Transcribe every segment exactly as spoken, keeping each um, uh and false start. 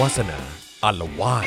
วาสนาอาละวาด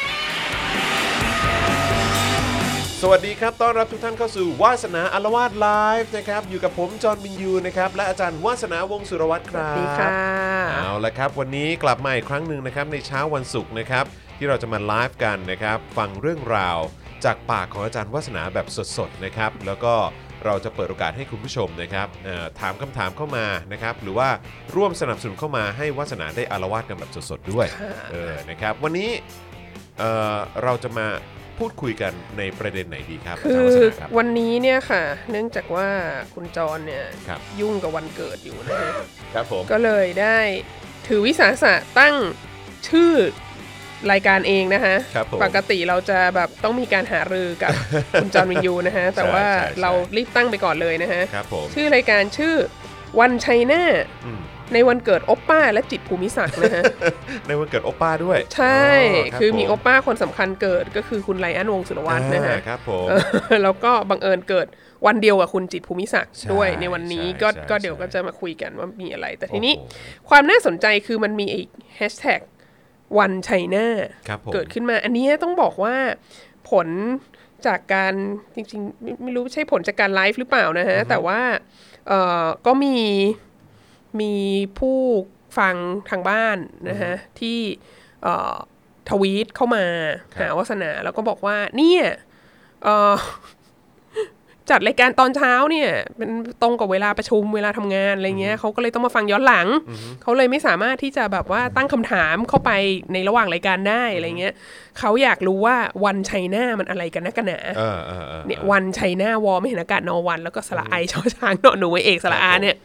สวัสดีครับต้อนรับทุกท่านเข้าสู่วาสนาอาละวาดไลฟ์นะครับอยู่กับผมจอห์นวินยูนะครับและอาจารย์วาสนาวงศ์สุรวัตรครับสวัสดีค่ะเอาละครับวันนี้กลับมาอีกครั้งหนึ่งนะครับในเช้าวันศุกร์นะครับที่เราจะมาไลฟ์กันนะครับฟังเรื่องราวจากปากของอาจารย์วาสนาแบบสดๆนะครับแล้วก็เราจะเปิดโอกาสให้คุณผู้ชมนะครับถามคำถามเข้ามานะครับหรือว่าร่วมสนับสนุนเข้ามาให้วาสนาได้อาละวาดกันแบบสดๆด้วยเออนะครับวันนี้เอ่อเราจะมาพูดคุยกันในประเด็นไหนดีครับคือวันนี้เนี่ยค่ะเนื่องจากว่าคุณจรเนี่ยยุ่งกับวันเกิดอยู่นะฮะครับผมก็เลยได้ถือวิสาสะตั้งชื่อรายการเองนะฮะปกติเราจะแบบต้องมีการหารือกับ คุณจรวินยูนะฮะแต่ว่าเรารีบตั้งไปก่อนเลยนะฮะชื่อรายการชื่อวันชัยนาในวันเกิดโอปป้าและจิตภูมิศักดิ์นะฮะในวันเกิดโอปป้าด้วยใช่คือมีโอปป้าคนสำคัญเกิดก็คือคุณไลอ้อนวงศ์สุรวัตรนะฮะครับผมแล้วก็บังเอิญเกิดวันเดียวกับคุณจิตภูมิศักดิ์ด้วยในวันนี้ก็ก็เดี๋ยวก็จะมาคุยกันว่ามีอะไรแต่ทีนี้ความน่าสนใจคือมันมีอีกแฮชแท็กวันชัยนาเกิดขึ้นมาอันนี้ต้องบอกว่าผลจากการจริงๆไม่รู้ใช่ผลจากการไลฟ์หรือเปล่านะฮะแต่ว่าเอ่อก็มีมีผู้ฟังทางบ้านนะฮะที่เอ่อทวีตเข้ามาหาวาสนาแล้วก็บอกว่าเนี่ยเอ่อจัดรายการตอนเช้าเนี่ยเป็นตรงกับเวลาประชุมเวลาทำงานอะไรเงี้ยเขาก็เลยต้องมาฟังย้อนหลังเขาเลยไม่สามารถที่จะแบบว่าตั้งคำถามเข้าไปในระหว่างรายการได้อะไรเงี้ยเขาอยากรู้ว่าวันชัยนามันอะไรกันนักกันหนาเนี่ยวันชัยนาวอไม่เห็นอากาศนอวันแล้วก็สระไอชอช้างนอหนูไว้เอกสระอาเนี่ย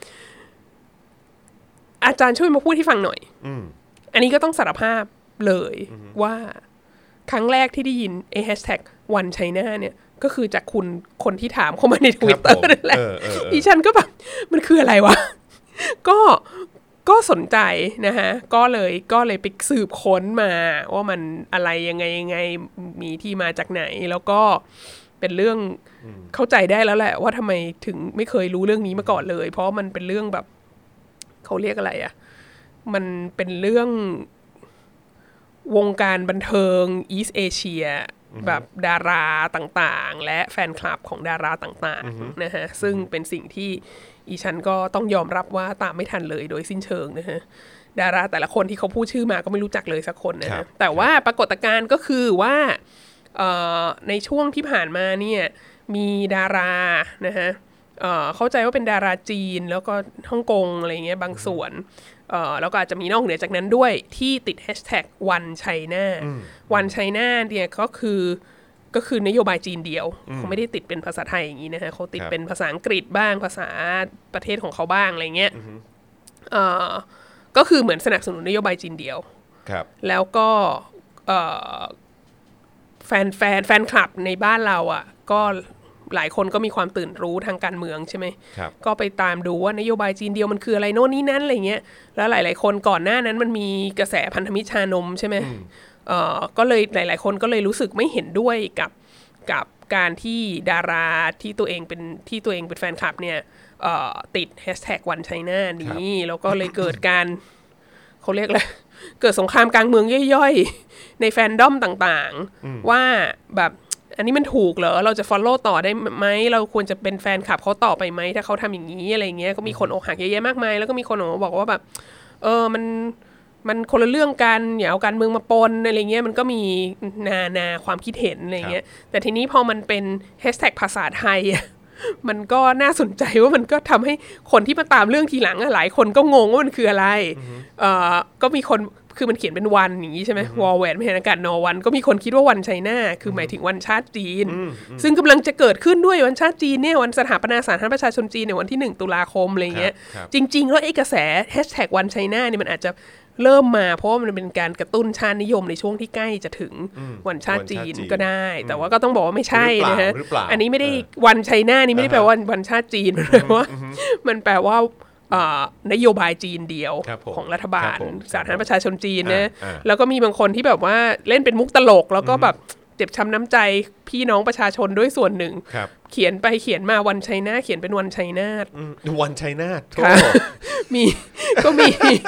อาจารย์ช่วยมาพูดให้ฟังหน่อยอันนี้ก็ต้องสารภาพเลยว่าครั้งแรกที่ได้ยินไอ้แฮชแท็กวันชัยนาเนี่ยก็คือจากคุณคนที่ถามเข้ามาใน Twitter นั่นแหละดิฉันก็แบบมันคืออะไรวะ ก็ก็สนใจนะฮะก็เลยก็เลยไปสืบค้นมาว่ามันอะไรยังไงยังไงมีที่มาจากไหนแล้วก็เป็นเรื่องเข้าใจได้แล้วแหละว่าทำไมถึงไม่เคยรู้เรื่องนี้มาก่อนเลยเพราะมันเป็นเรื่องแบบเขาเรียกอะไรอ่ะมันเป็นเรื่องวงการบันเทิงอีสต์เอเชียแบบดาราต่างๆและแฟนคลับของดาราต่างๆนะฮะซึ่งเป็นสิ่งที่อีฉันก็ต้องยอมรับว่าตามไม่ทันเลยโดยสิ้นเชิงนะฮะดาราแต่ละคนที่เขาพูดชื่อมาก็ไม่รู้จักเลยสักคนนะฮะแต่ว่าปรากฏการณ์ก็คือว่าในช่วงที่ผ่านมาเนี่ยมีดารานะฮะเข้าใจว่าเป็นดาราจีนแล้วก็ฮ่องกงอะไรเงี้ยบางส่วนแล้วก็อาจจะมีนอกเหนือจากนั้นด้วยที่ติดแฮชแท็กวันชัยนาวันชัยนาเนี่ยก็คือก็คือนโยบายจีนเดียวเขาไม่ได้ติดเป็นภาษาไทยอย่างนี้นะฮะเขาติดเป็นภาษาอังกฤษบ้างภาษาประเทศของเขาบ้างอะไรเงี้ยก็คือเหมือนสนับสนุนนโยบายจีนเดียวแล้วก็แฟนแฟนแฟนคลับในบ้านเราอ่ะก็หลายคนก็มีความตื่นรู้ทางการเมืองใช่ไหมก็ไปตามดูว่านโยบายจีนเดียวมันคืออะไรโน่นนี่นั่นอะไรเงี้ยแล้วหลายๆคนก่อนหน้านั้นมันมีกระแสพันธมิตรชานมใช่ไหมเอ่อก็เลยหลายๆคนก็เลยรู้สึกไม่เห็นด้วยกับกับการที่ดาราที่ตัวเองเป็นที่ตัวเองเป็นแฟนคลับเนี่ยเอ่อติดแฮชแท็กวันชัยนานี้แล้วก็เลยเกิดการเขาเรียกอะไรเกิดสงครามกลางเมืองย่อยๆในแฟนดอมต่างๆว่าแบบอันนี้มันถูกเหรอเราจะ follow ต่อได้ไหมเราควรจะเป็นแฟนคลับเขาต่อไปไหมถ้าเขาทำอย่างนี้อะไรเงี้ยก็มีคนอกหักเยอะแยะมากมายแล้วก็มีคนบอกว่าแบบเออมันมันคนละเรื่องกันอย่าเอาการเมืองมาปนอะไรเงี้ยมันก็มีนานาความคิดเห็นอะไรเงี้ยแต่ทีนี้พอมันเป็นแฮชแท็กภาษาไทยมันก็น่าสนใจว่ามันก็ทำให้คนที่มาตามเรื่องทีหลังหลายคนก็งงว่ามันคืออะไรเอ่อก็มีคนคือมันเขียนเป็นวันอย่างนี้ใช่ไหมวอลแหวนไม่เห็นอากาศนอวันก็มีคนคิดว่าวันชัยนาคือหมายถึงวันชาติจีนซึ่งกำลังจะเกิดขึ้นด้วยวันชาติจีนเนี่ยวันสถาปนาสาธารณรัฐประชาชนจีนในวันที่หนึ่งตุลาคมอะไรเงี้ยจริงๆแล้วไอ้กระแสแฮชแท็กวันชัยนาเนี่ยมันอาจจะเริ่มมาเพราะว่ามันเป็นการกระตุ้นชาตินิยมในช่วงที่ใกล้จะถึงวันชาติจีนก็ได้แต่ว่าก็ต้องบอกว่าไม่ใช่นะฮะอันนี้ไม่ได้วันชัยนานี่ไม่ได้แปลว่าวันชาติจีนมันแปลว่ามันแปลว่านโยบายจีนเดียวของรัฐบาลสาธารณรัฐประชาชนจีนนะแล้วก็มีบางคนที่แบบว่าเล่นเป็นมุกตลกแล้วก็แบบเจ็บช้ำน้ำใจพี่น้องประชาชนด้วยส่วนหนึ่งเขียนไปเขียนมาวันชัยนาทเขียนเป็นวันชัยนาทวันชัยนาทมีก็มี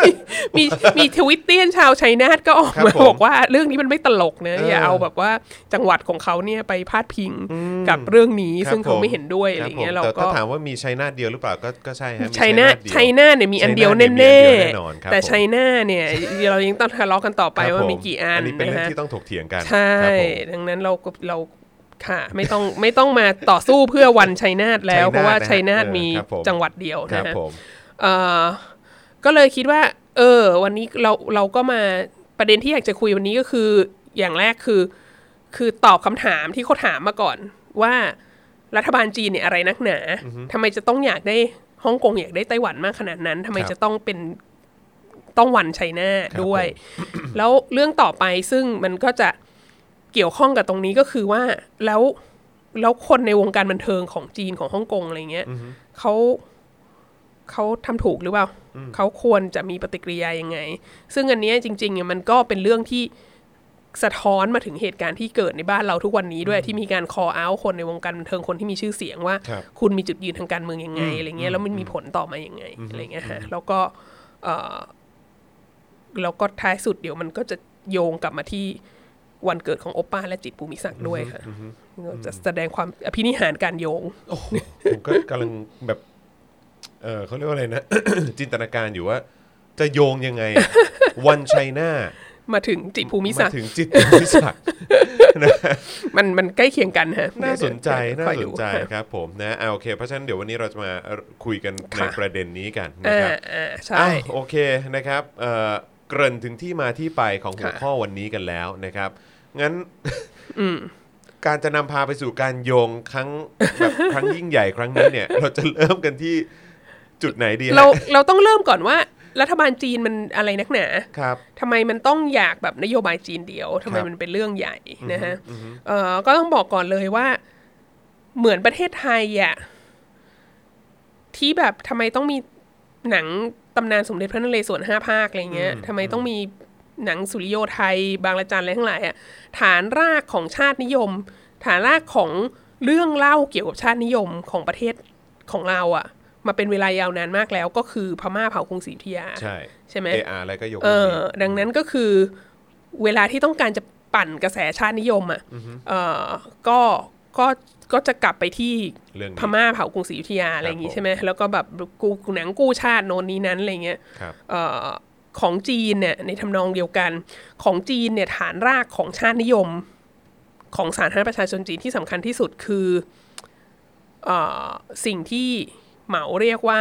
มีมีทวิตเตียนชาวชัยนาทก็ออกมาบอกว่าเรื่องนี้มันไม่ตลกนะอย่าเอาแบบว่าจังหวัดของเขาเนี่ยไปพาดพิงกับเรื่องนี้ซึ่งเขาไม่เห็นด้วยอะไรเงี้ยเราก็ถ้าถามว่ามีชัยนาทเดียวหรือเปล่าก็ก็ใช่ฮะชัยนาทชัยนาทเนี่ยมีอันเดียวแน่ๆแต่ชัยนาทเนี่ยเรายังต้องทะเลาะกันต่อไปว่ามีกี่อันอันนี้เป็นเรื่องที่ต้องถกเถียงกันใช่ดังนั้นเราก็เราค่ะไม่ต้องไม่ต้องมาต่อสู้เพื่อวันชัยนาทแล้วเพราะว่าชัยนาทมีจังหวัดเดียวนะฮะก็เลยคิดว่าเออวันนี้เราเราก็มาประเด็นที่อยากจะคุยวันนี้ก็คืออย่างแรกคือคือตอบคำถามที่เขาถามมาก่อนว่ารัฐบาลจีนเนี่ยอะไรนักหนาทำไมจะต้องอยากได้ฮ่องกงอยากได้ไต้หวันมากขนาดนั้นทำไมจะต้องเป็นต้องวันชัยนาทด้วยแล้วเรื่องต่อไปซึ่งมันก็จะเกี่ยวข้องกับตรงนี้ก็คือว่าแล้วแล้วคนในวงการบันเทิงของจีนของฮ่องกงอะไรเงี้ยเขาเขาทำถูกหรือเปล่าเขาควรจะมีปฏิกิริยายังไงซึ่งอันนี้จริงๆเนี่ยมันก็เป็นเรื่องที่สะท้อนมาถึงเหตุการณ์ที่เกิดในบ้านเราทุกวันนี้ด้วยที่มีการ call out คนในวงการบันเทิงคนที่มีชื่อเสียงว่าคุณมีจุดยืนทางการเมืองยังไงอะไรเงี้ยแล้วมันมีผลต่อมายังไงอะไรเงี้ยฮะแล้วก็เอ่อแล้วก็ท้ายสุดเดี๋ยวมันก็จะโยงกลับมาที่วันเกิดของโอป้าและจิตรภูมิศักดิ์ด้วยค่ะจะแสดงความอภินิหารการโยงผมก็กำลังแบบเออเขาเรียกว่าอะไรนะ จินตนาการอยู่ว่าจะโยงยังไงวันชัยนาทมาถึงจิตรภูมิศักดิ์มาถึงจิตรภูมิศักดิ์นะมันมันใกล้เคียงกันฮะน่าสนใจน่าสนใจครับผมนะอ่าโอเคเพราะฉะนั้นเดี๋ยววันนี้เราจะมาคุยกันในประเด็นนี้กันนะครับอ่าใช่โอเคนะครับเอ่อเกริ่นถึงที่มาที่ไปของหัวข้อวันนี้กันแล้วนะครับงั้นการจะนำพาไปสู่การโยงครั้งแบบครั้งยิ่งใหญ่ครั้งนี้เนี่ยเราจะเริ่มกันที่จุดไหนดีเราเราต้องเริ่มก่อนว่ารัฐบาลจีนมันอะไรนักหนาครับทำไมมันต้องอยากแบบนโยบายจีนเดียวทำไมมันเป็นเรื่องใหญ่นะฮะเอ่อก็ต้องบอกก่อนเลยว่าเหมือนประเทศไทยอ่ะที่แบบทำไมต้องมีหนังตำนานสมเด็จพระนเรศวรห้าภาคอะไรเงี้ยทำไมต้องมีหนังสุริโยไทยบางระจันอะไรทั้งหลายอ่ะฐานรากของชาตินิยมฐานรากของเรื่องเล่าเกี่ยวกับชาตินิยมของประเทศของเราอ่ะมาเป็นเวลายาวนานมากแล้วก็คือพม่าเผ่ากรุงศรีอยุธยาใช่ใช่ไหมเอออะไรก็ยกเออดังนั้นก็คือเวลาที่ต้องการจะปั่นกระแสชาตินิยมอ่ะเออก็ก็ก็จะกลับไปที่พม่าเผ่ากรุงศรีอยุธยาอะไรอย่างงี้ใช่ไหมแล้วก็แบบกูหนังกู้ชาติโน่นนี้นั้นอะไรเงี้ยเออของจีนเนี่ยในทำนองเดียวกันของจีนเนี่ยฐานรากของชาตินิยมของสาธารณรัฐประชาชนจีนที่สำคัญที่สุดคือเอ่อสิ่งที่เหมาเรียกว่า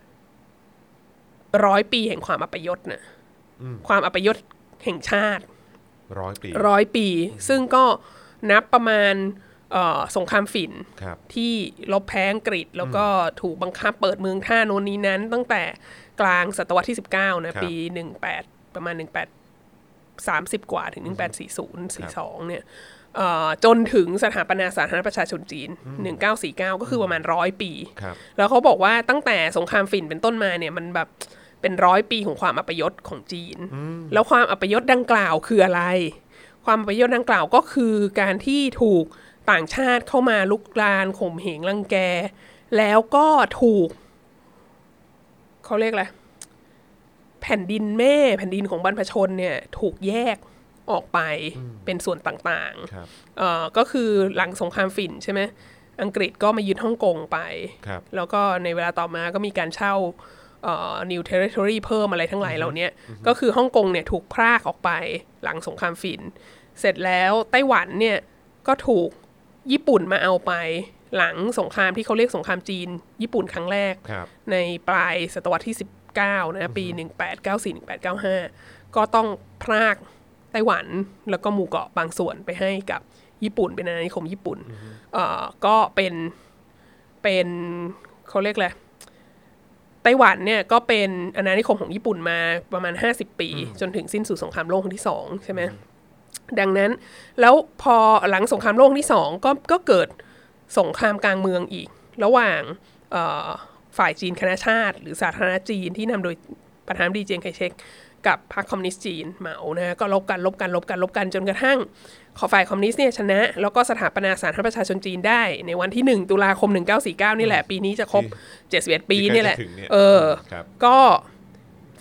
ร้อยปีแห่งความอัปยศน่ะความอัปยศแห่งชาติร้อยปีร้อยปีซึ่งก็นับประมาณสงครามฝิ่นที่ลบแพ้อังกฤษแล้วก็ถูกบังคับเปิดเมืองท่าโน่นนี้นั้นตั้งแต่กลางศตวรรษที่สิบเก้านะปีหนึ่งแปดประมาณหนึ่งแปดสามสิบกว่าถึงหนึ่งแปดสี่ศูนย์ สี่สองเนี่ยจนถึงสถาปนาสาธารณรัฐประชาชนจีนหนึ่งเก้าสี่เก้าก็คือประมาณร้อยปีแล้วเขาบอกว่าตั้งแต่สงครามฝิ่นเป็นต้นมาเนี่ยมันแบบเป็นร้อยปีของความอัปยศของจีนแล้วความอัปยศดังกล่าวคืออะไรความอัปยศดังกล่าวก็คือการที่ถูกต่างชาติเข้ามาลุกลานข่มเหงรังแกแล้วก็ถูกเขาเรียกอะไรแผ่นดินแม่แผ่นดินของบรรพชนเนี่ยถูกแยกออกไปเป็นส่วนต่างๆเอ่อก็คือหลังสงครามฝิ่นใช่ไหมอังกฤษก็มายึดฮ่องกงไปแล้วก็ในเวลาต่อมาก็มีการเช่าเอ่อ New Territory เพิ่มอะไรทั้งหลายเหล่านี้ก็คือฮ่องกงเนี่ยถูกพรากออกไปหลังสงครามฝิ่นเสร็จแล้วไต้หวันเนี่ยก็ถูกญี่ปุ่นมาเอาไปหลังสงครามที่เขาเรียกสงครามจีนญี่ปุ่นครั้งแรกในปลายศตวรรษที่สิบเก้านะปีหนึ่งแปดเก้าสี่ หนึ่งแปดเก้าห้าก็ต้องพรากไต้หวันแล้วก็หมู่เกาะบางส่วนไปให้กับญี่ปุ่นเป็นอาณานิคมญี่ปุ่นเอ่อก็เป็นเป็นเขาเรียกอะไรไต้หวันเนี่ยก็เป็นอาณานิคมของญี่ปุ่นมาประมาณห้าสิบปีจนถึงสิ้นสุดสงครามโลกครั้งที่สองใช่ไหมดังนั้นแล้วพอหลังสงครามโลกครั้งที่สองก็ก็เกิดสงครามกลางเมืองอีกระหว่างฝ่ายจีนคณะชาติหรือสาธารณจีนที่นำโดยประธานาธิบดีเจียงไคเชกกับพรรคคอมมิวนิสต์จีนเหมานะก็ลบกันลบกันลบกันลบกันจนกระทั่งฝ่ายคอมมิวนิสต์เนี่ยชนะแล้วก็สถาปนาสาธารณรัฐประชาชนจีนได้ในวันที่หนึ่งตุลาคมหนึ่งเก้าสี่เก้านี่แหละปีนี้จะครบเจ็ดสิบเอ็ดปีนี่แหละเออก็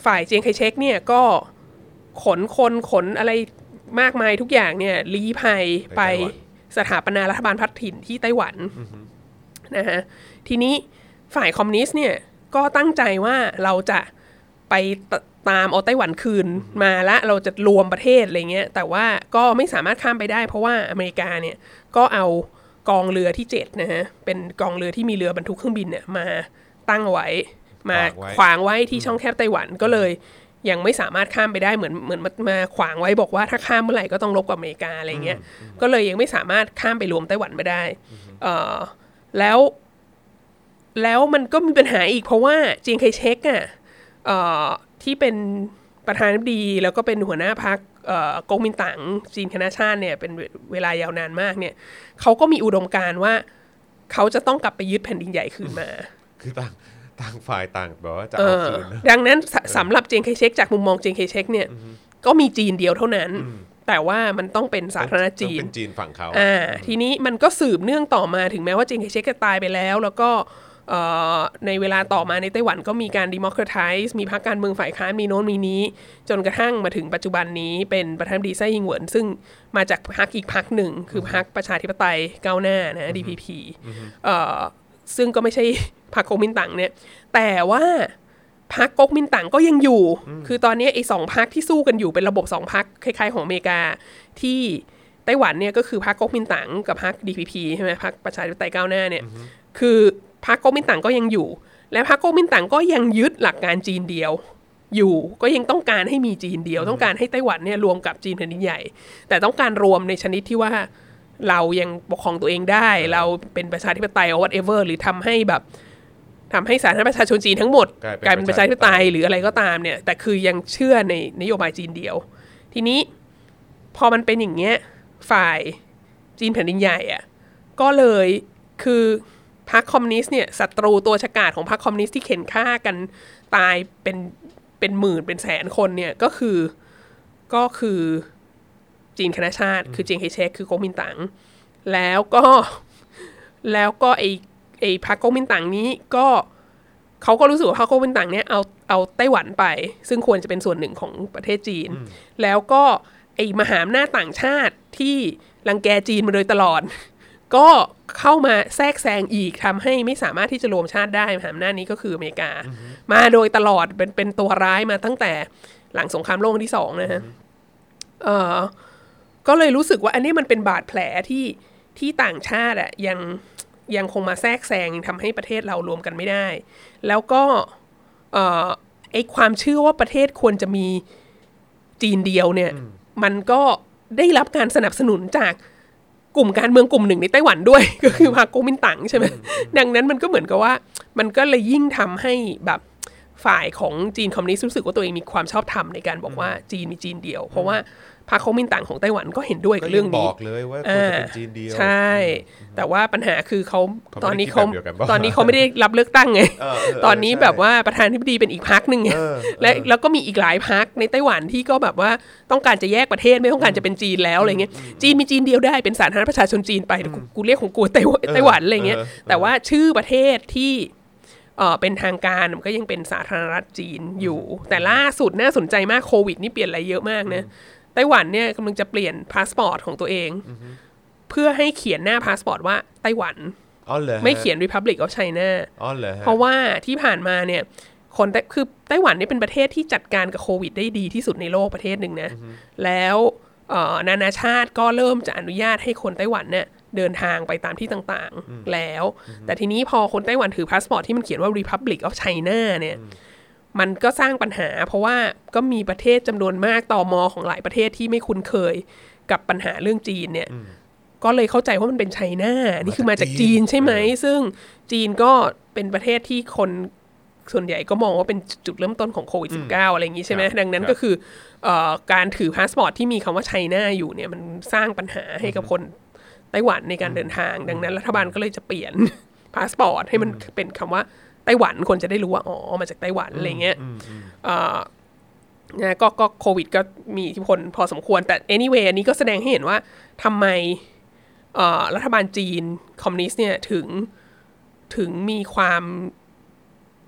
ฝ่ายเจียงไคเชกเนี่ยก็ขนคนขนอะไรมากมายทุกอย่างเนี่ยลี้ภัยไปสถาปนารัฐบาลพัฒถิ่นที่ไต้หวันนะฮะทีนี้ฝ่ายคอมมิวนิสต์เนี่ยก็ตั้งใจว่าเราจะไปตามเอาไต้หวันคืนมาละเราจะรวมประเทศอะไรเงี้ยแต่ว่าก็ไม่สามารถข้ามไปได้เพราะว่าอเมริกาเนี่ยก็เอากองเรือที่เจ็ดนะฮะเป็นกองเรือที่มีเรือบรรทุกเครื่องบินเนี่ยมาตั้งไว้มาขวางไว้ที่ช่องแคบไต้หวันก็เลยยังไม่สามารถข้ามไปได้เหมือนเหมือนมาขวางไว้บอกว่าถ้าข้ามเมื่อไหร่ก็ต้องรบกับอเมริกาอะไรเงี้ยก็เลยยังไม่สามารถข้ามไปรวมไต้หวันไม่ได้เอ่อแล้วแล้วมันก็มีปัญหาอีกเพราะว่าเจียงไคเชกอ่ะเอ่อที่เป็นประธานาธิบดีแล้วก็เป็นหัวหน้าพรรคก๊กมินตั๋งจีนคณะชาติเนี่ยเป็นเวลายาวนานมากเนี่ยเขาก็มีอุดมการณ์ว่าเขาจะต้องกลับไปยึดแผ่นดินใหญ่คืนมาคือต่างต่างฝ่ายต่างแบบว่าจะเอาคืนดังนั้นสำหรับเจียงไคเชกจากมุมมองเจียงไคเชกเนี่ยก็มีจีนเดียวเท่านั้นแต่ว่ามันต้องเป็นสาธารณจีนเป็นจีนฝั่งเขาอ่าทีนี้มันก็สืบเนื่องต่อมาถึงแม้ว่าเจียงไคเชกจะตายไปแล้วแล้วก็ในเวลาต่อมาในไต้หวันก็มีการ democratize มีพรรคการเมืองฝ่ายค้านมีโน้นมีนี้จนกระทั่งมาถึงปัจจุบันนี้เป็นประธานาธิบดีไส้อิงเหวินซึ่งมาจากพรรคอีกพรรคหนึ่งคือพรรคประชาธิปไตยก้าวหน้านะ ดี พี พี ซึ่งก็ไม่ใช่พรรคก๊กมินตั๋งเนี่ยแต่ว่าพรรคก๊กมินตั๋งก็ยังอยู่คือตอนนี้ไอ้สองพรรคที่สู้กันอยู่เป็นระบบสองพรรคคล้ายๆของอเมริกาที่ไต้หวันเนี่ยก็คือพรรคก๊กมินตั๋งกับพรรค ดี พี พี ใช่ไหมพรรคประชาธิปไตยก้าวหน้าเนี่ยคือพรรคก๊กมินตั๋งก็ยังอยู่และพรรคก๊กมินตั๋งก็ยังยึดหลักการจีนเดียวอยู่ก็ยังต้องการให้มีจีนเดียวต้องการให้ไต้หวันเนี่ยรวมกับจีนแผ่นดินใหญ่แต่ต้องการรวมในชนิดที่ว่าเรายังปกครองตัวเองได้เราเป็นประชาธิปไตย or whatever หรือทำให้แบบทำให้สาธารณประชาชนจีนทั้งหมดกลายเป็นประชาธิปไตยหรืออะไรก็ตามเนี่ยแต่คือยังเชื่อในนโยบายจีนเดียวทีนี้พอมันเป็นอย่างเงี้ยฝ่ายจีนแผ่นดินใหญ่อ่ะก็เลยคือพรรคคอมมิวนิสต์เนี่ยศัตรูตัวฉกาจของพรรคคอมมิวนิสต์ที่เข็นฆ่ากันตายเป็นเป็นหมื่นเป็นแสนคนเนี่ยก็คือก็คือจีนคณะชาติคือเจียงไคเชกคือก๊กมินตั๋งแล้วก็แล้วก็ไอไอพรรคก๊กมินตั๋งนี้ก็เขาก็รู้สึกว่าพรรคก๊กมินตั๋งเนี่ยเอาเอาไต้หวันไปซึ่งควรจะเป็นส่วนหนึ่งของประเทศจีนแล้วก็ไอมหาอำนาจต่างชาติที่รังแกจีนมาโดยตลอดก็เข้ามาแทรกแซงอีกทำให้ไม่สามารถที่จะรวมชาติได้มหาอำนาจนี้ก็คืออเมริกามาโดยตลอดเป็นเป็นตัวร้ายมาตั้งแต่หลังสงครามโลกที่สองนะฮะเอ่อก็เลยรู้สึกว่าอันนี้มันเป็นบาดแผลที่ที่ต่างชาติอ่ะยังยังคงมาแทรกแซงทำให้ประเทศเรารวมกันไม่ได้แล้วก็เอ่อไอความเชื่อว่าประเทศควรจะมีจีนเดียวเนี่ยมันก็ได้รับการสนับสนุนจากกลุ่มการเมืองกลุ่มหนึ่งในไต้หวันด้วยก็คือพรรคก๊กมินตั๋งใช่ไหมดังนั้นมันก็เหมือนกับว่ามันก็เลยยิ่งทำให้แบบฝ่ายของจีนคอมมิวนิสต์รู้สึกว่าตัวเองมีความชอบธรรมในการบอกว่าจีนมีจีนเดียวเพราะว่าพรรคก๊กมินตั๋งของไต้หวันก็เห็นด้วยกับเรื่องนี้บอกเลยว่าควรจะเป็นจีนเดียวใช่แต่ว่าปัญหาคือเขาตอนนี้เขาตอนนี้เขาไม่ได้รับเลือกตั้งไงตอนนี้แบบว่าประธานาธิบดีเป็นอีกพรรคนึงไงและแล้วก็มีอีกหลายพรรคในไต้หวันที่ก็แบบว่าต้องการจะแยกประเทศไม่ต้องการจะเป็นจีนแล้วอะไรเงี้ยจีนมีจีนเดียวได้เป็นสาธารณประชาชนจีนไปกูเรียกของกูไต้หวันอะไรเงี้ยแต่ว่าชื่อประเทศที่เอ่อเป็นทางการมันก็ยังเป็นสาธารณรัฐจีนอยู่แต่ล่าสุดน่าสนใจมากโควิดนี่เปลี่ยนอะไรเยอะมากนะไต้หวันเนี่ยกำลังจะเปลี่ยนพาสปอร์ตของตัวเองเพื่อให้เขียนหน้าพาสปอร์ตว่าไต้หวันไม่เขียน Republic of China เพราะว่าที่ผ่านมาเนี่ยคนคือไต้หวันนี่เป็นประเทศที่จัดการกับโควิดได้ดีที่สุดในโลกประเทศหนึ่งนะแล้วนานาชาติก็เริ่มจะอนุญาตให้คนไต้หวันเนี่ยเดินทางไปตามที่ต่างๆแล้วแต่ทีนี้พอคนไต้หวันถือพาสปอร์ตที่มันเขียนว่า Republic of China เนี่ยมันก็สร้างปัญหาเพราะว่าก็มีประเทศจำนวนมากตม.ของหลายประเทศที่ไม่คุ้นเคยกับปัญหาเรื่องจีนเนี่ยก็เลยเข้าใจว่ามันเป็นไชน่านี่คือมาจากจีนใช่ไหมซึ่งจีนก็เป็นประเทศที่คนส่วนใหญ่ก็มองว่าเป็นจุดเริ่มต้นของโควิด สิบเก้า อะไรอย่างนี้ใช่ไหมดังนั้นก็คือเอ่อการถือพาสปอร์ตที่มีคำว่าไชน่าอยู่เนี่ยมันสร้างปัญหาให้กับคนไต้หวันในการเดินทางดังนั้นรัฐบาลก็เลยจะเปลี่ยนพาสปอร์ตให้มันเป็นคำว่าไต้หวันคนจะได้รู้ว่าอ๋อมาจากไต้หวันอะไรเงี้ยนะก็ก็โควิดก็มีอิทธิพลพอสมควรแต่ anyway อันนี้ก็แสดงให้เห็นว่าทำไมรัฐบาลจีนคอมมิวนิสต์เนี่ยถึงถึงมีความ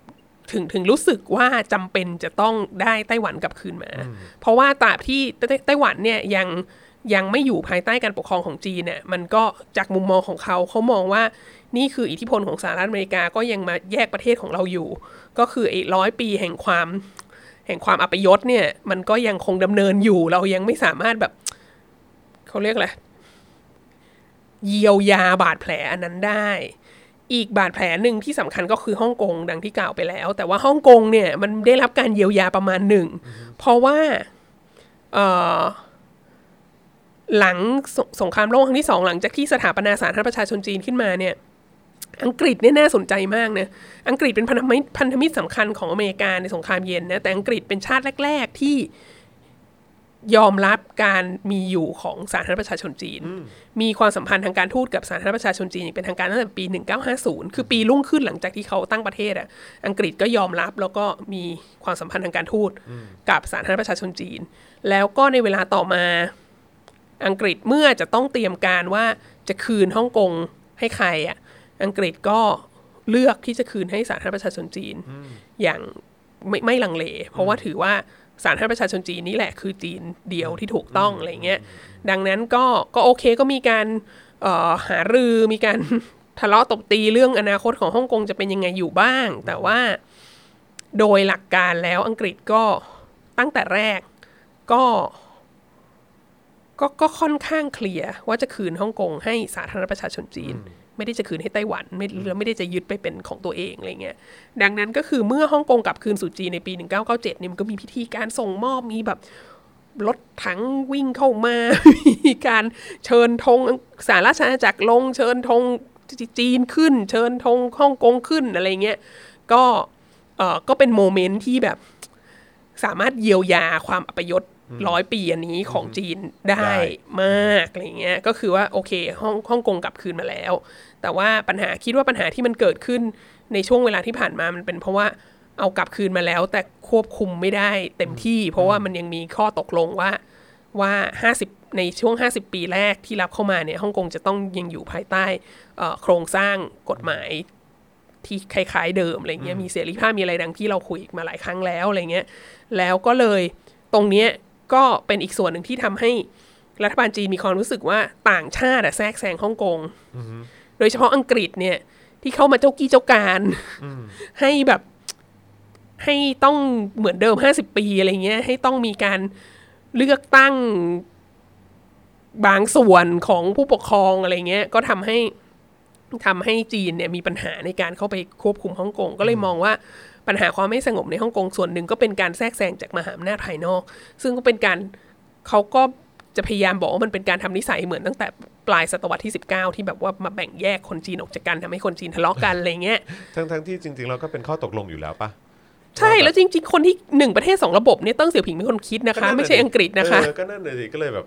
ถึงถึงรู้สึกว่าจำเป็นจะต้องได้ไต้หวันกลับคืนมาเพราะว่าตราบที่ไต้หวันเนี่ยยังยังไม่อยู่ภายใต้การปกครองของจีนเนี่ยมันก็จากมุมมองของเขาเขามองว่านี่คืออิทธิพลของสหรัฐอเมริกาก็ยังมาแยกประเทศของเราอยู่ก็คือไอ้ร้อยปีแห่งความแห่งความอัปยศเนี่ยมันก็ยังคงดำเนินอยู่เรายังไม่สามารถแบบเขาเรียกอะไรเยียวยาบาดแผลอันนั้นได้อีกบาดแผลหนึ่งที่สำคัญก็คือฮ่องกงดังที่กล่าวไปแล้วแต่ว่าฮ่องกงเนี่ยมันได้รับการเยียวยาประมาณหนึ่ง mm-hmm. เพราะว่าเอ่อหลังส, สงครามโลกครั้งที่สองหลังจากที่สถาปนาสาธารณรัฐประชาชนจีนขึ้นมาเนี่ยอังกฤษเนี่ยน่าสนใจมากนะอังกฤษเป็นพันธมิตรพันธมิตรสำคัญของอเมริกาในสงครามเย็นนะแต่อังกฤษเป็นชาติแรกๆที่ยอมรับการมีอยู่ของสาธารณรัฐประชาชนจีน mm. มีความสัมพันธ์ทางการทูตกับสาธารณรัฐประชาชนจีนอย่างเป็นทางการตั้งแต่ปีหนึ่งเก้าห้าศูนย์คือปีรุ่งขึ้นหลังจากที่เขาตั้งประเทศอ่ะอังกฤษก็ยอมรับแล้วก็มีความสัมพันธ์ทางการทูต mm. กับสาธารณรัฐประชาชนจีนแล้วก็ในเวลาต่อมาอังกฤษเมื่อจะต้องเตรียมการว่าจะคืนฮ่องกงให้ใครอ่ะอังกฤษก็เลือกที่จะคืนให้สาธารณรัฐประชาชนจีน mm. อย่างไม่ไม่ลังเลเพราะว่าถือว่าสาธารณประชาชนจีนนี่แหละคือจีนเดียวที่ถูกต้องอะไรเงี้ยดังนั้นก็ก็โอเคก็มีการเอ่อหารือมีการทะเลาะตบตีเรื่องอนาคตของฮ่องกงจะเป็นยังไงอยู่บ้างแต่ว่าโดยหลักการแล้วอังกฤษก็ตั้งแต่แรกก็ก็ก็ค่อนข้างเคลียร์ว่าจะคืนฮ่องกงให้สาธารณประชาชนจีนไม่ได้จะคืนให้ไต้หวันไม่แล้วไม่ได้จะยึดไปเป็นของตัวเองอะไรเงี้ยดังนั้นก็คือเมื่อฮ่องกงกลับคืนสู่จีนในปีหนึ่งเก้าเก้าเจ็ดเนี่ยมันก็มีพิธีการส่งมอบมีแบบรถถังวิ่งเข้ามา มีการเชิญธงสหราชอาณาจักรลงเชิญธงจีนขึ้นเชิญธงฮ่องกงขึ้นอะไรเงี้ยก็เอ่อก็เป็นโมเมนต์ที่แบบสามารถเยียวยาความอัปยศร้อยปีอันนี้ของจีนได้มากอะไรเงี้ยก็คือว่าโอเคฮ่องฮ่องกงกลับคืนมาแล้วแต่ว่าปัญหาคิดว่าปัญหาที่มันเกิดขึ้นในช่วงเวลาที่ผ่านมามันเป็นเพราะว่าเอากลับคืนมาแล้วแต่ควบคุมไม่ได้เต็มที่เพราะว่ามันยังมีข้อตกลงว่าว่าห้าสิบในช่วงห้าสิบปีแรกที่รับเข้ามาเนี่ยฮ่องกงจะต้องยังอยู่ภายใต้โครงสร้างกฎหมายที่คล้ายๆเดิมอะไรเงี้ยมีเสรีภาพมีอะไรดังที่เราคุยมาหลายครั้งแล้วอะไรเงี้ยแล้วก็เลยตรงเนี้ยก็เป็นอีกส่วนหนึ่งที่ทำให้รัฐบาลจีนมีความรู้สึกว่าต่างชาติแทรกแซงฮ่องกง mm-hmm. โดยเฉพาะอังกฤษเนี่ยที่เข้ามาเจ้ากี้เจ้าการ mm. ให้แบบให้ต้องเหมือนเดิมห้าสิบปีอะไรเงี้ยให้ต้องมีการเลือกตั้งบางส่วนของผู้ปกครองอะไรเงี้ยก็ทำให้ทำให้จีนเนี่ยมีปัญหาในการเข้าไปควบคุมฮ่องกงก็เลยมองว่าปัญหาความไม่สงบในฮ่องกงส่วนหนึ่งก็เป็นการแทรกแซงจากมหาอำนาจภายนอกซึ่งก็เป็นการเขาก็จะพยายามบอกว่ามันเป็นการทำนิสัยเหมือนตั้งแต่ปลายศตวรรษที่สิบเก้าที่แบบว่ามาแบ่งแยกคนจีนออกจากกันทำให้คนจีนทะเลาะกันอะไรเงี้ยทั้งทั้งที่จริงๆเราก็เป็นข้อตกลงอยู่แล้วปะใช่แล้วจริงๆคนที่หนึ่งประเทศสองระบบเนี่ยเติ้งเสี่ยวผิงเป็นคนคิดนะคะไม่ใช่อังกฤษนะคะก็นั่นเลยสิก็เลยแบบ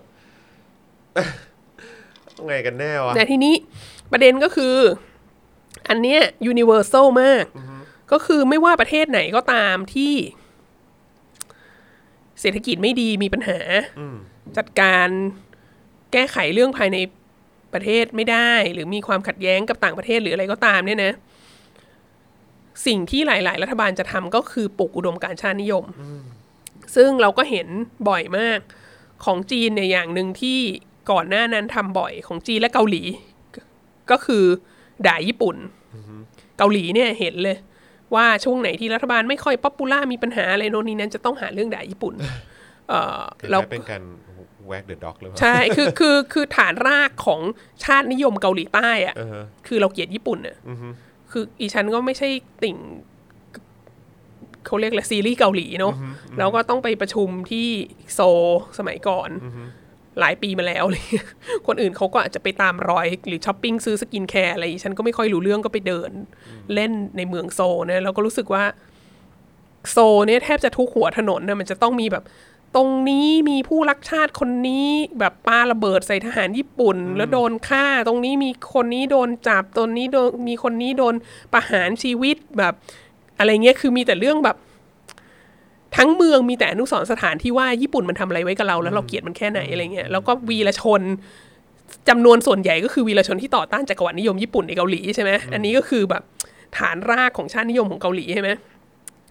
ไงกันแน่วะแต่ทีนี้ประเด็นก็คืออันเนี้ย universal มากก็คือไม่ว่าประเทศไหนก็ตามที่เศรษฐกิจไม่ดีมีปัญหาจัดการแก้ไขเรื่องภายในประเทศไม่ได้หรือมีความขัดแย้งกับต่างประเทศหรืออะไรก็ตามเนี่ยนะสิ่งที่หลายๆรัฐบาลจะทำก็คือปลุกอุดมการณ์ชาตินิยมซึ่งเราก็เห็นบ่อยมากของจีนเนี่ยอย่างหนึ่งที่ก่อนหน้านั้นทำบ่อยของจีนและเกาหลีก็คือด่าญี่ปุ่นเกาหลีเนี่ยเห็นเลยว่าช่วงไหนที่รัฐบาลไม่ค่อยป๊อปปูล่ามีปัญหาอะไรโน่นนี่นั้นจะต้องหาเรื่องด่าญี่ปุ่นเอ่อเราเป็นการแวกเดอะด็อกหรือเปล่าใช่คือคือคือฐานรากของชาตินิยมเกาหลีใต้อ่ะ uh-huh. คือเราเกลียดญี่ปุ่นอ่ะ uh-huh. คืออีฉันก็ไม่ใช่ติ่งเขาเรียกอะไรซีรีส์เกาหลีเนาะ uh-huh. uh-huh. แล้วก็ต้องไปประชุมที่โซลสมัยก่อน uh-huh.หลายปีมาแล้วเลยคนอื่นเขาก็อาจจะไปตามรอยหรือช้อปปิ้งซื้อสกินแคร์อะไรฉันก็ไม่ค่อยรู้เรื่องก็ไปเดินเล่นในเมืองโซนะแล้วก็รู้สึกว่าโซเนี่ยแทบจะทุกหัวถนนนะมันจะต้องมีแบบตรงนี้มีผู้รักชาติคนนี้แบบปาระเบิดใส่ทหารญี่ปุ่นแล้วโดนฆ่าตรงนี้มีคนนี้โดนจับตรงนี้โดนมีคนนี้โดนประหารชีวิตแบบอะไรเงี้ยคือมีแต่เรื่องแบบทั้งเมืองมีแต่อนุสรณ์สถานที่ว่าญี่ปุ่นมันทำอะไรไว้กับเราแล้วเราเกลียดมันแค่ไหนอะไรเงี้ยแล้วก็วีรชนจำนวนส่วนใหญ่ก็คือวีรชนที่ต่อต้านจักรวรรดินิยมญี่ปุ่นในเกาหลีใช่ไหมอันนี้ก็คือแบบฐานรากของชาตินิยมของเกาหลีใช่ไหม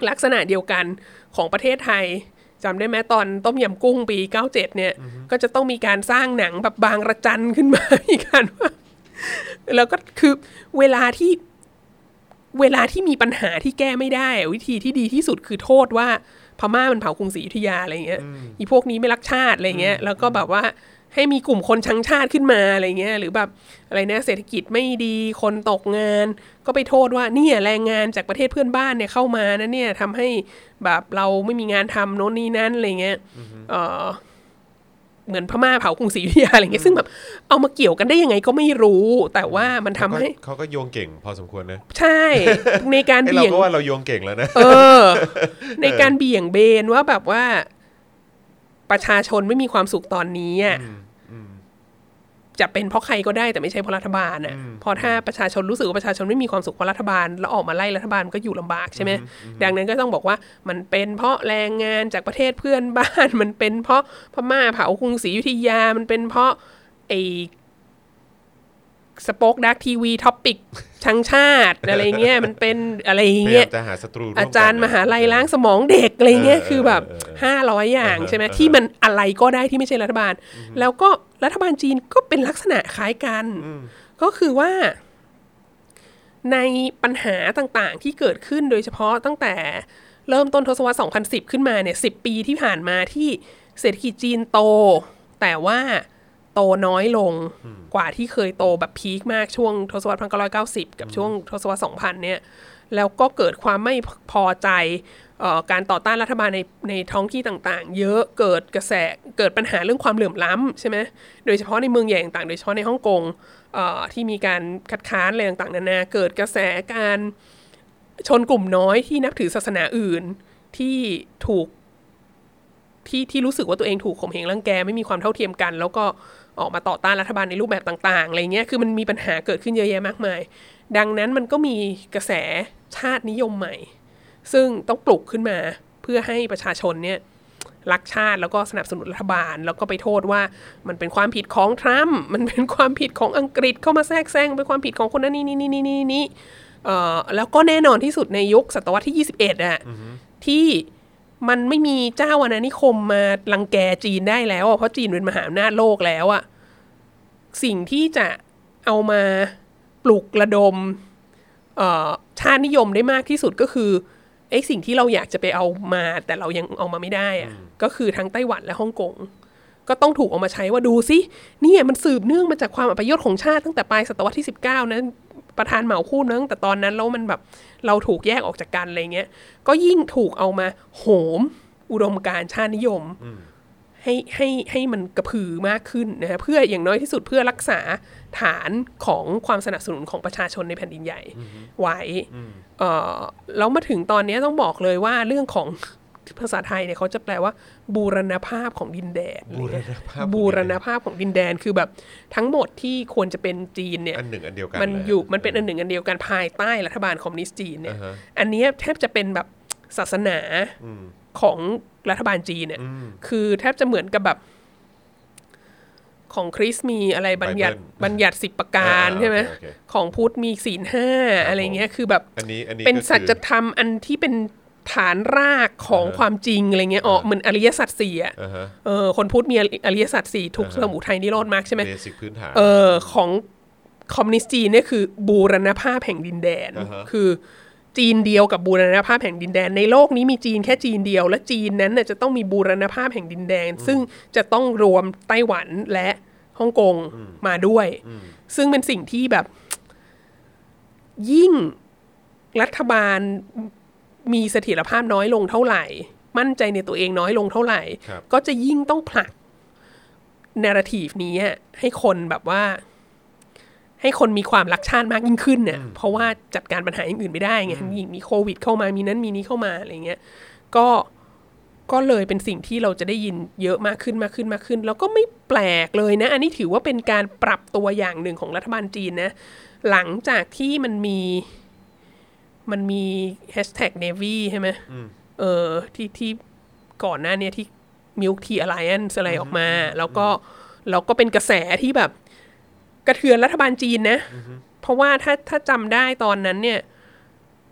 ลักษณะเดียวกันของประเทศไทยจำได้ไหมตอนต้มยำกุ้งปีเก้าสิบเจ็ดเนี่ยก็จะต้องมีการสร้างหนังแบบบางระจันขึ้นมาอีกกันว่าแล้วก็คือเวลาที่เวลาที่มีปัญหาที่แก้ไม่ได้วิธีที่ดีที่สุดคือโทษว่าพม่ามันเผากรุงศรีอยุธยาอะไรเงี้ยอีพวกนี้ไม่รักชาติอะไรเงี้ยแล้วก็แบบว่าให้มีกลุ่มคนชังชาติขึ้นมาอะไรเงี้ยหรือแบบอะไรนะเศรษฐกิจไม่ดีคนตกงานก็ไปโทษว่าเนี่ยแรงงานจากประเทศเพื่อนบ้านเนี่ยเข้ามานะเนี่ยทำให้แบบเราไม่มีงานทำโน่นนี่นั่นอะไรเงี้ยเออเหมือนพม่าเผากรุงศรีอยุธยาอะไรเงี้ยซึ่งแบบเอามาเกี่ยวกันได้ยังไงก็ไม่รู้แต่ว่ามันทำให้เขาก็โยงเก่งพอสมควรนะใช่ในการเบี่ยงเราก็ว่าเราโยงเก่งแล้วนะเออในการเบี่ยงเบนว่าแบบว่าประชาชนไม่มีความสุขตอนนี้อ่ะจะเป็นเพราะใครก็ได้แต่ไม่ใช่เพราะรัฐบาลอ่ะเพราะถ้าประชาชนรู้สึกว่าประชาชนไม่มีความสุขเพราะรัฐบาลแล้วออกมาไล่รัฐบาลก็อยู่ลำบากใช่ไหมดังนั้นก็ต้องบอกว่ามันเป็นเพราะแรงงานจากประเทศเพื่อนบ้านมันเป็นเพราะพม่าเผากรุงศรีอยุธยามันเป็นเพราะไอสป็อกดักทีวีท็อปิกชังชาติอะไรเงี้ยมันเป็นอะไรเงี้ยอาจารย์มหาลัยล้างสมองเด็กอะไรเงี้ยคือแบบห้าร้อยอย่างใช่ไหมที่มันอะไรก็ได้ที่ไม่ใช่รัฐบาลแล้วก็รัฐบาลจีนก็เป็นลักษณะคล้ายกันก็คือว่าในปัญหาต่างๆที่เกิดขึ้นโดยเฉพาะตั้งแต่เริ่มต้นทศวรรษสองพันสิบขึ้นมาเนี่ยสิบปีที่ผ่านมาที่เศรษฐกิจจีนโตแต่ว่าโตน้อยลงกว่าที่เคยโตแบบพีคมากช่วงทศวรรษหนึ่งพันเก้าร้อยเก้าสิบกับช่วงทศวรรษสองพันเนี่ยแล้วก็เกิดความไม่พอใจการต่อต้านรัฐบาลในในท้องที่ต่างๆเยอะเกิดกระแสเกิดปัญหาเรื่องความเหลื่อมล้ำใช่ไหมโดยเฉพาะในเมืองใหญ่ต่างๆโดยเฉพาะในฮ่องกงที่มีการคัดค้านอะไรต่างๆนานาเกิดกระแสการชนกลุ่มน้อยที่นับถือศาสนาอื่นที่ถูกที่ที่รู้สึกว่าตัวเองถูกข่มเหงรังแกไม่มีความเท่าเทียมกันแล้วก็ออกมาต่อต้านรัฐบาลในรูปแบบต่างๆอะไรเงี้ยคือมันมีปัญหาเกิดขึ้นเยอะแยะมากมายดังนั้นมันก็มีกระแสชาตินิยมใหม่ซึ่งต้องปลุกขึ้นมาเพื่อให้ประชาชนเนี่ยรักชาติแล้วก็สนับสนุนรัฐบาลแล้วก็ไปโทษว่ามันเป็นความผิดของทรัมป์มันเป็นความผิดของอังกฤษเข้ามาแทรกแซงเป็นความผิดของคนนั้นนี่นี่นี่นี่นี่เอ่อแล้วก็แน่นอนที่สุดในยุคศตวรรษที่ยี่สิบเอ็ดอ่ะที่มันไม่มีเจ้าอาณานิคมมารังแกจีนได้แล้วเพราะจีนเป็นมหาอำนาจโลกแล้วอ่ะสิ่งที่จะเอามาปลุกระดมชาตินิยมได้มากที่สุดก็คือไอ้สิ่งที่เราอยากจะไปเอามาแต่เรายังเอามาไม่ได้อ่ะก็คือทั้งไต้หวันและฮ่องกงก็ต้องถูกเอามาใช้ว่าดูสินี่มันสืบเนื่องมาจากความอัปยศของชาติตั้งแต่ปลายศตวรรษที่สิบเก้านะประธานเหมาพูดนะตั้งแต่ตอนนั้นแล้วมันแบบเราถูกแยกออกจากกันอะไรเงี้ยก็ยิ่งถูกเอามาโหมอุดมการณ์ชาตินิยมให้ให้ให้มันกระพือมากขึ้นนะเพื่ออย่างน้อยที่สุดเพื่อรักษาฐานของความสนับสนุนของประชาชนในแผ่นดินใหญ่ไว้แล้วมาถึงตอนนี้ต้องบอกเลยว่าเรื่องของภาษาไทยเนี่ยเขาจะแปลว่าบูรณภาพของดินแดนบูรณภาพบูรณภาพของดินแดนคือแบบทั้งหมดที่ควรจะเป็นจีนเนี่ยอันหนึ่งอันเดียวกันมันอยู่มันเป็นอันหนึ่งอันเดียวกันภายใต้รัฐบาลคอมมิวนิสต์จีนเนี่ยอันนี้แทบจะเป็นแบบศาสนาของรัฐบาลจีนเนี่ยคือแทบจะเหมือนกับแบบของคริสมีอะไรบัญญัติบัญญัติสิบประการใช่ไหมของพุทธมีศีลห้าอะไรเงี้ยคือแบบเป็นสัจธรรมอันที่เป็นฐานรากของความจริงอะไรเงี้ยอ๋อเหมือนอริยสัจสี่อ่ะเออคนพุทธมีอริยสัจสี่ทุกสมุทัยนิโรธมรรคใช่ไหมเออของคอมมิวนิสต์จีนเนี่ยคือบูรณภาพแห่งดินแดนคือจีนเดียวกับบูรณภาพแห่งดินแดนในโลกนี้มีจีนแค่จีนเดียวและจีนนั้นน่ะจะต้องมีบูรณภาพแห่งดินแดนซึ่งจะต้องรวมไต้หวันและฮ่องกงมาด้วยซึ่งเป็นสิ่งที่แบบยิ่งรัฐบาลมีเสถียรภาพน้อยลงเท่าไหร่มั่นใจในตัวเองน้อยลงเท่าไหร่ก็จะยิ่งต้องผลักนาราทีฟนี้ให้คนแบบว่าให้คนมีความรักชาติมากยิ่งขึ้นเนี่ยเพราะว่าจัดการปัญหาอย่างอื่นไม่ได้ไงมีมีโควิดเข้ามามีนั้นมีนี้เข้ามาอะไรเงี้ยก็ก็เลยเป็นสิ่งที่เราจะได้ยินเยอะมากขึ้นมากขึ้นมากขึ้นแล้วก็ไม่แปลกเลยนะอันนี้ถือว่าเป็นการปรับตัวอย่างหนึ่งของรัฐบาลจีนนะหลังจากที่มันมีมันมีแฮชแท็ก Navy ใช่ไหมเออที่ที่ก่อนหน้านี้ที่ Milk Tea Alliance อะไรออกมาแล้วก็แล้วก็เป็นกระแสที่แบบกระเทือนรัฐบาลจีนนะเพราะว่าถ้าถ้าจำได้ตอนนั้นเนี่ย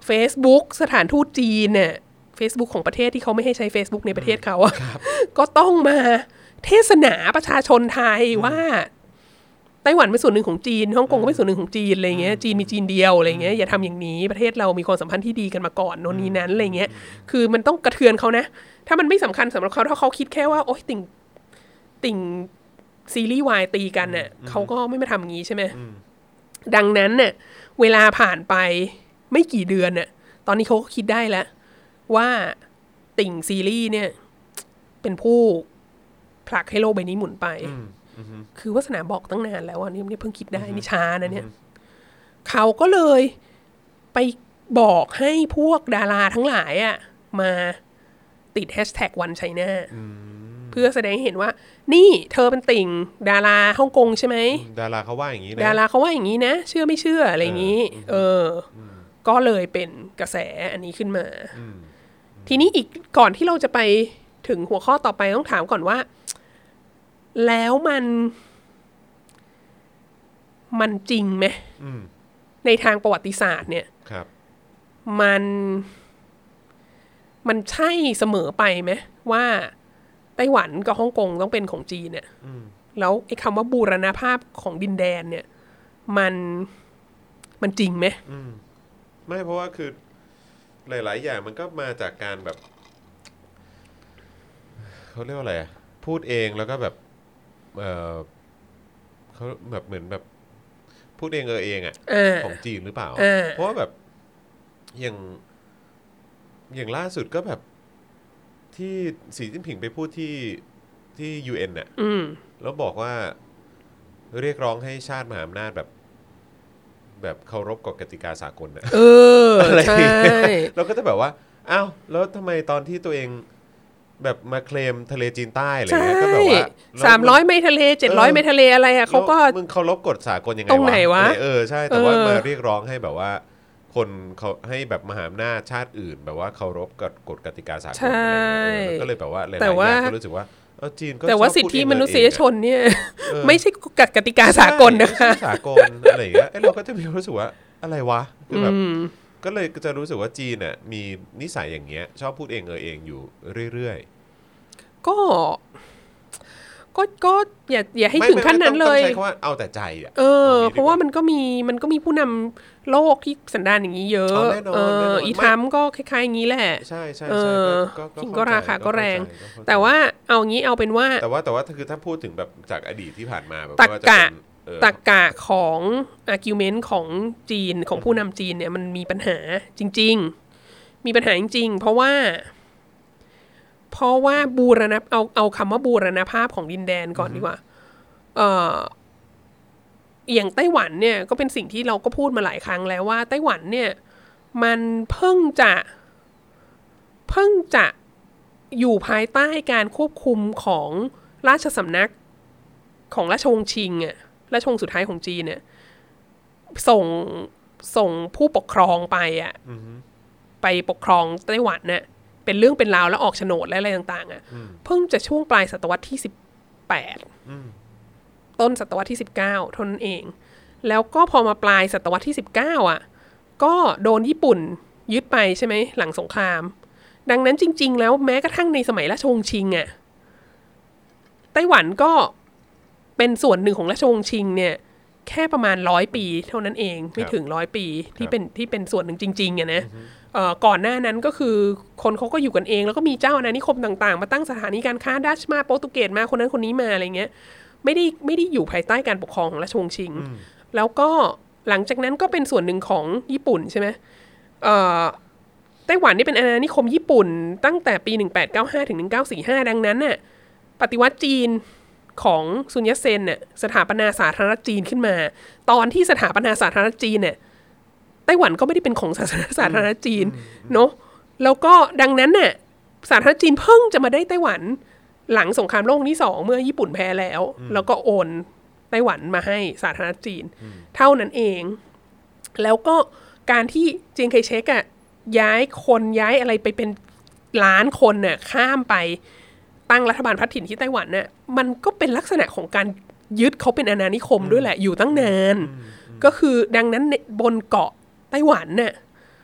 Facebook สถานทูตจีนเนี่ย Facebook ของประเทศที่เขาไม่ให้ใช้ Facebook ในประเทศเขาอะก็ต้องมาเทศนาประชาชนไทยว่าไต้หวันเป็นส่วนหนึ่งของจีนฮ่องกงก็เป็นส่วนหนึ่งของจีนอะไรเงี้ยจีนมีจีนเดียวอะไรเงี้ยอย่าทำอย่างนี้ประเทศเรามีความสัมพันธ์ที่ดีกันมาก่อนโน่นนี้นั้นอะไรเงี้ยคือมันต้องกระเทือนเขานะถ้ามันไม่สำคัญสำหรับเขาถ้าเขาคิดแค่ว่าโอ๊ยติ่งติ่งซีรีส์วายตีกันเนี่ยเขาก็ไม่มาทำอย่างนี้ใช่ไหมดังนั้นเนี่ยเวลาผ่านไปไม่กี่เดือนเนี่ยตอนนี้เขาก็คิดได้แล้วว่าติ่งซีรีส์เนี่ยเป็นผู้ผลักให้โลกใบนี้หมุนไปคือวาสนาบอกตั้งนานแล้วอ่ะนี่เพิ่งคิดได้นี่ช้านะเนี่ยเขาก็เลยไปบอกให้พวกดาราทั้งหลายอ่ะมาติดแฮชแท็กวันไชน่าเพื่อแสดงให้เห็นว่านี่เธอเป็นติ่งดาราฮ่องกงใช่ไหมดาราเขาว่าอย่างนี้นะดาราเขาว่าอย่างนี้นะเชื่อไม่เชื่ออะไรอย่างนี้เออก็เลยเป็นกระแสอันนี้ขึ้นมาทีนี้อีกก่อนที่เราจะไปถึงหัวข้อต่อไปต้องถามก่อนว่าแล้วมันมันจริงไหมในทางประวัติศาสตร์เนี่ยมันมันใช่เสมอไปไหมว่าไต้หวันกับฮ่องกงต้องเป็นของจีนเนี่ยแล้วไอ้คำว่าบูรณภาพของดินแดนเนี่ยมันมันจริงไหมไม่เพราะว่าคือหลายๆอย่างมันก็มาจากการแบบเขาเรียกว่าอะไรพูดเองแล้วก็แบบเออเขาแบบเหมือนแบบพูดเองเออเองอ่ะของจีนหรือเปล่าเพราะว่าแบบอย่างอย่างล่าสุดก็แบบที่สีจิ้นผิงไปพูดที่ที่ ยู เอ็น น่ะแล้วบอกว่าเรียกร้องให้ชาติมหาอำนาจแบบแบบเคารพกฎกติกาสากลน่ะเออใช่เราก็จะแบบว่าอ้าวแล้วทำไมตอนที่ตัวเองแบบมาเคลมทะเลจีนใต้อะไรเงี้ยก็แบบว่าสามร้อยไมล์ทะเลเจ็ดร้อยไมล์ทะเลอะไรอ่ะเขาก็มึงเคารพกฎสากลยังไงวะตรงไหนวะเออใช่แต่ว่ามาเรียกร้องให้แบบว่าคนเขาให้แบบมหาอำนาจชาติอื่นแบบว่าเคารพกฎกฎกติกาสากลอะไรเงี้ยก็เลยแบบว่าหลายๆอย่างก็รู้สึกว่าเออจีนก็แต่ว่าสิทธิมนุษยชนเนี่ยไม่ใช่กฎกติกาสากลนะคะสากลอะไรอย่างเงี้ยเราก็จะมีรู้สึกว่าอะไรวะคือแบบก็เลยจะรู้สึกว่าจีนน่ะมีนิสัยอย่างเงี้ยชอบพูดเองเออเองอยู่เรื่อยๆก็ก็ก็อย่าอย่าให้ถึงขั้นนั้นเลยต้องใช้คำว่าเอาแต่ใจอ่ะเออเพราะว่ามันก็มีมันก็มีผู้นำโลกที่สันดานอย่างนี้เยอะเอออีทรัมป์ก็คล้ายๆอย่างนี้แหละใช่ใช่ใช่กินก็ราคาก็แรงแต่ว่าเอางี้เอาเป็นว่าแต่ว่าแต่ว่าคือถ้าพูดถึงแบบจากอดีตที่ผ่านมาแบบตรรกะตรรกะของ argument ของจีนของผู้นำจีนเนี่ยมันมีปัญหาจริงๆมีปัญหาจริงๆเพราะว่าเพราะว่าบูรณะเอาเอาคำว่าบูรณภาพของดินแดนก่อนดีกว่าเอ่ออย่างไต้หวันเนี่ยก็เป็นสิ่งที่เราก็พูดมาหลายครั้งแล้วว่าไต้หวันเนี่ยมันเพิ่งจะเพิ่งจะอยู่ภายใต้การควบคุมของราชสำนักของราชวงศ์ชิงอ่ะราชวงศ์สุดท้ายของจีนเนี่ยส่งส่งผู้ปกครองไปอ่ะไปปกครองไต้หวันเนี่ยเป็นเรื่องเป็นราวแล้วออกโฉนดและอะไรต่างๆอ่ะเพิ่งจะช่วงปลายศตวรรษที่สิบแปดต้นศตวรรษที่สิบเก้าเท่านั้นเองแล้วก็พอมาปลายศตวรรษที่สิบเก้าอ่ะก็โดนญี่ปุ่นยึดไปใช่ไหมหลังสงครามดังนั้นจริงๆแล้วแม้กระทั่งในสมัยราชวงศ์ชิงอ่ะไต้หวันก็เป็นส่วนหนึ่งของราชวงศ์ชิงเนี่ยแค่ประมาณร้อยปีเท่านั้นเองไม่ถึงร้อยปีที่เป็นที่เป็นส่วนหนึ่งจริงๆอ่ะนะก่อนหน้านั้นก็คือคนเขาก็อยู่กันเองแล้วก็มีเจ้าอาณานิคมต่างๆมาตั้งสถานีการค้าดัชมาโปรตุเกสมาคนนั้นคนนี้มาอะไรเงี้ยไม่ได้ไม่ได้อยู่ภายใต้การปกครองของราชวงศ์ชิงแล้วก็หลังจากนั้นก็เป็นส่วนหนึ่งของญี่ปุ่นใช่ไหมไต้หวันนี่เป็นอาณานิคมญี่ปุ่นตั้งแต่ปีหนึ่งพันแปดร้อยเก้าสิบห้าถึงหนึ่งพันเก้าร้อยสี่สิบห้าดังนั้นน่ะปฏิวัติจีนของซุนยัตเซนเนี่ยสถาปนาสาธารณรัฐจีนขึ้นมาตอนที่สถาปนาสาธารณรัฐจีนเนี่ยไต้หวันก็ไม่ได้เป็นของสาธารณรัฐจีนเนาะแล้วก็ดังนั้นน่ะสาธารณรัฐจีนเพิ่งจะมาได้ไต้หวันหลังสงครามโลกที่สองเมื่อญี่ปุ่นแพ้แล้วแล้วก็โอนไต้หวันมาให้สาธารณรัฐจีนเท่านั้นเองแล้วก็การที่เจียงไคเชกอะย้ายคนย้ายอะไรไปเป็นล้านคนน่ะข้ามไปตั้งรัฐบาลพัฒถิ่นที่ไต้หวันน่ะมันก็เป็นลักษณะของการยึดเขาเป็นอาณานิคมด้วยแหละอยู่ตั้งนานก็คือดังนั้นบนเกาะไต้หวันน่ะ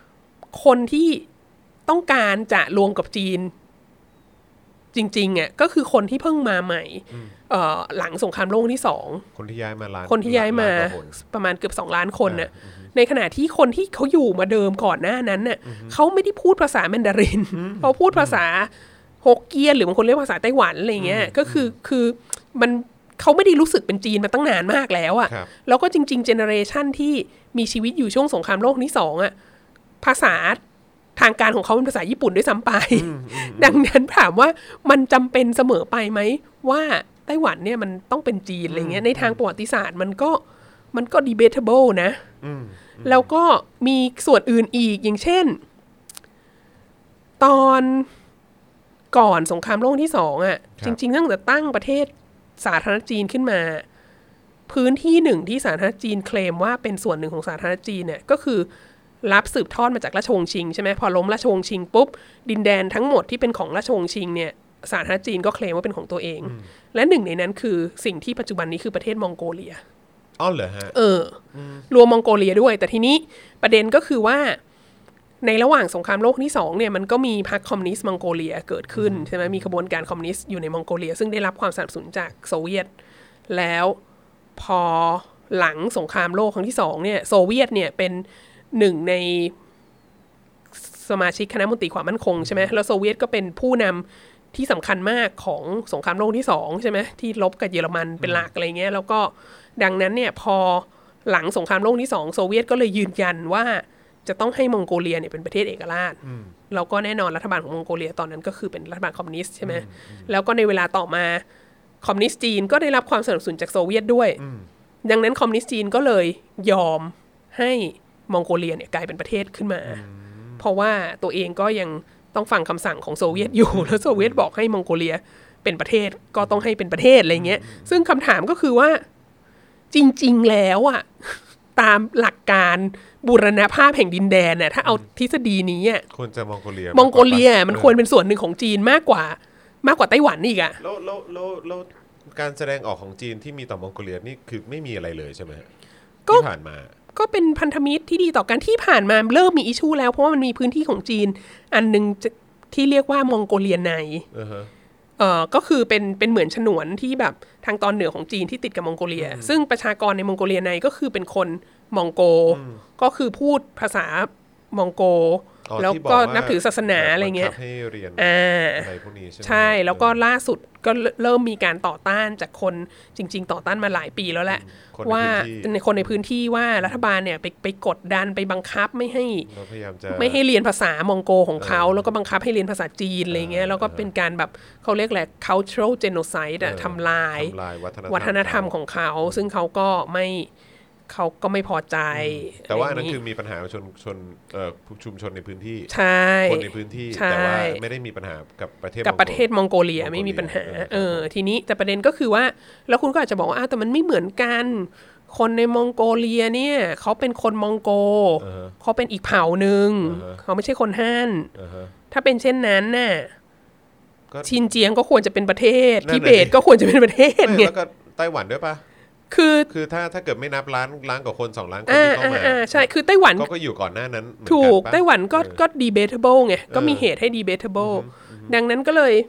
คนที่ต้องการจะรวมกับจีนจริงๆอ่ะก็คือคนที่เพิ่งมาใหม่หลังสงครามโลกที่สองคนที่ย้ายมาล้านคนที่ย้ายมาประมาณเกือบสองล้านคนน่ะในขณะที่คนที่เขาอยู่มาเดิมก่อนหน้านั้นน่ะเขาไม่ได้พูดภาษาแมนดารินเขาพูดภาษาฮกเกี้ยนหรือบางคนเรียกภาษาไต้หวันอะไรเงี้ยก็คือคือมันเขาไม่ได้รู้สึกเป็นจีนมาตั้งนานมากแล้วอ่ะแล้วก็จริงๆเจเนอเรชันที่มีชีวิตอยู่ช่วงสงครามโลกที่สองอ่ะภาษาทางการของเขาเป็นภาษาญี่ปุ่นด้วยซ้ำไปดังนั้นถามว่ามันจำเป็นเสมอไปไหมว่าไต้หวันเนี่ยมันต้องเป็นจีนอะไรเงี้ยในทางประวัติศาสตร์มันก็มันก็ debatable นะแล้วก็มีส่วนอื่นอีกอย่างเช่นตอนก่อนสงครามโลกที่สองอ่ะจริงๆตั้งแต่ตั้งประเทศสาธารณจีนขึ้นมาพื้นที่หนึ่งที่สาธารณจีนเคลมว่าเป็นส่วนหนึ่งของสาธารณจีนเนี่ยก็คือรับสืบทอดมาจากราชวงศ์ชิงใช่ไหมพอล้มราชวงศ์ชิงปุ๊บดินแดนทั้งหมดที่เป็นของราชวงศ์ชิงเนี่ยสาธารณจีนก็เคลมว่าเป็นของตัวเองและหนึ่งในนั้นคือสิ่งที่ปัจจุบันนี้คือประเทศมองโกเลียอ๋อเหรอฮะเออรวมมองโกเลียด้วยแต่ทีนี้ประเด็นก็คือว่าในระหว่างสงครามโลกที่สองเนี่ยมันก็มีพรรคคอมมิวนิสต์มองโกเลียเกิดขึ้นใช่ไหมมีขบวนการคอมมิวนิสต์อยู่ในมองโกเลียซึ่งได้รับความสนับสนุนจากโซเวียตแล้วพอหลังสงครามโลกครั้งที่สองเนี่ยโซเวียตเนี่ยเป็นหนึ่งในสมาชิกคณะมนตรีความมั่นคงใช่ไหมแล้วโซเวียตก็เป็นผู้นำที่สำคัญมากของสงครามโลกที่สองใช่ไหมที่รบกับเยอรมันเป็นหลักอะไรเงี้ยแล้วก็ดังนั้นเนี่ยพอหลังสงครามโลกที่สองโซเวียตก็เลยยืนยันว่าจะต้องให้มองโกเลียเนี่ยเป็นประเทศเอกราชแล้วก็แน่นอนรัฐบาลของมองโกเลียตอนนั้นก็คือเป็นรัฐบาลคอมมิวนิสต์ใช่ไหมแล้วก็ในเวลาต่อมาคอมมิวนิสต์จีนก็ได้รับความสนับสนุนจากโซเวียตด้วยดังนั้นคอมมิวนิสต์จีนก็เลยยอมให้มองโกเลียเนี่ยกลายเป็นประเทศขึ้นมาเพราะว่าตัวเองก็ยังต้องฟังคำสั่งของโซเวียตอยู่แล้วโซเวียตบอกให้มองโกเลียเป็นประเทศก็ต้องให้เป็นประเทศอะไรเงี้ยซึ่งคำถามก็คือว่าจริงๆแล้วอ่ะตามหลักการบูรณภาพแห่งดินแดนน่ะถ้าเอาทฤษฎีนี้อ่ะควรจะมองโกเลียมองโกเลียมันควรเป็นส่วนหนึ่งของจีนมากกว่ามากกว่าไต้หวันอีกอ่ะแล้วแล้วแล้วแล้วการแสดงออกของจีนที่มีต่อมองโกเลียนี่คือไม่มีอะไรเลยใช่ไหมที่ผ่านมาก็เป็นพันธมิตรที่ดีต่อกันที่ผ่านมาเริ่มมีอิชชูแล้วเพราะว่ามันมีพื้นที่ของจีนอันนึงที่เรียกว่ามองโกเลียใน uh-huh. เอ่อก็คือเป็นเป็นเหมือนฉนวนที่แบบทางตอนเหนือของจีนที่ติดกับมองโกเลีย uh-huh. ซึ่งประชากรในมองโกเลียในก็คือเป็นคนมองโก uh-huh. ก็คือพูดภาษามองโกแล้วก็นับถือศาสนาอะไรเงี้ยให้เรียนอะไรพวกนี้ใช่ไหมใช่แล้วก็ล่าสุดก็เริ่มมีการต่อต้านจากคนจริงๆต่อต้านมาหลายปีแล้วแหละว่าในคนในพื้นที่ว่ารัฐบาลเนี่ยไปไปกดดันไปบังคับไม่ให้ไม่ให้เรียนภาษามองโกของเขาแล้วก็บังคับให้เรียนภาษาจีนอะไรเงี้ยแล้วก็เป็นการแบบเขาเรียกแหละ cultural genocide อะทำลายวัฒนธรรมของเขาซึ่งเขาก็ไม่เขาก็ไม่พอใจแต่ว่าอันนั้นคือมีปัญหาชนชนเอ่อชุมชนในพื้นที่ใช่คนในพื้นที่แต่ว่าไม่ได้มีปัญหากับประเทศกับประเทศมองโกเลียไม่มีปัญหาเออทีนี้แต่ประเด็นก็คือว่าแล้วคุณก็อาจจะบอกว่าอ้าวแต่มันไม่เหมือนกันคนในมองโกเลียเนี่ยเขาเป็นคนมองโกเขาเป็นอีกเผ่านึงเขาไม่ใช่คนฮั่นถ้าเป็นเช่นนั้นน่ะชินเจียงก็ควรจะเป็นประเทศทิเบตก็ควรจะเป็นประเทศไงแล้วก็ไต้หวันด้วยปะคือคือถ้าถ้าเกิดไม่นับล้านล้านกว่าคนสองล้านคนที่เข้ามาใช่คือไต้หวันก็อยู่ก่อนหน้านั้นถูกไต้หวันก็ก็ debatable ไงก็มีเหตุให้ debatable ดังนั้นก็เลย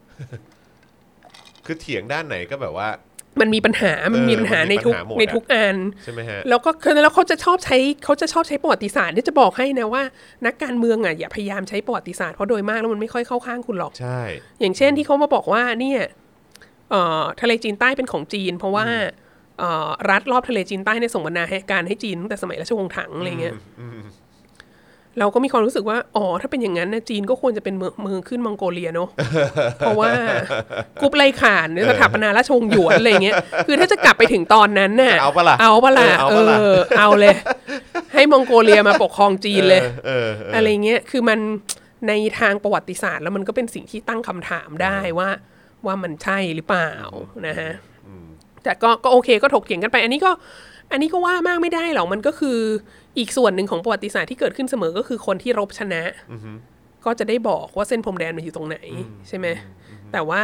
คือเถียงด้านไหนก็แบบว่ามันมีปัญหามันมีปัญหาในทุกในทุกอันใช่ไหมฮะแล้วก็แล้วเขาจะชอบใช้เขาจะชอบใช้ประวัติศาสตร์ที่จะบอกให้นะว่านักการเมืองอ่ะอย่าพยายามใช้ประวัติศาสตร์เพราะโดยมากแล้วมันไม่ค่อยเข้าข้างคุณหรอกใช่อย่างเช่นที่เขามาบอกว่าเนี่ยเอ่อทะเลจีนใต้เป็นของจีนเพราะว่ารัฐรอบทะเลจีนใต้เนี่ยส่งบรรณาการให้จีนตั้งแต่สมัยราชวงศ์ถังอะไรเงี้ยเราก็มีความรู้สึกว่าอ๋อถ้าเป็นอย่างนั้นนะจีนก็ควรจะเป็นเมืองขึ้นมองโกเลียเนาะเพราะว่ากรุ๊ปไลข่านเนี่ยสถาปนาราชวงศ์หยวนอะไรเงี้ยคือถ้าจะกลับไปถึงตอนนั้นน่ะเอาปะล่ะเอาปะล่ะเออเอาเลยให้มองโกเลียมาปกครองจีนเลยอะไรเงี้ยคือมันในทางประวัติศาสตร์แล้วมันก็เป็นสิ่งที่ตั้งคำถามได้ว่าว่ามันใช่หรือเปล่านะฮะแต่ก็ก็โอเคก็ถกเถียงกันไปอันนี้ก็อันนี้ก็ว่ามากไม่ได้หรอกมันก็คืออีกส่วนหนึ่งของประวัติศาสตร์ที่เกิดขึ้นเสมอก็คือคนที่รบชนะก็จะได้บอกว่าเส้นพรมแดนมันอยู่ตรงไหนใช่ไหมแต่ว่า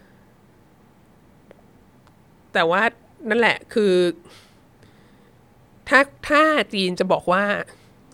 แต่ว่านั่นแหละคือถ้าถ้าจีนจะบอกว่า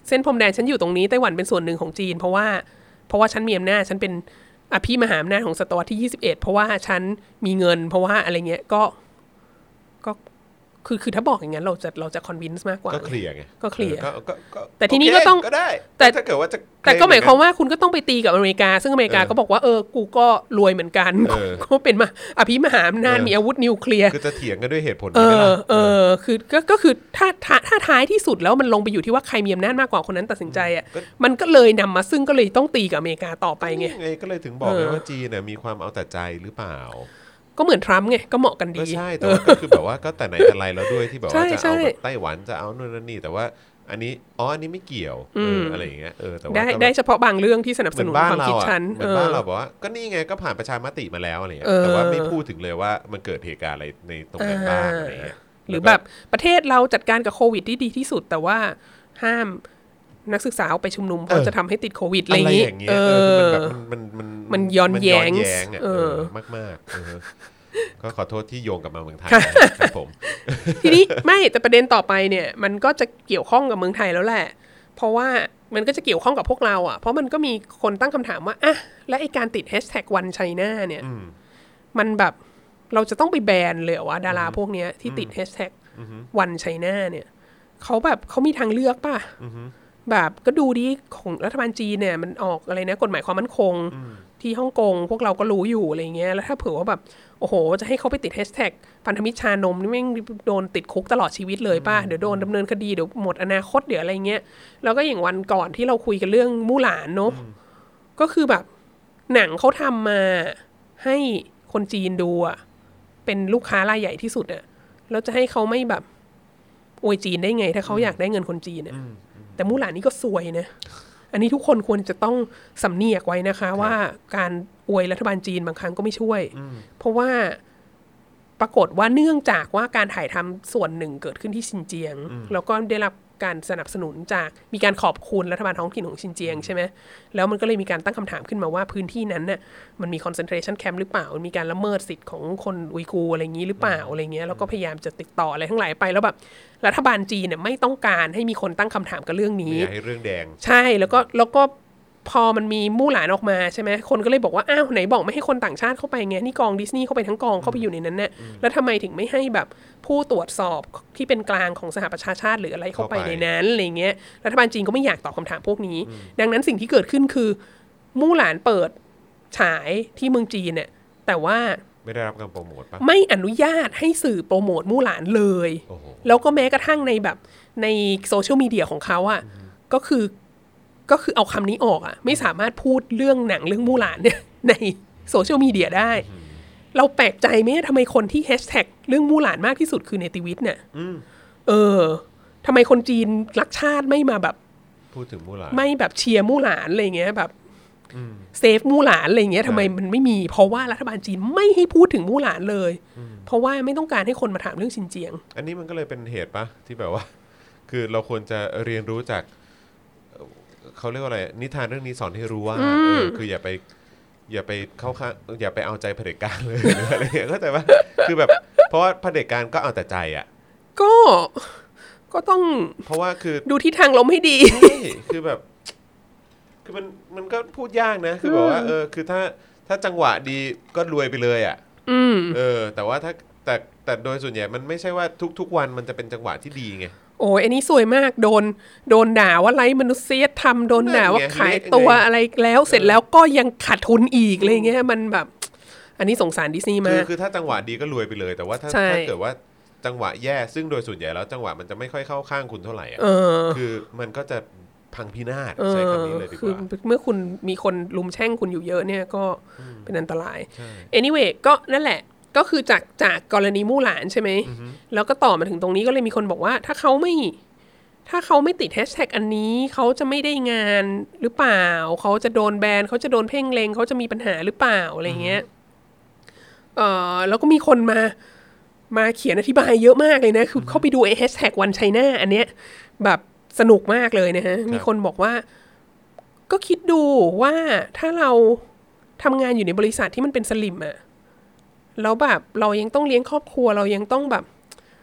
เส้นพรมแดนฉันอยู่ตรงนี้ไต้หวันเป็นส่วนหนึ่งของจีนเพราะว่าเพราะว่าฉันมีอำนาจฉันเป็นอภิมหาอำนาจของศตวรรษที่ยี่สิบเอ็ดเพราะว่าฉันมีเงินเพราะว่าอะไรเงี้ยก็ก็คือคือถ้าบอกอย่างนั้นเราจะเราจะคอนวินส์มากกว่าก็เคลียร์ไงก็เคลียร์ก็แต่ทีนี้ก็ต้องก็ได้แต่ถ้าเกิดว่าจะแต่ก็หมายความว่าคุณก็ต้องไปตีกับอเมริกาซึ่งอเมริกาก็บอกว่าเออกูก็รวยเหมือนกันก็เป็นมาอภิมหาอำนาจมีอาวุธนิวเคลียร์คือจะเถียงกันด้วยเหตุผลนี้ไหมล่ะเออคือก็ก็คือถ้าถ้าท้ายที่สุดแล้วมันลงไปอยู่ที่ว่าใครมีอำนาจมากกว่าคนนั้นตัดสินใจอ่ะมันก็เลยนำมาซึ่งก็เลยต้องตีกับอเมริกาต่อไปไงไงก็เลยถึงบอกไงว่าจีนเนี่ยมีความเอาแต่ใจหรือเปล่าก็เหมือนทรัมป์ไงก็เหมาะกันดีก็ใช่แต่ว่าก็คือแบบว่าก็แต่ไหนแต่ไรแล้วด้วยที่แบบว่าจะเอาแบบไต้หวันจะเอาโน่นนี่แต่ว่าอันนี้อ๋ออันนี้ไม่เกี่ยวอะไรอย่างเงี้ยเออแต่ว่าได้ได้เฉพาะบางเรื่องที่สนับสนุนความคิดฉันเหมือนบ้านเราบอกว่าก็นี่ไงก็ผ่านประชามติมาแล้วอะไรเงี้ยแต่ว่าไม่พูดถึงเลยว่ามันเกิดเหตุการณ์อะไรในตรงนั้นบ้างอะไรเงี้ยหรือแบบประเทศเราจัดการกับโควิดที่ดีที่สุดแต่ว่าห้ามนักศึกษาออกไปชุมนุมเพราะจะทำให้ติดโควิดอะไรอย่างเงี้ยเออมันแบบมันมันมันย้อนแย้งเออมากๆก็ขอโทษที่โยงกลับมาเมืองไทยครับผมทีนี้ไม่แต่ประเด็นต่อไปเนี่ยมันก็จะเกี่ยวข้องกับเมืองไทยแล้วแหละเพราะว่ามันก็จะเกี่ยวข้องกับพวกเราอ่ะเพราะมันก็มีคนตั้งคำถามว่าอ่ะและไอการติดแฮชแท็กวันไชน่าเนี่ยมันแบบเราจะต้องไปแบนเลยว่าดาราพวกเนี้ยที่ติดแฮชแท็กวันไชน่าเนี่ยเขาแบบเขามีทางเลือกป่ะแบบก็ดูดิของรัฐบาลจีนเนี่ยมันออกอะไรนะกฎหมายความมั่นคงที่ฮ่องกงพวกเราก็รู้อยู่อะไรเงี้ยแล้วถ้าเผื่อว่าแบบโอ้โหจะให้เขาไปติดแฮชแท็กพันธมิตรชานมนี่แม่งโดนติดคุกตลอดชีวิตเลยป่ะเดี๋ยวโดนดำเนินคดีเดี๋ยวหมดอนาคตเดี๋ยวอะไรเงี้ยแล้วก็อย่างวันก่อนที่เราคุยกันเรื่องมู่หลานเนาะก็คือแบบหนังเขาทำมาให้คนจีนดูอ่ะเป็นลูกค้ารายใหญ่ที่สุดอ่ะแล้วจะให้เขาไม่แบบอวยจีนได้ไงถ้าเขาอยากได้เงินคนจีนอ่ะแต่มู่หลานนี่ก็ซวยนะอันนี้ทุกคนควรจะต้องสำเนียกไว้นะคะว่าการอวยรัฐบาลจีนบางครั้งก็ไม่ช่วยเพราะว่าปรากฏว่าเนื่องจากว่าการถ่ายทำส่วนหนึ่งเกิดขึ้นที่ซินเจียงแล้วก็ได้รับการสนับสนุนจากมีการขอบคุณรัฐบาลท้องถิ่นของซินเจียงใช่ไหมแล้วมันก็เลยมีการตั้งคำถามขึ้นมาว่าพื้นที่นั้นน่ะมันมี concentration camp หรือเปล่ามันมีการละเมิดสิทธิ์ของคนอุยกูร์อะไรอย่างนี้หรือเปล่าอะไรเงี้ยแล้วก็พยายามจะติดต่ออะไรทั้งหลายไปแล้วแบบรัฐบาลจีนเนี่ยไม่ต้องการให้มีคนตั้งคำถามกับเรื่องนี้ให้เรื่องแดงใช่แล้วก็แล้วก็พอมันมีมู่หลานออกมาใช่ไหมคนก็เลยบอกว่าอ้าวไหนบอกไม่ให้คนต่างชาติเข้าไปไงนี่กองดิสนีย์เข้าไปทั้งกองเข้าไปอยู่ในนั้นเนี่ยแล้วทำไมถึงไม่ให้แบบผู้ตรวจสอบที่เป็นกลางของสหประชาชาติหรืออะไรเข้าไปในนั้นอะไรเงี้ยรัฐบาลจีนก็ไม่อยากตอบคำถามพวกนี้ดังนั้นสิ่งที่เกิดขึ้นคือมู่หลานเปิดฉายที่เมืองจีนเนี่ยแต่ว่าไม่ได้รับการโปรโมทป่ะไม่อนุญาตให้สื่อโปรโมทมู่หลานเลยแล้วก็แม้กระทั่งในแบบในโซเชียลมีเดียของเขาอ่ะก็คือก็คือเอาคำนี้ออกอ่ะไม่สามารถพูดเรื่องหนังเรื่องมู่หลานเนี่ยในโซเชียลมีเดียได้เราแปลกใจไหมทำไมคนที่แฮชแท็กเรื่องมู่หลานมากที่สุดคือเนติวิทย์เนี่ยเออทำไมคนจีนรักชาติไม่มาแบบพูดถึงมู่หลานไม่แบบเชียร์มู่หลานอะไรเงี้ยแบบเซฟมู่หลานอะไรเงี้ยทำไมมันไม่มีเพราะว่ารัฐบาลจีนไม่ให้พูดถึงมู่หลานเลยเพราะว่าไม่ต้องการให้คนมาถามเรื่องซินเจียงอันนี้มันก็เลยเป็นเหตุปะที่แบบว่าคือเราควรจะเรียนรู้จากเขาเรียกว่าอะไรนิทานเรื่องนี้สอนให้รู้ว่าคืออย่าไปอย่าไปเข้าข้างอย่าไปเอาใจเผด็จการเลยอะไรอย่างเงี้ยเข้าใจป่ะคือแบบเพราะว่าเผด็จการก็เอาแต่ใจอ่ะก็ก็ต้องเพราะว่าคือดูทิศทางลมให้ดีคือแบบคือมันมันก็พูดยากนะคือบอกว่าเออคือถ้าถ้าจังหวะดีก็รวยไปเลยอ่ะเออแต่ว่าถ้าแต่แต่โดยส่วนใหญ่มันไม่ใช่ว่าทุกๆวันมันจะเป็นจังหวะที่ดีไงโอ้ยอันนี้สวยมากโดนโดนด่าว่าไร้มนุษยธรรมโดนด่าว่าขายตัวอะไรแล้วเสร็จแล้วก็ยังขาดทุนอีกอะไรเงี้ยมันแบบอันนี้สงสารดิสนีย์มากคือถ้าจังหวะดีก็รวยไปเลยแต่ว่าถ้าถ้าเกิดว่าจังหวะแย่ซึ่งโดยส่วนใหญ่แล้วจังหวะมันจะไม่ค่อยเข้าข้างคุณเท่าไหร่อ่ะคือมันก็จะพังพินาศใช้คำนี้เลยดีกว่าเมื่อคุณมีคนลุมแช่งคุณอยู่เยอะเนี่ยก็เป็นอันตราย anyway ก็นั่นแหละก็คือจากจากกรณีมู่หลานใช่ไหมแล้วก็ต่อมาถึงตรงนี้ก็เลยมีคนบอกว่าถ้าเขาไม่ถ้าเขาไม่ติดแฮชแท็กอันนี้เขาจะไม่ได้งานหรือเปล่าเขาจะโดนแบนเขาจะโดนเพ่งเล็งเขาจะมีปัญหาหรือเปล่าอะไรเงี้ยเอ่อแล้วก็มีคนมามาเขียนอธิบายเยอะมากเลยนะคือเข้าไปดูไอ้แฮชแท็กวันไชน่าอันเนี้ยแบบสนุกมากเลยนะฮะมีคนบอกว่าก็คิดดูว่าถ้าเราทำงานอยู่ในบริษัทที่มันเป็นสลิมอะแล้วแบบเรายังต้องเลี้ยงครอบครัวเรายังต้องแบบ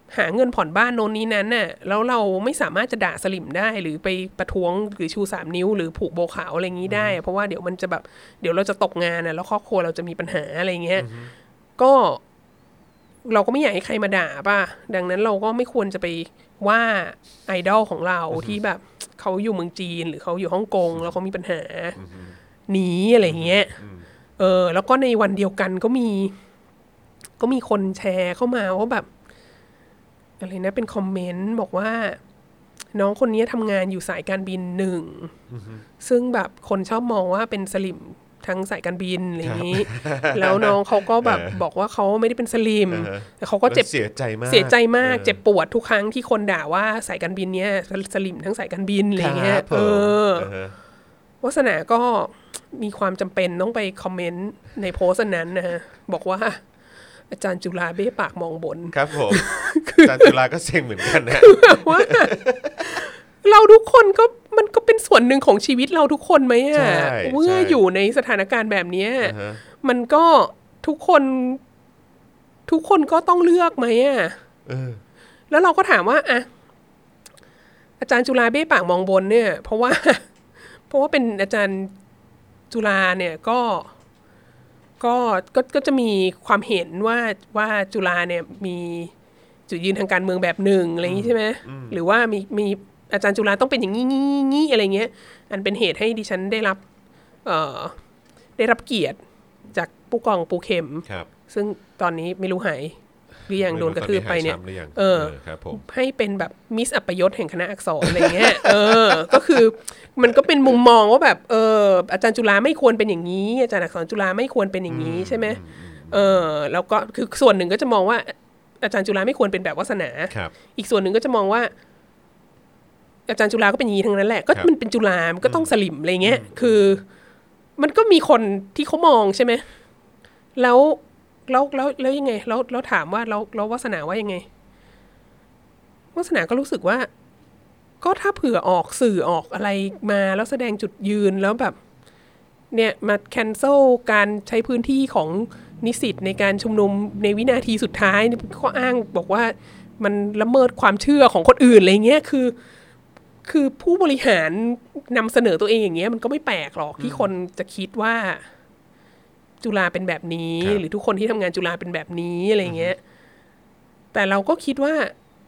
หาเงินผ่อนบ้านโน่นนี้นั้นน่ะแล้วเราไม่สามารถจะด่าสลิมได้หรือไปประท้วงหรือชูสามนิ้วหรือผูกโบขาวอะไรอย่างนี้ได้เพราะว่าเดี๋ยวมันจะแบบเดี๋ยวเราจะตกงานน่ะแล้วครอบครัวเราจะมีปัญหาอะไรเงี้ยก็เราก็ไม่อยากให้ใครมาด่าป่ะดังนั้นเราก็ไม่ควรจะไปว่าไอดอลของเราที่แบบเขาอยู่เมืองจีนหรือเขาอยู่ฮ่องกงแล้วเขามีปัญหาหนีอะไรเงี้ยเออแล้วก็ในวันเดียวกันก็มีก็มีคนแชร์เข้ามาว่าแบบอะไรนะเป็นคอมเมนต์บอกว่าน้องคนนี้ทำงานอยู่สายการบินหนึ่งซึ่งแบบคนชอบมองว่าเป็นสลิมทั้งสายการบินอะไรอย่างนี้แล้วน้องเขาก็แบบบอกว่าเขาไม่ได้เป็นสลิมแต่เขาก็เจ็บเสียใจมากเสียใจมากเจ็บปวดทุกครั้งที่คนด่าว่าสายการบินเนี้ยสลิมทั้งสายการบินอะไรเงี้ยเออวาสนาก็มีความจำเป็นต้องไปคอมเมนต์ในโพสต์นั้นนะฮะบอกว่าอาจารย์จุฬาเบ้ปากมองบนครับผมอาจารย์จุฬาก็เซ็งเหมือนกันนะว่าเราทุกคนก็มันก็เป็นส่วนหนึ่งของชีวิตเราทุกคนไหมอ่ะเมื่ออยู่ในสถานการณ์แบบนี้ uh-huh. มันก็ทุกคนทุกคนก็ต้องเลือกไหมอ่ะ uh. แล้วเราก็ถามว่าอ่ะอาจารย์จุฬาเบ้ปากมองบนเนี่ยเพราะว่าเพราะว่าเป็นอาจารย์จุฬาเนี่ยก็ก็ก็ก็จะมีความเห็นว่าว่าจุฬาเนี่ยมีจุดยืนทางการเมืองแบบหนึ่งอะไรอย่างนี้ใช่ไหมหรือว่ามีมีอาจารย์จุฬาต้องเป็นอย่างนี้งี้งี้อะไรเงี้ยอันเป็นเหตุให้ดิฉันได้รับเอ่อได้รับเกียรติจากผู้กองปูเข็มซึ่งตอนนี้ไม่รู้หายหรือยังโดนกระทืบไปเนี่ยเออให้เป็นแบบมิสอัปยศแห่งคณะอักษรอะไรเงี้ยเออก็คือมันก็เป็นมุมมองว่าแบบเอออาจารย์จุฬาไม่ควรเป็นอย่างนี้อาจารย์อักษรจุฬาไม่ควรเป็นอย่างนี้ใช่ไหมเออแล้วก็คือส่วนหนึ่งก็จะมองว่าอาจารย์จุฬาไม่ควรเป็นแบบวาสนาอีกส่วนหนึ่งก็จะมองว่าอาจารย์จุฬาก็เป็นอย่างนี้ทั้งนั้นแหละก็มันเป็นจุฬามันก็ต้องสลิมอะไรเงี้ยคือมันก็มีคนที่เขามองใช่ไหมแล้วแล้วแล้วแล้วยังไงแล้วแล้วถามว่าแล้วแล้ววาสนาว่ายังไงวาสนาก็รู้สึกว่าก็ถ้าเผื่อออกสื่อออกอะไรมาแล้วแสดงจุดยืนแล้วแบบเนี่ยมาแคนเซิลการใช้พื้นที่ของนิสิตในการชุมนุมในวินาทีสุดท้ายเขาอ้างบอกว่ามันละเมิดความเชื่อของคนอื่นอะไรเงี้ยคือคือผู้บริหารนำเสนอตัวเองอย่างเงี้ยมันก็ไม่แปลกหรอกที่คนจะคิดว่าจุฬาเป็นแบบนี้หรือทุกคนที่ทำงานจุฬาเป็นแบบนี้อะไรเงี้ยแต่เราก็คิดว่า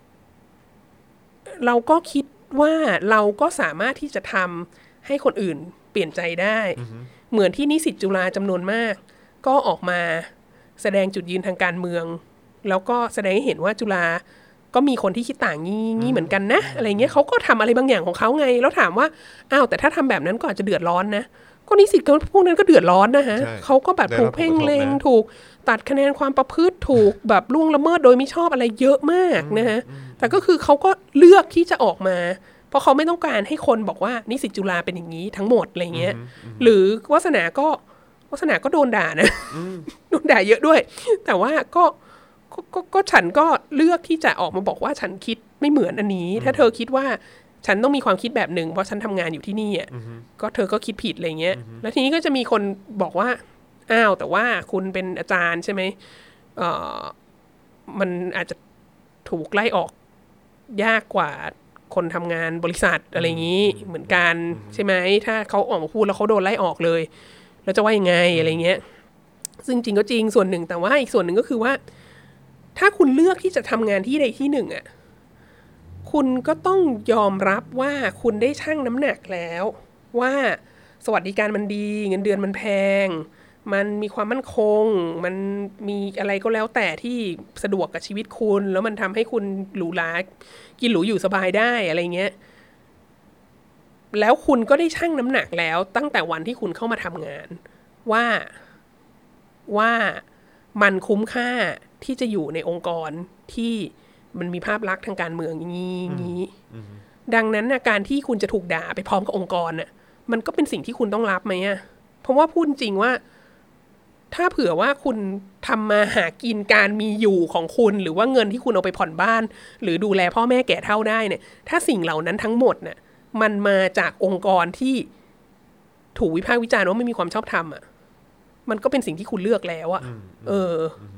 เราก็คิดว่าเราก็สามารถที่จะทำให้คนอื่นเปลี่ยนใจได้เหมือนที่นิสิตจุฬาจำนวนมากก็ออกมาแสดงจุดยืนทางการเมืองแล้วก็แสดงให้เห็นว่าจุฬาก็มีคนที่คิดต่างงี้งี้เหมือนกันนะอะไรเงี้ยเขาก็ทำอะไรบางอย่างของเขาไงแล้วถามว่าอ้าวแต่ถ้าทำแบบนั้นก็อาจจะเดือดร้อนนะก็นิสิตพวกนั้นก็เดือดร้อนนะฮะเขาก็แบบถูกเพ่งเล็งถูกตัดคะแนนความประพฤติถูกแบบล่วงละเมิดโดยไม่ชอบอะไรเยอะมากนะฮะแต่ก็คือเขาก็เลือกที่จะออกมาเพราะเขาไม่ต้องการให้คนบอกว่านิสิตจุฬาเป็นอย่างนี้ทั้งหมดอะไรเงี้ยหรือวาสนาก็วาสนาก็โดนด่านะโดนด่าเยอะด้วยแต่ว่าก็ก็ก็ฉันก็เลือกที่จะออกมาบอกว่าฉันคิดไม่เหมือนอันนี้ถ้าเธอคิดว่าฉันต้องมีความคิดแบบหนึ่งเพราะฉันทำงานอยู่ที่นี่อ่ะก็เธอก็คิดผิดอะไรเงี้ยแล้วทีนี้ก็จะมีคนบอกว่าอ้าวแต่ว่าคุณเป็นอาจารย์ใช่ไหมเอ่อมันอาจจะถูกไล่ออกยากกว่าคนทำงานบริษัทอะไรอย่างนี้เหมือนกันใช่ไหมถ้าเขาออกมาพูดแล้วเขาโดนไล่ออกเลยแล้วจะว่ายังไงอะไรเงี้ยซึ่งจริงก็จริงส่วนหนึ่งแต่ว่าอีกส่วนหนึ่งก็คือว่าถ้าคุณเลือกที่จะทำงานที่ใดที่หนึ่งอ่ะคุณก็ต้องยอมรับว่าคุณได้ชั่งน้ำหนักแล้วว่าสวัสดิการมันดีเงินเดือนมันแพงมันมีความมั่นคงมันมีอะไรก็แล้วแต่ที่สะดวกกับชีวิตคุณแล้วมันทำให้คุณหรูหรากินหรูอยู่สบายได้อะไรเงี้ยแล้วคุณก็ได้ชั่งน้ำหนักแล้วตั้งแต่วันที่คุณเข้ามาทำงานว่าว่ามันคุ้มค่าที่จะอยู่ในองค์กรที่มันมีภาพลักษณ์ทางการเมืองอย่างนี้ดังนั้นนะการที่คุณจะถูกด่าไปพร้อมกับองค์กรน่ะมันก็เป็นสิ่งที่คุณต้องรับไหมอ่ะเพราะว่าพูดจริงว่าถ้าเผื่อว่าคุณทำมาหากินการมีอยู่ของคุณหรือว่าเงินที่คุณเอาไปผ่อนบ้านหรือดูแลพ่อแม่แก่เฒ่าได้เนี่ยถ้าสิ่งเหล่านั้นทั้งหมดน่ะมันมาจากองค์กรที่ถูกวิพากษ์วิจารณ์ว่าไม่มีความชอบธรรมอ่ะมันก็เป็นสิ่งที่คุณเลือกแล้วอ่ะเออ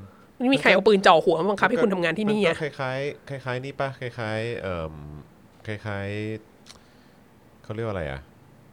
ไม่มีใครเอาปืนจ่อหัวบังคับให้คุณทำงานที่นี่อ่ะคล้ายๆคล้ายๆนี่ป่ะคล้ายๆเอ่อคล้ายๆเขาเรียกว่าอะไรอ่ะ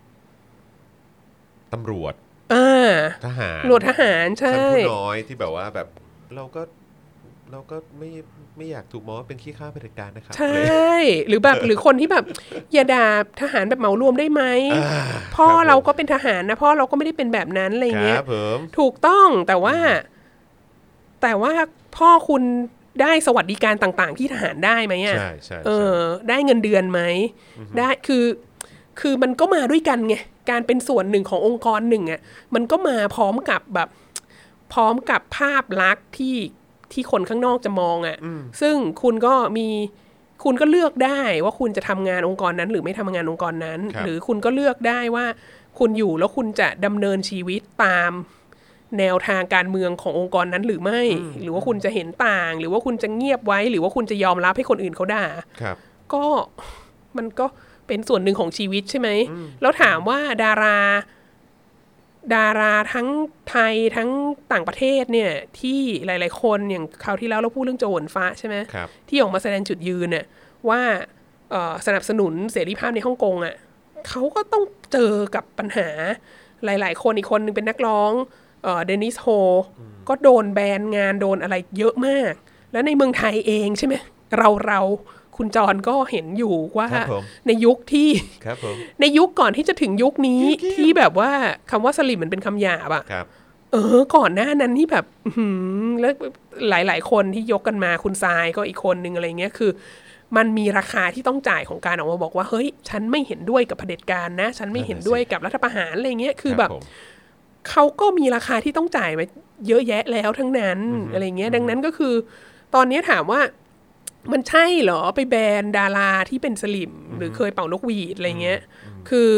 ตำรวจทหารตำรวจทหารใช่ชั้นผู้น้อยที่แบบว่าแบบเราก็เราก็ไม่ไม่อยากถูกมองว่าเป็นขี้ข้าเผด็จการนะครับใช่หรือแบบหรือคนที่แบบอย่าด่าทหารแบบเหมารวมได้ไหมพ่อเราก็เป็นทหารนะพ่อเราก็ไม่ได้เป็นแบบนั้นอะไรเงี้ยถูกต้องแต่ว่าแต่ว่าพ่อคุณได้สวัสดิการต่างๆที่ทหารได้ไหมอ่ะใช่ใช่เออได้เงินเดือนไหมได้คือคือมันก็มาด้วยกันไงการเป็นส่วนหนึ่งขององค์กรหนึ่งอ่ะมันก็มาพร้อมกับแบบพร้อมกับภาพลักษณ์ที่ที่คนข้างนอกจะมองอ่ะซึ่งคุณก็มีคุณก็เลือกได้ว่าคุณจะทำงานองค์กรนั้นหรือไม่ทำงานองค์กรนั้นหรือคุณก็เลือกได้ว่าคุณอยู่แล้วคุณจะดำเนินชีวิตตามแนวทางการเมืองขององค์กรนั้นหรือไม่หรือว่าคุณจะเห็นต่างหรือว่าคุณจะเงียบไว้หรือว่าคุณจะยอมรับให้คนอื่นเขาด่าก็มันก็เป็นส่วนหนึ่งของชีวิตใช่ไหมแล้วถามว่าดาราดาราทั้งไทยทั้งต่างประเทศเนี่ยที่หลายๆคนอย่างคราวที่แล้วเราพูดเรื่องโจหวนฟ้าใช่ไหมที่ออกมาแสดงจุดยืนเนี่ยว่าสนับสนุนเสรีภาพในฮ่องกงอ่ะเขาก็ต้องเจอกับปัญหาหลายๆคนอีกคนนึงเป็นนักร้องเดนิสโฮก็โดนแบนงานโดนอะไรเยอะมากแล้วในเมืองไทยเองใช่ไหมเราเราคุณจรก็เห็นอยู่ว่าในยุคที่ในยุคก่อนที่จะถึงยุคนี้ที่แบบว่าคำว่าสลิมมันเป็นคำหยาบอ่ะเออก่อนหน้านั้นที่แบบแล้วหลายๆคนที่ยกกันมาคุณทรายก็อีกคนนึงอะไรเงี้ยคือมันมีราคาที่ต้องจ่ายของการออกมาบอกว่าเฮ้ยฉันไม่เห็นด้วยกับเผด็จการนะฉันไม่เห็นด้วยกับรัฐประหารอะไรเงี้ยคือแบบเขาก็มีราคาที่ต้องจ่ายมาเยอะแยะแล้วทั้งนั้นอะไรเงี้ยดังนั้นก็คือตอนนี้ถามว่ามันใช่เหรอไปแบนดาราที่เป็นสลิมหรือเคยเป่านกหวีดอะไรเงี้ยคือ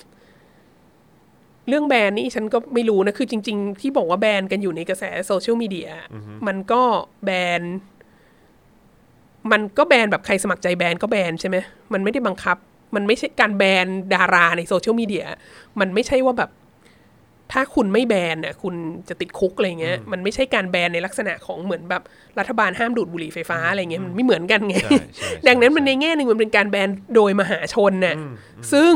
เรื่องแบนนี่ฉันก็ไม่รู้นะคือจริงๆที่บอกว่าแบนกันอยู่ในกระแสโซเชียลมีเดียมันก็แบนมันก็แบนแบบใครสมัครใจแบนก็แบนใช่ไหมมันไม่ได้บังคับมันไม่ใช่การแบนดาราในโซเชียลมีเดียมันไม่ใช่ว่าแบบถ้าคุณไม่แบนน่ะคุณจะติดคุกอะไรเงี้ยมันไม่ใช่การแบนในลักษณะของเหมือนแบบรัฐบาลห้ามดูดบุหรี่ไฟฟ้าอะไรเงี้ยมันไม่เหมือนกันไงดังนั้นมันในแง่นึงมันเป็นการแบนโดยมหาชนน่ะซึ่ง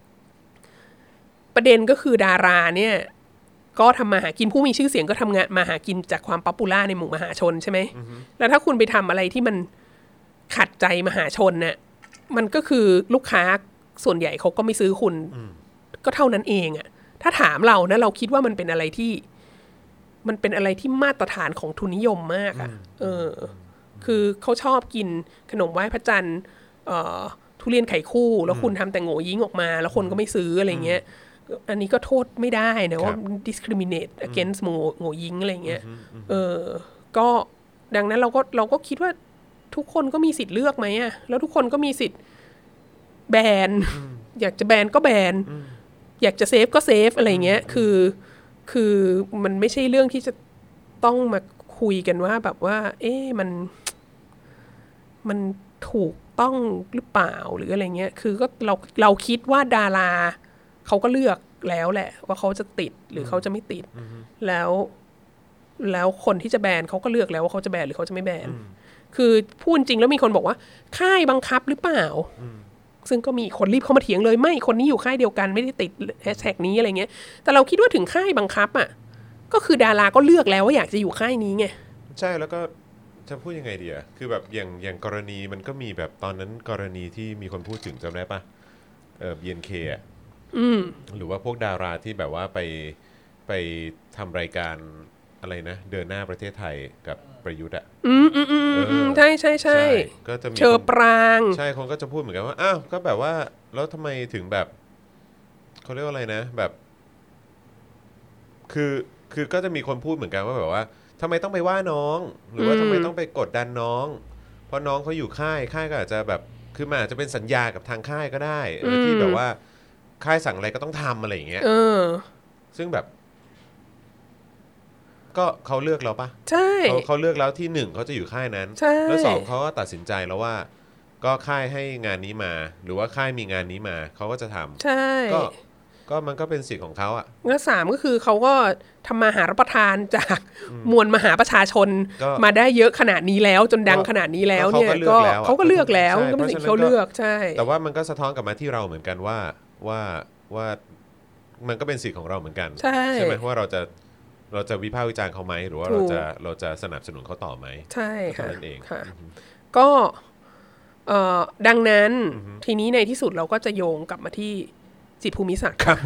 ประเด็นก็คือดาราเนี่ยก็ทำมาหากินผู้มีชื่อเสียงก็ทำงานมาหากินจากความป๊อปปูล่าในหมู่มหาชนใช่ไหมแล้วถ้าคุณไปทำอะไรที่มันขัดใจมหาชนเนี่ยมันก็คือลูกค้าส่วนใหญ่เขาก็ไม่ซื้อคุณก็เท่านั้นเองอะถ้าถามเรานะเราคิดว่ามันเป็นอะไรที่มันเป็นอะไรที่มาตรฐานของทุนนิยมมากอะเออคือเขาชอบกินขนมไหว้พระจันทร์ทุเรียนไข่คู่แล้วคุณทำแต่โง่ยิ้งออกมาแล้วคนก็ไม่ซื้ออะไรเงี้ยอันนี้ก็โทษไม่ได้นะว่า discriminate against โง่ยิ้งอะไรเงี้ยเออก็ดังนั้นเราก็เราก็คิดว่าทุกคนก็มีสิทธิ์เลือกไหมอะแล้วทุกคนก็มีสิทธิ์แบนอยากจะแบนก็แบนอยากจะเซฟก็เซฟอะไรเงี้ยคือคือมันไม่ใช่เรื่องที่จะต้องมาคุยกันว่าแบบว่าเอ๊ะมันมันถูกต้องหรือเปล่าหรืออะไรเงี้ยคือก็เราเราคิดว่าดาราเขาก็เลือกแล้วแหละว่าเขาจะติดหรือเขาจะไม่ติดแล้วแล้วคนที่จะแบนเขาก็เลือกแล้วว่าเขาจะแบนหรือเขาจะไม่แบนคือพูดจริงแล้วมีคนบอกว่าค่ายบังคับหรือเปล่าซึ่งก็มีคนรีบเข้ามาเถียงเลยไม่คนนี้อยู่ค่ายเดียวกันไม่ได้ติดแฮชแท็กนี้อะไรเงี้ยแต่เราคิดว่าถึงค่ายบังคับอ่ะก็คือดาราก็เลือกแล้วว่าอยากจะอยู่ค่ายนี้ไงใช่แล้วก็จะพูดยังไงดีอ่ะคือแบบอย่างอย่างกรณีมันก็มีแบบตอนนั้นกรณีที่มีคนพูดถึงจำได้ปะเออ บี เอ็น เค อ่ะหรือว่าพวกดาราที่แบบว่าไปไปทำรายการอะไรนะเดินหน้าประเทศไทยกับประยุทธ์อ่ะอืมอืมอืมใช่ใช่ใช่ก็จะมีเชอปรางใช่คนก็จะพูดเหมือนกันว่าอ้าวก็แบบว่าแล้วทำไมถึงแบบเขาเรียกว่าอะไรนะแบบคือคือก็จะมีคนพูดเหมือนกันว่าแบบว่าทำไมต้องไปว่าน้องหรือว่าทำไมต้องไปกดดันน้องเพราะน้องเขาอยู่ค่ายค่ายก็อาจจะแบบคือมันอาจจะเป็นสัญญากับทางค่ายก็ได้เออที่แบบว่าค่ายสั่งอะไรก็ต้องทำอะไรอย่างเงี้ยซึ่งแบบก็เขาเลือกแล้วปะใช่เขาเขาเลือกแล้วที่หนึ่งเขาจะอยู่ค่ายนั้นแล้วสองเขาก็ตัดสินใจแล้วว่าก็ค่ายให้งานนี้มาหรือว่าค่ายมีงานนี้มาเขาก็จะทำใช่ก็ก็ก็มันก็เป็นสิทธิ์ของเขาอ่ะแล้วสามก็คือเขาก็ทำมาหารับประทานจากมวลมหาประชาชนมาได้เยอะขนาดนี้แล้วจนดังขนาดนี้แล้วเนี่ยก็เขาก็เลือกแล้วก็เป็นสิ่งที่เขาเลือกใช่แต่ว่ามันก็สะท้อนกลับมาที่เราเหมือนกันว่าว่าว่ามันก็เป็นสิทธิ์ของเราเหมือนกันใช่ไหมว่าเราจะเราจะวิพากษ์วิจารณ์เขาไหมหรือว่าเราจะเราจะสนับสนุนเขาต่อไหมใช่ค่ะนั่นเองก็ดังนั้นทีนี้ในที่สุดเราก็จะโยงกลับมาที่จิตภูมิศักดิ์ครับผม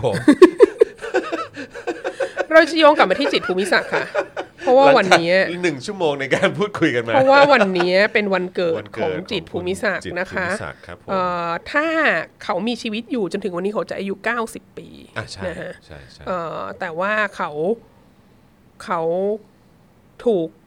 เราจะโยงกลับมาที่จิตภูมิศักดิ์ค่ะเพราะว่าวันนี้หนึ่งชั่วโมงในการพูดคุยกันมาเพราะว่าวันนี้เป็นวันเกิดของจิตภูมิศักดิ์นะคะถ้าเขามีชีวิตอยู่จนถึงวันนี้เขาจะอายุเก้าสิบปีนะฮะแต่ว่าเขาเขาถูก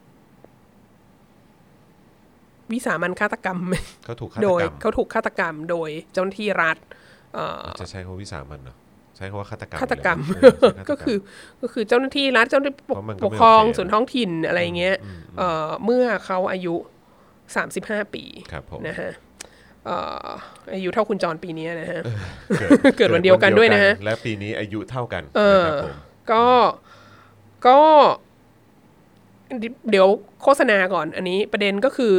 วิสามัญฆาตกรรมเขาถูกฆาตกรรมโดยเขาถูกฆาตกรรมโดยเจ้าหน้าที่รัฐจะใช้คำวิสามัญเนาะใช้คำว่าฆาตกรรมฆาตกรรมก็คือก็คือเจ้าหน้าที่รัฐเจ้าหน้าที่ปกครองส่วนท้องถิ่นอะไรเงี้ยเมื่อเขาอายุสามสิบห้าปีนะฮะอายุเท่าคุณจรปีนี้นะฮะเกิดวันเดียวกันด้วยนะฮะและปีนี้อายุเท่ากันก็ก็เดี๋ยวโฆษณาก่อนอันนี้ประเด็นก็คือ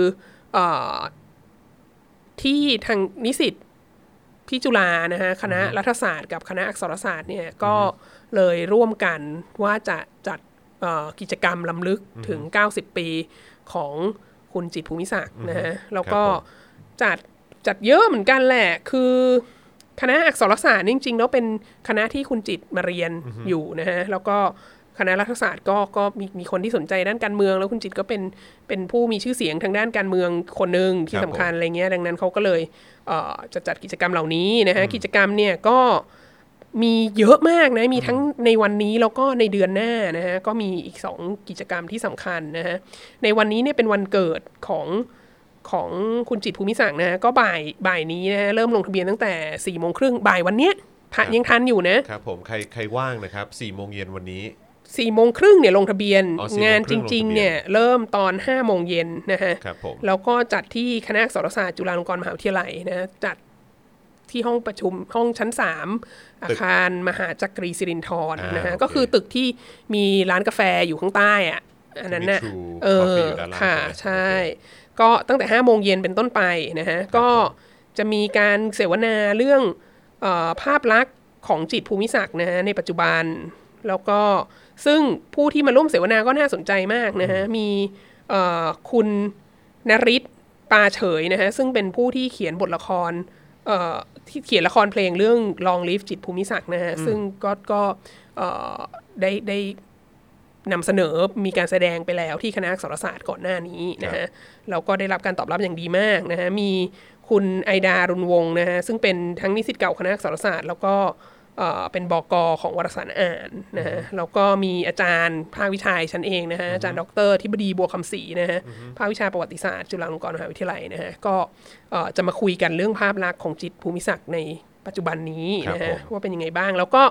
ที่ทางนิสิตที่จุฬานะฮะคณะรัฐศาสตร์กับคณะอักษรศาสตร์เนี่ยก็เลยร่วมกันว่าจะจัดกิจกรรมล้ำลึกถึงเก้าสิบปีของคุณจิตรภูมิศักดิ์นะฮะแล้วก็จัดจัดเยอะเหมือนกันแหละคือคณะอักษรศาสตร์จริงๆแล้วเป็นคณะที่คุณจิตรมาเรียนอยู่นะฮะแล้วก็คณะรัฐศาสตร์ก็ก็มีมีคนที่สนใจด้านการเมืองแล้วคุณจิตรก็เป็นเป็นผู้มีชื่อเสียงทางด้านการเมืองคนนึงที่สำคัญอะไรเงี้ยดังนั้นเขาก็เลยเอ่อจะจัดกิจกรรมเหล่านี้นะฮะกิจกรรมเนี่ยก็มีเยอะมากนะมีทั้งในวันนี้แล้วก็ในเดือนหน้านะฮะก็มีอีกสองกิจกรรมที่สำคัญนะฮะในวันนี้เนี่ยเป็นวันเกิดของของคุณจิตรภูมิศักดิ์นะก็บ่ายบ่ายนี้นะเริ่มลงทะเบียนตั้งแต่สี่โมงครึ่งบ่ายวันเนี้ยยังทันอยู่นะครับผมใครใครว่างนะครับสี่โมงเย็นวันนี้สี่โมงครึ่งเนี่ยลงทะเบียนงานจริงๆเนี่ยเริ่มตอนห้าโมงเย็นนะฮะแล้วก็จัดที่คณะอักษรศาสตร์จุฬาลงกรณ์มหาวิทยาลัยนะจัดที่ห้องประชุมห้องชั้นสามอาคารมหาจักรีสิรินธรนะฮะก็คือตึกที่มีร้านกาแฟอยู่ข้างใต้อ่ะอันนั้นน่ะเออค่ะใช่ก็ตั้งแต่ห้าโมงเย็นเป็นต้นไปนะฮะก็จะมีการเสวนาเรื่องเอ่อภาพลักษณ์ของจิตรภูมิศักดิ์นะฮะในปัจจุบันแล้วก็ซึ่งผู้ที่มาร่วมเสวนาก็น่าสนใจมากนะฮะมีคุณนฤทธิ์ปาเฉยนะฮะซึ่งเป็นผู้ที่เขียนบทละครที่เขียนละครเพลงเรื่อง Long Live จิตรภูมิศักดิ์นะฮะซึ่งก็ก็ได้ได้นำเสนอมีการแสดงไปแล้วที่คณะอักษรศาสตร์ก่อนหน้านี้นะฮะแล้วก็ได้รับการตอบรับอย่างดีมากนะฮะมีคุณไอดารุณวงศ์นะฮะซึ่งเป็นทั้งนิสิตเก่าคณะอักษรศาสตร์แล้วก็เป็นบก.ของวารสารอ่านนะฮะแล้วก็มีอาจารย์ภาควิชาชั้นเองนะฮะอาจารย์ดร.ธิบดีบัวคำศรีนะฮะภาควิชาประวัติศาสตร์จุฬาลงกรณ์มหาวิทยาลัยนะฮะก็จะมาคุยกันเรื่องภาพลักษณ์ของจิตรภูมิศักดิ์ในปัจจุบันนี้นะฮะว่าเป็นยังไงบ้างแล้วก็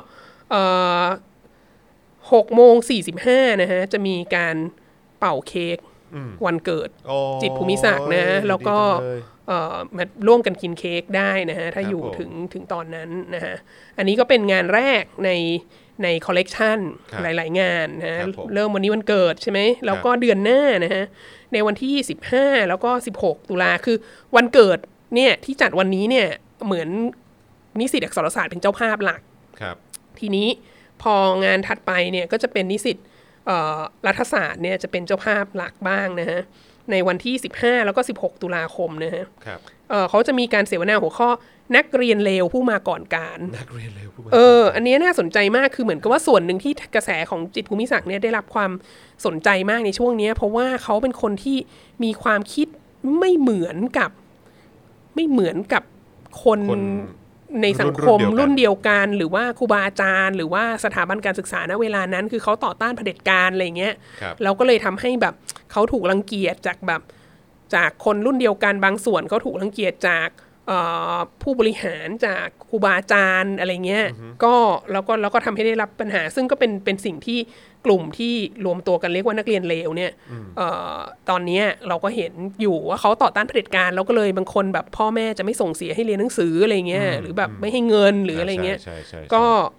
หกโมงสี่สิบห้านะฮะจะมีการเป่าเค้กวันเกิดจิตรภูมิศักดิ์นะแล้วก็มาร่วมกันกินเค้กได้นะฮะถ้าอยู่ถึงถึงตอนนั้นนะฮะอันนี้ก็เป็นงานแรกในในคอลเลกชันหลายๆงานนะเริ่มวันนี้วันเกิดใช่ไหมแล้วก็เดือนหน้านะฮะในวันที่สิบห้าแล้วก็สิบหกตุลาคือวันเกิดเนี่ยที่จัดวันนี้เนี่ยเหมือนนิสิตอักษรศาสตร์เป็นเจ้าภาพหลักทีนี้พองานถัดไปเนี่ยก็จะเป็นนิสิตรัฐศาสตร์เนี่ยจะเป็นเจ้าภาพหลักบ้างนะฮะในวันที่สิบห้าแล้วก็สิบหกตุลาคมนะฮะเอ่อเขาจะมีการเสวนาหัวข้อนักเรียนเลวผู้มาก่อนการนักเรียนเลวผู้มาเอออันนี้น่าสนใจมากคือเหมือนกับว่าส่วนหนึ่งที่กระแสของจิตรภูมิศักดิ์เนี่ยได้รับความสนใจมากในช่วงนี้เพราะว่าเขาเป็นคนที่มีความคิดไม่เหมือนกับไม่เหมือนกับคนในสังคมรุ่นเดียวกันหรือว่าครูบาอาจารย์หรือว่าสถาบันการศึกษาณเวลานั้นคือเขาต่อต้านเผด็จการอะไรเงี้ยเราก็เลยทำให้แบบเขาถูกรังเกียจจากแบบจากคนรุ่นเดียวกันบางส่วนเขาถูกรังเกียจจากผู้บริหารจากครูบาอาจารย์อะไรเงี้ยก็แล้วก็แล้วก็ทำให้ได้รับปัญหาซึ่งก็เป็นเป็นสิ่งที่กลุ่มที่รวมตัวกันเรียกว่านักเรียนเลวเนี่ยออตอนนี้เราก็เห็นอยู่ว่าเขาต่อต้านเผด็จการแล้วก็เลยบางคนแบบพ่อแม่จะไม่ส่งเสียให้เรียนหนังสืออะไรเงี้ยหรือแบบไม่ให้เงินหรืออะไรเงี้ยก็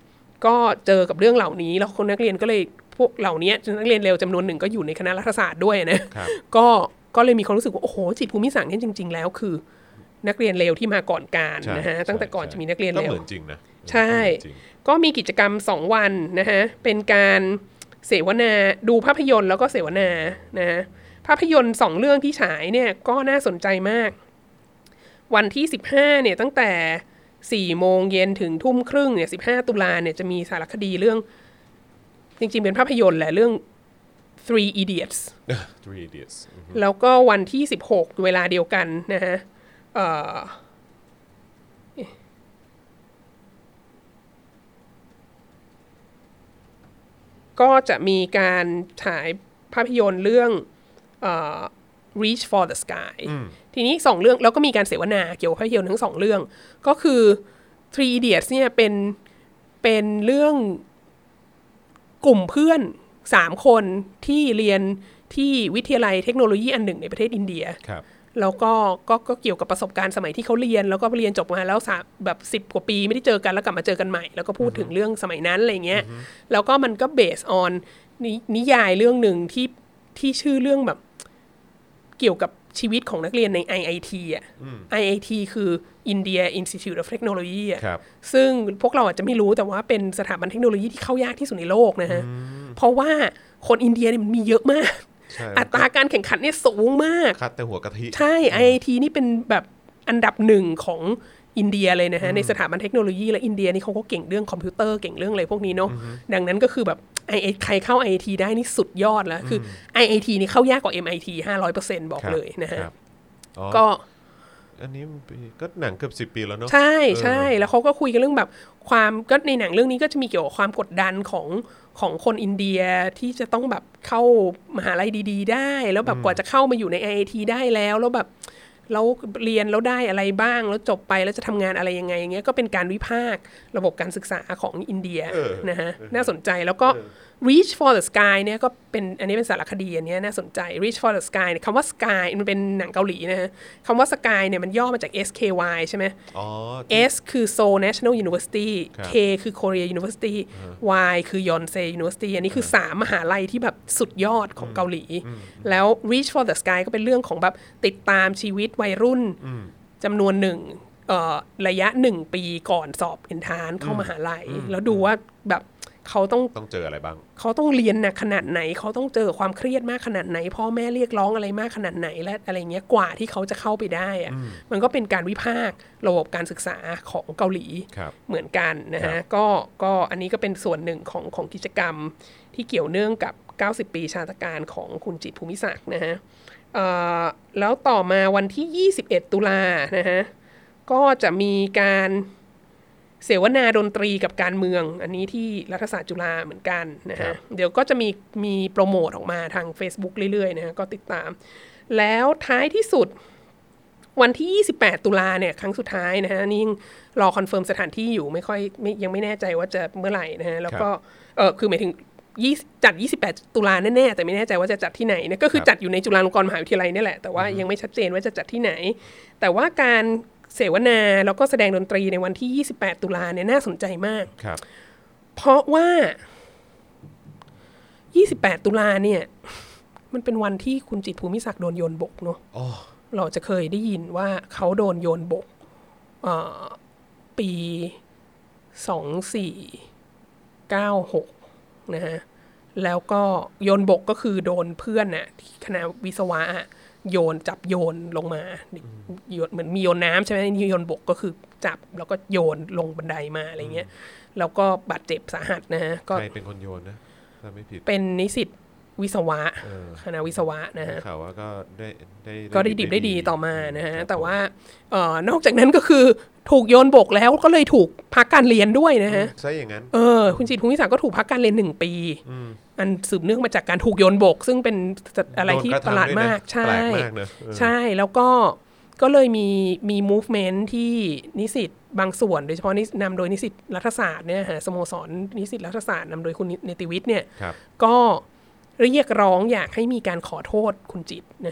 ก็เจอกับเรื่องเหล่านี้แล้วคนนักเรียนก็เลยพวกเหล่านี้นักเรียนเร็วจำนวนหนึ่งก็อยู่ในคณะรัฐศาสตร์ด้วยนะก็ก็เลยมีความรู้สึกว่าโอ้โหจิตภูมิศักดิ์เนี่ยจริงๆแล้วคือนักเรียนเร็วที่มาก่อนการนะฮะตั้งแต่ก่อนจะมีนักเรียนเร็วก็เหมือนจริงนะใช่ก็มีกิจกรรมสองวันนะฮะเป็นการเสวนาดูภาพยนตร์แล้วก็เสวนานะฮะภาพยนตร์สองเรื่องที่ฉายเนี่ยก็น่าสนใจมากวันที่สิบห้าเนี่ยตั้งแต่สี่โมงเย็นถึงทุ่มครึ่งเนี่ยสิบห้าตุลาเนี่ยจะมีสารคดีเรื่องจริงๆเป็นภาพยนตร์แหละเรื่อง Three Idiots Three Idiots แล้วก็วันที่สิบหกเวลาเดียวกันนะฮะเอ่อก็จะมีการฉายภาพยนตร์เรื่องเอ่อ Reach for the Sky ทีนี้สองเรื่องแล้วก็มีการเสวนาเกี่ยวกับภาพยนตร์ทั้งสองเรื่องก็คือ Three Idiots เนี่ยเป็นเป็นเรื่องกลุ่มเพื่อนสามคนที่เรียนที่วิทยาลัยเทคโนโลยีอันหนึ่งในประเทศอินเดียแล้วก็ก็ก็เกี่ยวกับประสบการณ์สมัยที่เขาเรียนแล้วก็เรียนจบมาแล้วแบบสิบกว่าปีไม่ได้เจอกันแล้วกลับมาเจอกันใหม่แล้วก็พูดถึงเรื่องสมัยนั้นอะไรเงี้ยแล้วก็มันก็เบสออนนิยายเรื่องหนึ่งที่ที่ชื่อเรื่องแบบเกี่ยวกับชีวิตของนักเรียนใน ไอ ไอ ที อ่ะ ไอ ไอ ที คือ India Institute of Technology อ่ะซึ่งพวกเราอาจจะไม่รู้แต่ว่าเป็นสถาบันเทคโนโลยีที่เข้ายากที่สุดในโลกนะฮะเพราะว่าคนอินเดียเนี่ยมันมีเยอะมากอัตราการแข่งขันเนี่ยสูงมากคัดแต่หัวกะทิใช่ ไอ ไอ ที นี่เป็นแบบอันดับหนึ่งของอินเดียเลยนะฮะในสถาบันเทคโนโลยีและอินเดียนี่เขาก็เก่งเรื่องคอมพิวเตอร์เก่งเรื่องอะไรพวกนี้เนาะดังนั้นก็คือแบบไอใครเข้า ไอ ไอ ที ได้นี่สุดยอดแล้วคือ ไอ ไอ ที นี่เข้ายากกว่า เอ็ม ไอ ที ห้าร้อยเปอร์เซ็นต์ บอกเลยนะฮะก็อันนี้ก็หนังเกือบสิบปีแล้วเนาะใช่ใช่แล้วเขาก็คุยกันเรื่องแบบความก็ในหนังเรื่องนี้ก็จะมีเกี่ยวกับความกดดันของของคนอินเดียที่จะต้องแบบเข้ามหาลัยดีๆได้แล้วแบบกว่าจะเข้ามาอยู่ใน ไอ ไอ ที ได้แล้วแล้วแบบแล้วเรียนแล้วได้อะไรบ้างแล้วจบไปแล้วจะทำงานอะไรยังไงอย่างเงี้ยก็เป็นการวิพากษ์ระบบการศึกษาของอินเดียนะฮะน่าสนใจแล้วก็ Reach for the Sky เนี่ยก็เป็นอันนี้เป็นสารคดีอันนี้น่าสนใจ Reach for the Sky คำว่า Sky มันเป็นหนังเกาหลีนะฮะคำว่า Sky เนี่ยมันย่อมาจาก เอส เค วาย ใช่ไหมอ๋อ S คือ Seoul National University K คือ Korea University Y คือ Yonsei University อันนี้คือสามมหาลัยที่แบบสุดยอดของเกาหลีแล้ว Reach for the Sky ก็เป็นเรื่องของแบบติดตามชีวิตวัยรุ่นจำนวนหนึ่งระยะหนึ่งปีก่อนสอบเอนทรานซ์เข้ามหาลัยแล้วดูว่าแบบเขาต้องต้องเจออะไรบ้างเขาต้องเรียนหนักขนาดไหนเขาต้องเจอความเครียดมากขนาดไหนพ่อแม่เรียกร้องอะไรมากขนาดไหนและอะไรเงี้ยกว่าที่เขาจะเข้าไปได้อะมันก็เป็นการวิพากษ์ระบบการศึกษาของเกาหลีเหมือนกันนะฮะก็ก็อันนี้ก็เป็นส่วนหนึ่งของของกิจกรรมที่เกี่ยวเนื่องกับเก้าสิบปีชาตการของคุณจิตรภูมิศักดิ์นะฮะแล้วต่อมาวันที่ยี่สิบเอ็ดตุลานะฮะก็จะมีการเสวนาดนตรีกับการเมืองอันนี้ที่รัฐศาสตร์จุฬาเหมือนกันนะฮะเดี๋ยวก็จะมีมีโปรโมทออกมาทาง Facebook เรื่อยๆนะฮะก็ติดตามแล้วท้ายที่สุดวันที่ยี่สิบแปดตุลาเนี่ยครั้งสุดท้ายนะฮะนี่รอคอนเฟิร์มสถานที่อยู่ไม่ค่อยไม่ยังไม่แน่ใจว่าจะเมื่อไหร่นะฮะแล้วก็เออคือหมายถึงจัดยี่สิบแปดตุลาแน่ๆแต่ไม่แน่ใจว่าจะจัดที่ไหนนะก็คือจัดอยู่ในจุฬาลงกรณ์มหาวิทยาลัยนี่แหละแต่ว่ายังไม่ชัดเจนว่าจะจัดที่ไหนแต่ว่าการเสวนาแล้วก็แสดงดนตรีในวันที่ยี่สิบแปดตุลาเนี่ยน่าสนใจมากเพราะว่ายี่สิบแปดตุลาเนี่ยมันเป็นวันที่คุณจิตรภูมิศักดิ์โดนโยนบกเนาะ oh. เราจะเคยได้ยินว่าเขาโดนโยนบกปีสองพันสี่ร้อยเก้าสิบหกนะฮะแล้วก็โยนบกก็คือโดนเพื่อนน่ะคณะวิศวะโยนจับโยนลงมาโยนเหมือนมีโยนน้ำใช่ไหมโยนบกก็คือจับแล้วก็โยนลงบันไดมาอะไรเงี้ยแล้วก็บาดเจ็บสาหัสนะฮะก็ใครเป็นคนโยนนะถ้าไม่ผิดเป็นนิสิตวิศวะคณะวิศวะนะฮะข่าวว่าก็ได้ได้ก็ได้ดิบได้ดีต่อมานะฮะแต่ว่านอกจากนั้นก็คือถูกโยนบกแล้วก็เลยถูกพักการเรียนด้วยนะฮะใช่อย่างนั้นเออคุณจิตรภูมิศักดิ์ก็ถูกพักการเรียนหนึ่งปีอันสืบเนื่องมาจากการถูกโยนบกซึ่งเป็นอะไรที่ประหลาดมากใช่ใช่แล้วก็ก็เลยมีมี movement ที่นิสิตบางส่วนโดยเฉพาะนำโดยนิสิตรัฐศาสตร์เนี่ยฮะสโมสรนิสิตรัฐศาสตร์นำโดยคุณเนติวิทย์เนี่ยก็เรียกร้องอยากให้มีการขอโทษคุณจิตรนะฮะ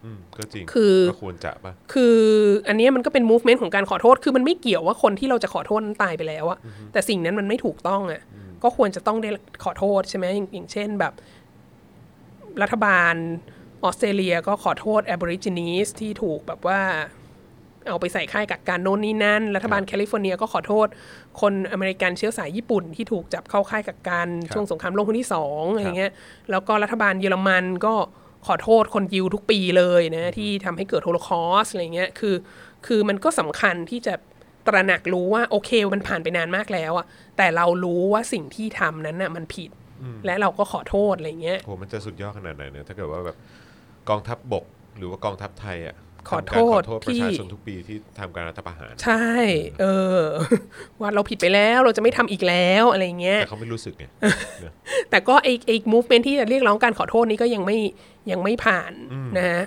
อืมก็จริงคือก็ควรจะป่ะคืออันนี้มันก็เป็น movement ของการขอโทษคือมันไม่เกี่ยวว่าคนที่เราจะขอโทษนั้นตายไปแล้วอะแต่สิ่งนั้นมันไม่ถูกต้องอะก็ควรจะต้องได้ขอโทษใช่ไหมอย่างเช่นแบบรัฐบาลออสเตรเลียก็ขอโทษ Aborigines ที่ถูกแบบว่าเอาไปใส่ค่ายกักกันโน่นนี่นั่นรัฐบาลแคลิฟอร์เนียก็ขอโทษคนอเมริกันเชื้อสายญี่ปุ่นที่ถูกจับเข้าค่ายกักกันช่วงสงครามโลกครั้งที่สองอะไรเงี้ยแล้วก็รัฐบาลเยอรมันก็ขอโทษคนยิวทุกปีเลยนะที่ทำให้เกิดโฮโลคอสต์อะไรเงี้ยคือคือมันก็สำคัญที่จะตระหนักรู้ว่าโอเคมันผ่านไปนานมากแล้วอะแต่เรารู้ว่าสิ่งที่ทำนั้นน่ะมันผิดและเราก็ขอโทษอะไรเงี้ยโหมันจะสุดยอดขนาดไหนเนี่ยถ้าเกิดว่าแบบกองทัพบกหรือว่ากองทัพไทยอ่ะขอโทษประชาชนทุกปีที่ทำการรัฐประหารใช่เออว่าเราผิดไปแล้วเราจะไม่ทำอีกแล้วอะไรเงี้ยแต่เขาไม่รู้สึกไงแต่ก็ไอ้ไอ้ movement ที่จะเรียกร้องการขอโทษนี้ก็ยังไม่ยังไม่ผ่านนะฮะ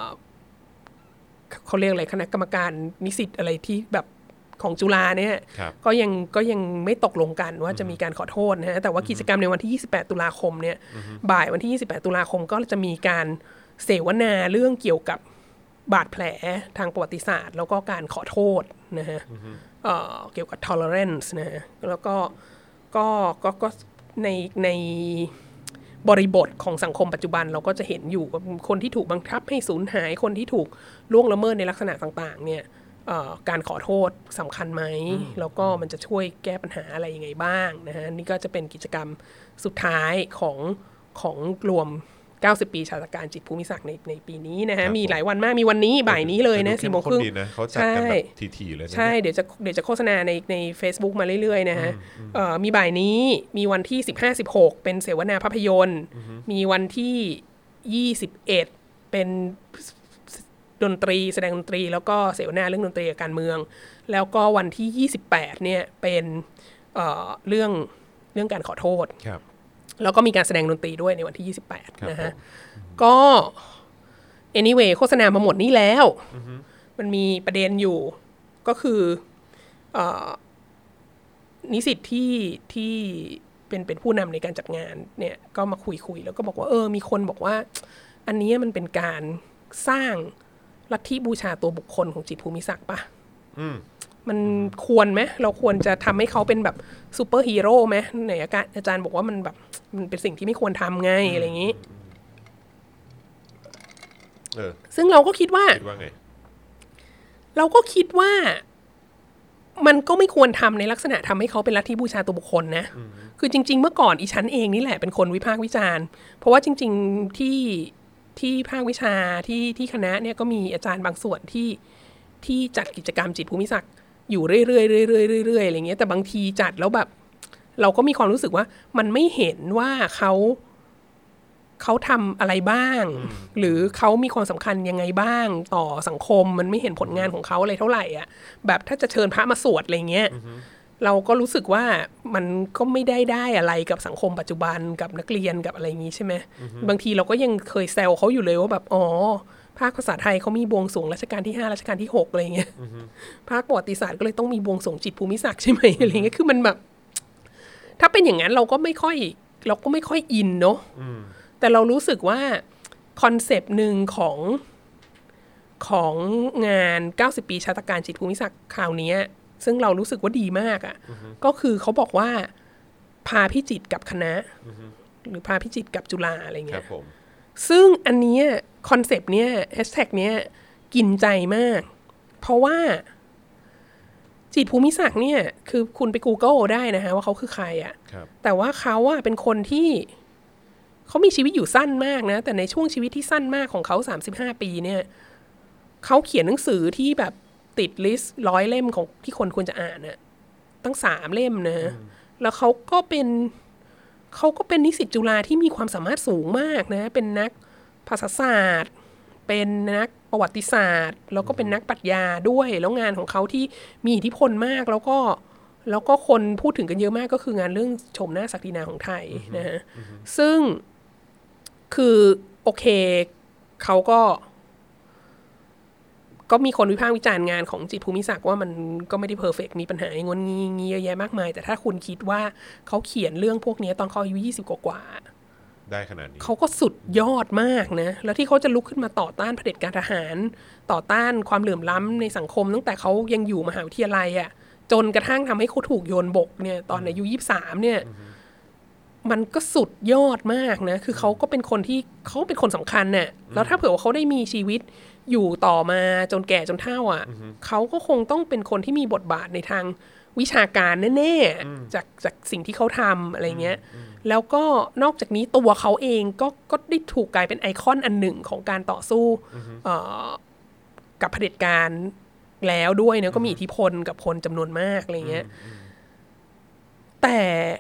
เขาเรียกอะไรคณะกรรมการนิสิตอะไรที่แบบของจุฬาเนี่ยก็ยังก็ยังไม่ตกลงกันว่าจะมีการขอโทษนะฮะแต่ว่ากิจกรรมในวันที่ยี่สิบแปดตุลาคมเนี่ยบ่ายวันที่ยี่สิบแปดตุลาคมก็จะมีการเสวนาเรื่องเกี่ยวกับบาดแผลทางประวัติศาสตร์แล้วก็การขอโทษนะฮะ เอ่อ เกี่ยวกับ tolerance นะฮะแล้วก็ก็ก็ก็ในในบริบทของสังคมปัจจุบันเราก็จะเห็นอยู่ว่าคนที่ถูกบังคับให้สูญหายคนที่ถูกล่วงละเมิดในลักษณะต่างๆเนี่ยการขอโทษสำคัญไหมแล้วก็มันจะช่วยแก้ปัญหาอะไรยังไงบ้างนะฮะนี่ก็จะเป็นกิจกรรมสุดท้ายของของรวมเก้าสิบปีชาตการจิตรภูมิศักดิ์ในในปีนี้นะฮะมีหลายวันมากมีวันนี้บ่ายนี้เลยนะสี่โมงครึ่งเขาจัดกันแบบถี่ๆเลยใช่เดี๋ยวจะเดี๋ยวจะโฆษณาในใน Facebook มาเรื่อยๆนะฮะมีบ่ายนี้มีวันที่สิบห้า สิบหกเป็นเสวนาภาพยนตร์มีวันที่ยี่สิบเอ็ดเป็นดนตรีแสดงดนตรีแล้วก็เสวนาเรื่องดนตรีกับการเมืองแล้วก็วันที่ยี่สิบแปดเนี่ยเป็นเอ่อเรื่องเรื่องการขอโทษแล้วก็มีการแสดงดนตรีด้วยในวันที่ยี่สิบแปดนะฮะก็ anyway โฆษณามาหมดนี้แล้วมันมีประเด็นอยู่ก็คือเอ่อนิสิตที่ที่เป็นเป็นผู้นำในการจัดงานเนี่ยก็มาคุยคุยแล้วก็บอกว่าเออมีคนบอกว่าอันนี้มันเป็นการสร้างลัทธิบูชาตัวบุคคลของจิตรภูมิศักดิ์ป่ะมันควรไหมเราควรจะทำให้เขาเป็นแบบซูเปอร์ฮีโร่ไหมไหนอาจารย์บอกว่ามันแบบมันเป็นสิ่งที่ไม่ควรทำไงอะไรอย่างนี้เออซึ่งเราก็คิดว่าคิดว่าไงเราก็คิดว่ามันก็ไม่ควรทำในลักษณะทำให้เขาเป็นลัทธิบูชาตัวบุคคลนะคือจริงๆเมื่อก่อนอีฉันเองนี่แหละเป็นคนวิพากษ์วิจารณ์เพราะว่าจริงๆที่ที่ภาควิชาที่ที่คณะเนี่ยก็มีอาจารย์บางส่วนที่ที่จัดกิจกรรมจิตรภูมิศักดิ์อยู่เรื่อยๆเรื่อยๆเรื่อยๆอะไรเงี้ยแต่บางทีจัดแล้วแบบเราก็มีความรู้สึกว่ามันไม่เห็นว่าเขาเขาทำอะไรบ้างหรือเขามีความสำคัญยังไงบ้างต่อสังคมมันไม่เห็นผลงานของเขาอะไรเท่าไหร่อ่ะแบบถ้าจะเชิญพระมาสวดอะไรเงี้ยเราก็รู้สึกว่ามันก็ไม่ได้ได้อะไรกับสังคมปัจจุบันกับนักเรียนกับอะไรอย่างนี้ใช่ไหมบางทีเราก็ยังเคยแซวเขาอยู่เลยว่าแบบอ๋อภาคภาษาไทยเขามีบวงสรวงรัชกาลที่ห้ารัชกาลที่หกอะไรเงี้ยภาคประวัติศาสตร์ก็เลยต้องมีบวงสรวงจิตรภูมิศักดิ์ใช่ไหมอะไรเงี้ยคือมันแบบถ้าเป็นอย่างนั้นเราก็ไม่ค่อยเราก็ไม่ค่อยอินเนาะแต่เรารู้สึกว่าคอนเซปต์หนึ่งของของงานเก้าสิบปีชาตการจิตรภูมิศักดิ์คราวนี้ซึ่งเรารู้สึกว่าดีมากอ่ะก็คือเขาบอกว่าพาพิจิตรกับคณะหรือพาพิจิตรกับจุฬาอะไรเงี้ยซึ่งอันนี้คอนเซปต์เนี้ยแฮชแท็กเนี้ยกินใจมากเพราะว่าจิตรภูมิศักดิ์เนี่ยคือคุณไป Google ได้นะฮะว่าเขาคือใครอ่ะแต่ว่าเขาอ่ะเป็นคนที่เขามีชีวิตอยู่สั้นมากนะแต่ในช่วงชีวิตที่สั้นมากของเขาสามสิบห้าปีเนี่ยเขาเขียนหนังสือที่แบบติดลิสต์ร้อยเล่มของที่คนควรจะอ่านน่ะตั้งสามเล่มนะแล้วเขาก็เป็นเขาก็เป็นนิสิตจุฬาที่มีความสามารถสูงมากนะเป็นนักภาษาศาสตร์เป็นนักประวัติศาสตร์แล้วก็เป็นนักปรัชญาด้วยแล้วงานของเขาที่มีอิทธิพลมากแล้วก็แล้วก็คนพูดถึงกันเยอะมากก็คืองานเรื่องชมหน้าศักดินาของไทยนะฮะซึ่งคือโอเคเขาก็ก็มีคนวิพากษ์วิจารณ์งานของจิตรภูมิศักดิ์ว่ามันก็ไม่ได้เพอร์เฟกต์มีปัญหาอย่างงี้งี้เยอะแยะมากมายแต่ถ้าคุณคิดว่าเขาเขียนเรื่องพวกนี้ตอนเขาอายุยี่สิบกว่าได้ขนาดนี้เขาก็สุดยอดมากนะแล้วที่เขาจะลุกขึ้นมาต่อต้านเผด็จการทหารต่อต้านความเหลื่อมล้ำในสังคมตั้งแต่เขายังอยู่มหาวิทยาลัยอ่ะจนกระทั่งทำให้เขาถูกโยนบกเนี่ยตอนอายุยี่สิบสามเนี่ยมันก็สุดยอดมากนะคือเขาก็เป็นคนที่เขาเป็นคนสำคัญเนี่ยแล้วถ้าเผื่อว่าเขาได้มีชีวิตอยู่ต่อมาจนแก่จนเฒ่าอ่ะเขาก็คงต้องเป็นคนที่มีบทบาทในทางวิชาการแน่ๆจากจากสิ่งที่เขาทำอะไรเงี้ยแล้วก็นอกจากนี้ตัวเขาเองก็ก็ได้ถูกกลายเป็นไอคอนอันหนึ่งของการต่อสู้กับเผด็จการแล้วด้วยนะก็มีอิทธิพลกับคนจำนวนมากอะไรเงี้ยแต่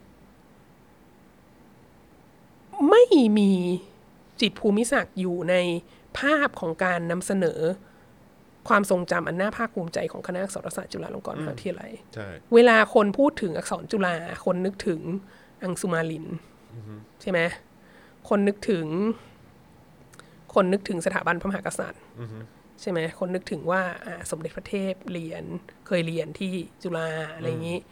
ไม่มีจิตรภูมิศักดิ์อยู่ในภาพของการนำเสนอความทรงจำอันน่าภาคภูมิใจของคณะอักษรศาสตร์จุฬาลงกรณ์มหาวิทยาลัยเวลาคนพูดถึงอักษรจุฬาคนนึกถึงอังสุมาลินใช่ไหมคนนึกถึงคนนึกถึงสถาบันพระมหากษัตริย์ใช่ไหมคนนึกถึงว่าสมเด็จพระเทพเรียนเคยเรียนที่จุฬาอะไรอย่างนี้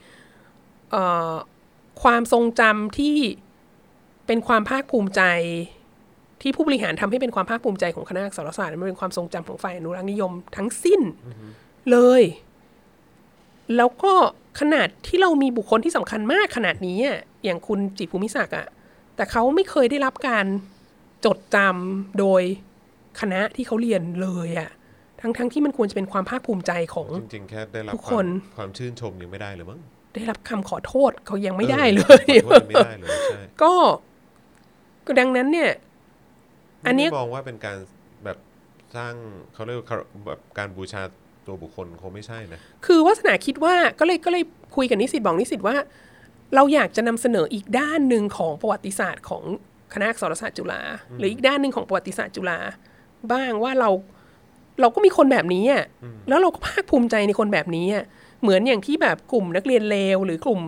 ความทรงจำที่เป็นความภาคภูมิใจที่ผู้บริหารทำให้เป็นความภาคภูมิใจของคณะอักษรศาสตร์มันเป็นความทรงจำของฝ่ายอนุรักษ์นิยมทั้งสิ้นเลยแล้วก็ขนาดที่เรามีบุคคลที่สำคัญมากขนาดนี้อย่างคุณจิตรภูมิศักดิ์อ่ะแต่เขาไม่เคยได้รับการจดจำโดยคณะที่เขาเรียนเลยอ่ะทั้งๆ ท, ที่มันควรจะเป็นความภาคภูมิใจของจริงๆแค่ได้รับความความชื่นชมยังไม่ได้เลยมั้งได้รับคำขอโทษเขายังไม่ได้เลยไม่ได้เลยใช่ก็ดังนั้นเนี่ยอันนี้มองว่าเป็นการแบบสร้างเขาเรียกแบบการบูชาตัวบุคคลคงไม่ใช่นะคือวาสนาคิดว่าก็เลยก็เลยคุยกับนิสิตบอกนิสิตว่าเราอยากจะนำเสนออีกด้านหนึ่งของประวัติศาสตร์ของคณะอักษรศาสตร์จุฬาหรืออีกด้านหนึ่งของประวัติศาสตร์จุฬาบ้างว่าเราเราก็มีคนแบบนี้อ่ะแล้วเราก็ภาคภูมิใจในคนแบบนี้อ่ะเหมือนอย่างที่แบบกลุ่มนักเรียนเลวหรือกลุ่ม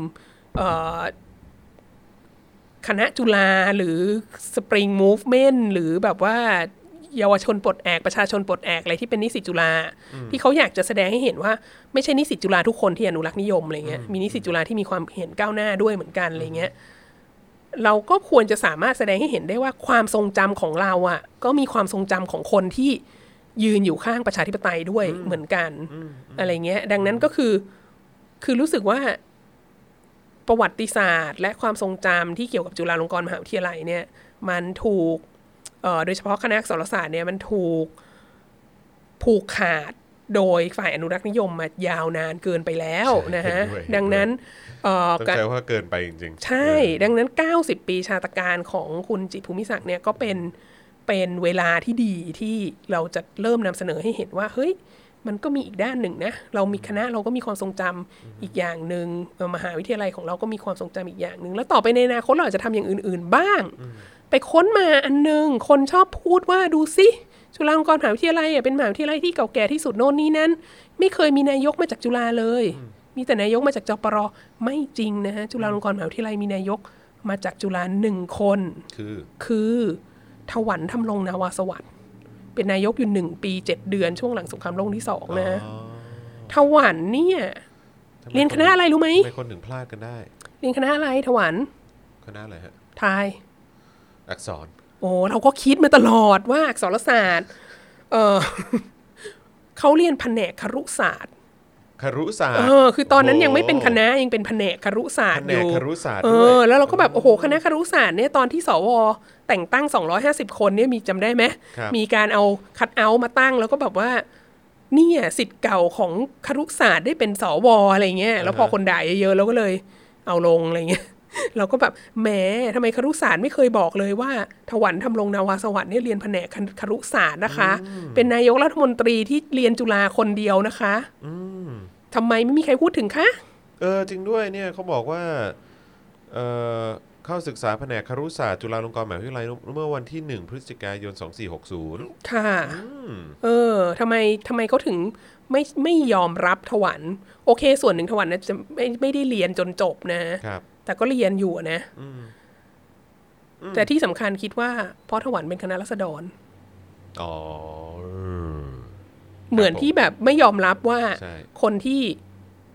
คณะจุฬาหรือ Spring Movement หรือแบบว่าเยาวชนปลดแอกประชาชนปลดแอกอะไรที่เป็นนิสิตจุฬาที่เขาอยากจะแสดงให้เห็นว่าไม่ใช่นิสิตจุฬาทุกคนที่อนุรักษ์นิยมอะไรเงี้ยมีนิสิตจุฬาที่มีความเห็นก้าวหน้าด้วยเหมือนกันอะไรเงี้ยเราก็ควรจะสามารถแสดงให้เห็นได้ว่าความทรงจำของเราอ่ะก็มีความทรงจำของคนที่ยืนอยู่ข้างประชาธิปไตยด้วยเหมือนกันอะไรเงี้ยดังนั้นก็คือคือรู้สึกว่าประวัติศาสตร์และความทรงจำที่เกี่ยวกับจุฬาลงกรณ์มหาวิทยาลัยเนี่ยมันถูกโดยเฉพาะคณะอักษรศาสตร์เนี่ยมันถูกผูกขาดโดยฝ่ายอนุรักษ์นิยมมายาวนานเกินไปแล้วนะฮะดังนั้นต้องใช้ว่าเกินไปจริงๆใช่ดังนั้นเก้าสิบปีชาตการของคุณจิตรภูมิศักดิ์เนี่ยก็เป็นเป็นเวลาที่ดีที่เราจะเริ่มนำเสนอให้เห็นว่าเฮ้ยมันก็มีอีกด้านหนึ่งนะเรามีคณะเราก็มีความทรงจำอีกอย่างหนึ่งมหาวิทยาลัยของเราก็มีความทรงจำอีกอย่างหนึ่งแล้วต่อไปในอนาคตเราอาจจะทำอย่างอื่นๆบ้างไปค้นมาอันนึงคนชอบพูดว่าดูสิจุฬาลงกรณ์มหาวิทยาลัยเป็นมหาวิทยาลัยที่เก่าแก่ที่สุดโน่นนี่นั้นไม่เคยมีนายกมาจากจุฬาเลยมีแต่นายกมาจากจปรไม่จริงนะฮะจุฬาลงกรณ์มหาวิทยาลัยมีนายกมาจากจุฬาหนึ่งคนคือคือถวันธำรงนาวาสวัสดิ์เป็นนายกอยู่หนึ่งปีเจ็ดเดือนช่วงหลังสงครามโลกที่สองนะถวันเนี่ยเรียนคณะอะไรรู้ไหมทำไมคนถึงพลาดกันได้เรียนคณะอะไรถวันคณะอะไรฮะทายอักษรโอ้เราก็คิดมาตลอดว่าอักษรศาสตร์เออเขาเรียนแผนกครุศาสตร์ครุศาสตร์เออคือตอนนั้นยังไม่เป็นคณะยังเป็นแผนกครุศาสตร์อยู่แผนกครุศาสตร์เออแล้วเราก็แบบโอ้โหคณะครุศาสตร์เนี่ยตอนที่สวแต่งตั้งสองร้อยห้าสิบคนเนี่ยมีจำได้ไหมมีการเอาคัทเอาท์มาตั้งแล้วก็แบบว่าเนี่ยศิษย์เก่าของครุศาสตร์ได้เป็นสวอะไรเงี้ยแล้วพอคนด่าเยอะๆเราก็เลยเอาลงอะไรเงี้ยเราก็แบบแหมทำไมครุศาสตร์ไม่เคยบอกเลยว่าถวันธำรงนาวาสวัสดิ์เนี่ยเรียนแผนกครุศาสตร์นะคะเป็นนายกรัฐมนตรีที่เรียนจุฬาคนเดียวนะคะทำไมไม่มีใครพูดถึงคะเออจริงด้วยเนี่ยเขาบอกว่าเออเข้าศึกษาแผนกครุศาสตร์จุฬาลงกรณ์มหาวิทยาลัยเมื่อวันที่หนึ่งพฤศจิกายนสองพันสี่ร้อยหกสิบค่ะเออทำไมทำไมเขาถึงไม่ไม่ยอมรับถวันโอเคส่วนหนึ่งถวันนะจะไม่ไม่ได้เรียนจนจบนะครับแต่ก็เรียนอยู่นะแต่ที่สำคัญคิดว่าเพราะถวันเป็นคณะรัษฎรอ๋อเหมือนที่แบบไม่ยอมรับว่าคนที่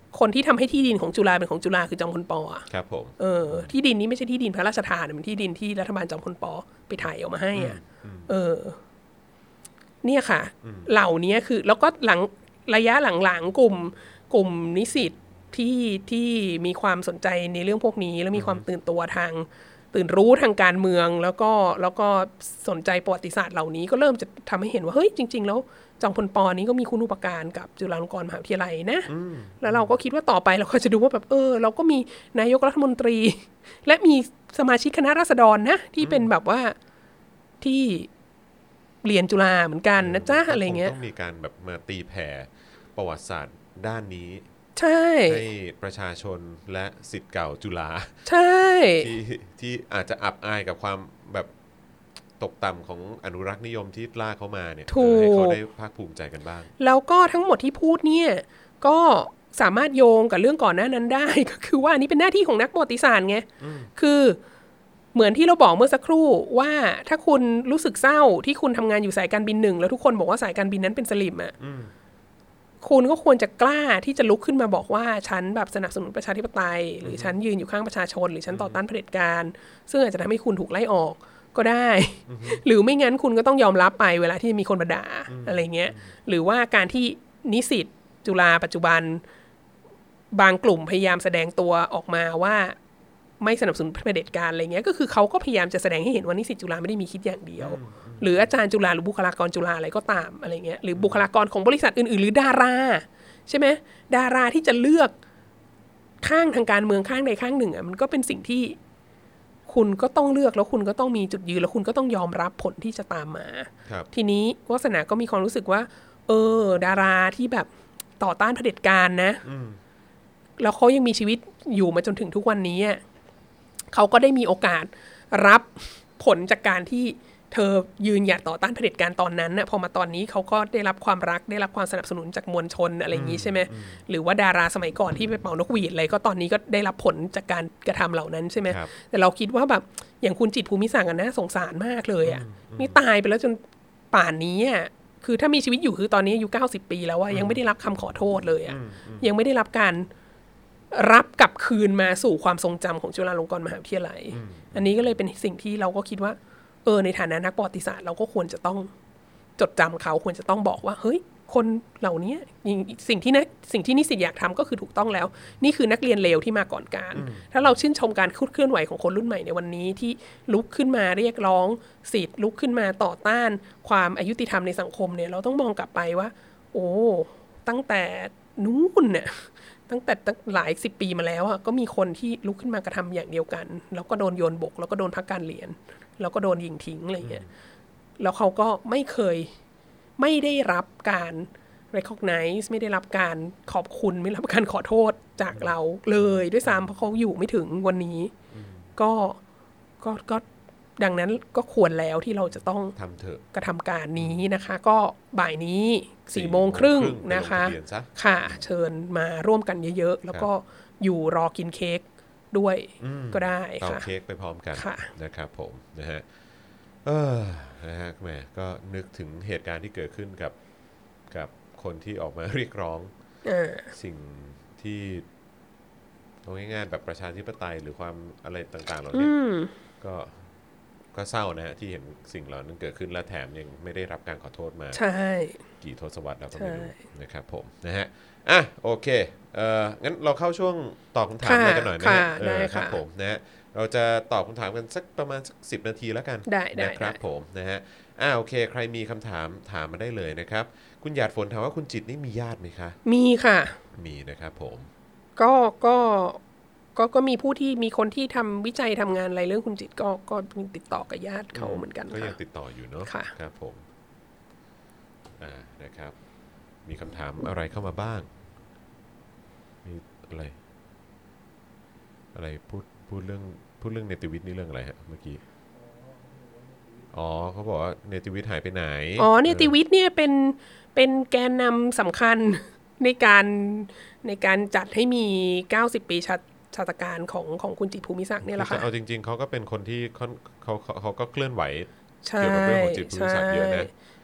คนที่ทำให้ที่ดินของจุฬาเป็นของจุฬาคือจอมพลป.อ่ะครับผมเออที่ดินนี้ไม่ใช่ที่ดินพระราชทานเป็นที่ดินที่รัฐบาลจอมพลป.ไปถ่ายออกมาให้อ่ะเออเนี่ยค่ะเหล่านี้คือแล้วก็หลังระยะหลังๆกลุ่มกลุ่มนิสิตที่ที่มีความสนใจในเรื่องพวกนี้แล้วมีความตื่นตัวทางตื่นรู้ทางการเมืองแล้วก็แล้วก็สนใจประวัติศาสตร์เหล่านี้ก็เริ่มจะทำให้เห็นว่าเฮ้ยจริงๆแล้วจอมพลป.นี้ก็มีคุณูปการกับจุฬาลงกรณ์มหาวิทยาลัยนะแล้วเราก็คิดว่าต่อไปเราก็จะดูว่าแบบเออเราก็มีนายกรัฐมนตรีและมีสมาชิกคณะราษฎรนะที่เป็นแบบว่าที่เรียนจุฬาเหมือนกันนะจ๊ะอะไรเงี้ยต้องมีการแบบมาตีแผ่ประวัติศาสตร์ด้านนี้ใช่ให้ประชาชนและศิษย์เก่าจุฬาใช่ที่ที่อาจจะอับอายกับความแบบตกต่ำของอนุรักษ์นิยมที่ล่าเขามาเนี่ยให้เขาได้ภาคภูมิใจกันบ้างแล้วก็ทั้งหมดที่พูดเนี่ยก็สามารถโยงกับเรื่องก่อนหน้านั้นได้ก็คือว่านี่เป็นหน้าที่ของนักประวัติศาสตร์ไงคือเหมือนที่เราบอกเมื่อสักครู่ว่าถ้าคุณรู้สึกเศร้าที่คุณทำงานอยู่สายการบินหนึ่งแล้วทุกคนบอกว่าสายการบินนั้นเป็นสลิมอ่ะคุณก็ควรจะกล้าที่จะลุกขึ้นมาบอกว่าฉันแบบสนับสนุนประชาธิปไตยหรือฉันยืนอยู่ข้างประชาชนหรือฉันต่อต้านเผด็จการซึ่งอาจจะทำให้คุณถูกไล่ออกก็ได้หรือไม่งั้นคุณก็ต้องยอมรับไปเวลาที่มีคนมาด่าอะไรเงี้ยหรือว่าการที่นิสิตจุฬาปัจจุบันบางกลุ่มพยายามแสดงตัวออกมาว่าไม่สนับสนุนเผด็จการอะไรเงี้ยก็คือเขาก็พยายามจะแสดงให้เห็นว่านิสิตจุฬาไม่ได้มีคิดอย่างเดียวหรืออาจารย์จุฬาหรือบุคลากรจุฬาอะไรก็ตามอะไรเงี้ยหรือบุคลากรของบริษัทอื่นๆหรือดาราใช่ไหมดาราที่จะเลือกข้างทางการเมืองข้างใดข้างหนึ่งอ่ะมันก็เป็นสิ่งที่คุณก็ต้องเลือกแล้วคุณก็ต้องมีจุดยืนแล้วคุณก็ต้องยอมรับผลที่จะตามมาทีนี้วาสนาก็มีความรู้สึกว่าเออดาราที่แบบต่อต้านเผด็จการนะแล้วเขายังมีชีวิตอยู่มาจนถึงทุกวันนี้เขาก็ได้มีโอกาสรับผลจากการที่เธอยืนหยัดต่อต้านเผด็จการตอนนั้นน่ะพอมาตอนนี้เขาก็ได้รับความรักได้รับความสนับสนุนจากมวลชนอะไรอย่างนี้ใช่ไหมหรือว่าดาราสมัยก่อนที่ไปเป่านกหวีดอะไรก็ตอนนี้ก็ได้รับผลจากการกระทำเหล่านั้นใช่ไหมแต่เราคิดว่าแบบอย่างคุณจิตรภูมิศักดิ์นะสงสารมากเลยอ่ะนี่ตายไปแล้วจนป่านนี้อ่ะคือถ้ามีชีวิตอยู่คือตอนนี้อายุเก้าสิบปีแล้วว่ายังไม่ได้รับคำขอโทษเลยอ่ะยังไม่ได้รับการรับกลับคืนมาสู่ความทรงจำของจุฬาลงกรณ์มหาวิทยาลัยอันนี้ก็เลยเป็นสิ่งที่เราก็คิดว่าเออในฐานะนักประวัติศาสตร์เราก็ควรจะต้องจดจำเขาควรจะต้องบอกว่าเฮ้ยคนเหล่านี้สิ่งที่นะสิ่งที่นิสิตอยากทำก็คือถูกต้องแล้วนี่คือนักเรียนเลวที่มาก่อนการถ้าเราชื่นชมการเคลื่อนไหวของคนรุ่นใหม่ในวันนี้ที่ลุกขึ้นมาเรียกร้องสิทธิ์ลุกขึ้นมาต่อต้านความอายุติธรรมในสังคมเนี่ยเราต้องมองกลับไปว่าโอ้ตั้งแต่นู้นเนี่ยตั้งแต่หลายสิบปีมาแล้วอ่ะก็มีคนที่ลุกขึ้นมากระทำอย่างเดียวกันแล้วก็โดนโยนบกแล้วก็โดนพักการเรียนแล้วก็โดนยิงทิ้งอะไรเงี้ยแล้วเขาก็ไม่เคยไม่ได้รับการ recognize ไม่ได้รับการขอบคุณไม่ได้รับการขอโทษจากเราเลยด้วยซ้ำเพราะเขาอยู่ไม่ถึงวันนี้ก็ก็ก็ดังนั้นก็ควรแล้วที่เราจะต้องทำเถอะกระทำการนี้นะคะก็บ่ายนี้สี่โมงครึ่งนะคะค่ะเชิญมาร่วมกันเยอะๆแล้วก็อยู่รอกินเค้กด้วยก็ได้ค่ะเอาเค้กไปพร้อมกันนะครับผมนะฮะเออนะฮะแหมก็นึกถึงเหตุการณ์ที่เกิดขึ้นกับกับคนที่ออกมาเรียกร้องสิ่งที่เอาง่ายๆแบบประชาธิปไตยหรือความอะไรต่างๆเหล่านี้ก็ก็เศร้านะฮะที่เห็นสิ่งเหล่านั้นเกิดขึ้นและแถมยังไม่ได้รับการขอโทษมาใช่กี่ทศวรรษแล้วก็ไม่รู้นะครับผมนะฮะอ่ะโอเคเอ่องั้นเราเข้าช่วงตอบคำถามอะไรกันหน่อยนะฮะเออครับผมนะฮะเราจะตอบคำถามกันสักประมาณสักสิบนาทีแล้วกันนะครับผมนะฮะอ่าโอเคใครมีคำถามถามมาได้เลยนะครับคุณหยาดฝนถามว่าคุณจิตนี่มีญาติไหมคะมีค่ะมีนะครับผมก็ก็ก็ก็มีผู้ที่มีคนที่ทำวิจัยทำงานอะไรเรื่องคุณจิตก็ก็ติดต่อกับญาติเขาเหมือนกันก็ยังติดต่ออยู่เนาะครับผมอ่านะครับมีคำถามอะไรเข้ามาบ้างมีอะไรอะไรพูดพูดเรื่องพูดเรื่องเนติวิทย์นี่เรื่องอะไรฮะเมื่อกี้อ๋อเขาบอกว่าเนติวิทย์หายไปไหนอ๋อเนติวิทย์เนี่ยเป็นเป็นแกนนำสำคัญในการในการจัดให้มีเก้าสิบปีชาชาตการของของคุณจิตรภูมิศักดิ์เนี่ยแหละค่ะเอาจริงๆเขาก็เป็นคนที่เขาเขาเขาก็เคลื่อนไหวเกี่ยวกับเรื่องของจิตรภูมิศักดิ์เยอะนะ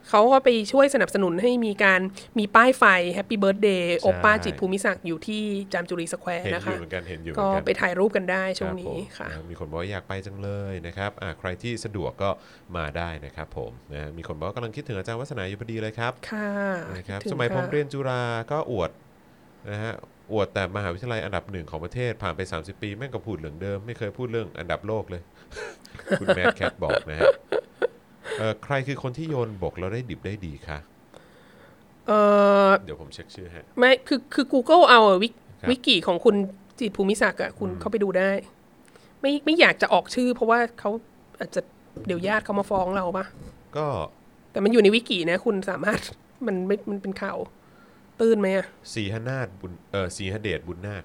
เขาก็ไปช่วยสนับสนุนให้มีการมีป้ายไฟ Happy Birthday โอป้าจิตรภูมิศักดิ์อยู่ที่จามจุรีสแควร์นะคะเห็นอยู่เหมือนกันเห็นอยู่เหมืก็อนกันไปถ่ายรูปกันได้ช่วงนี้ค่ะมีคนบอกว่าอยากไปจังเลยนะครับอ่ะใครที่สะดวกก็มาได้นะครับผมนะมีคนบอกว่ากำลังคิดถึงอาจารย์วัฒนาอยู่พอดีเลยครับค่ะนะครับสมัยผมเรียนจุฬาก็อวดนะฮะอวดแต่มหาวิทยาลัยอันดับหนึ่งของประเทศผ่านไปสามสิบปีแม่งก็พูดเรื่องเดิมไม่เคยพูดเรื่องอันดับโลกเลย คุณแมทแคทบอกนะฮะเอ่อใครคือคนที่โยนบกแล้วได้ดิบได้ดีคะเออเดี๋ยวผมเช็คชื่อฮะไม่คือคือ Google เอาวิวิกิของคุณจิตรภูมิศักดิ์อ่ะคุณเข้าไปดูได้ไม่ไม่อยากจะออกชื่อเพราะว่าเขาอาจจะเดี๋ยวญาติเขามาฟ้องเราปะก็แต่มันอยู่ในวิกินะคุณสามารถมันไม่มันเป็นข่าวตื้นไหมอ่ะสีหนาฏบุญเออสีหเดชบุญนาค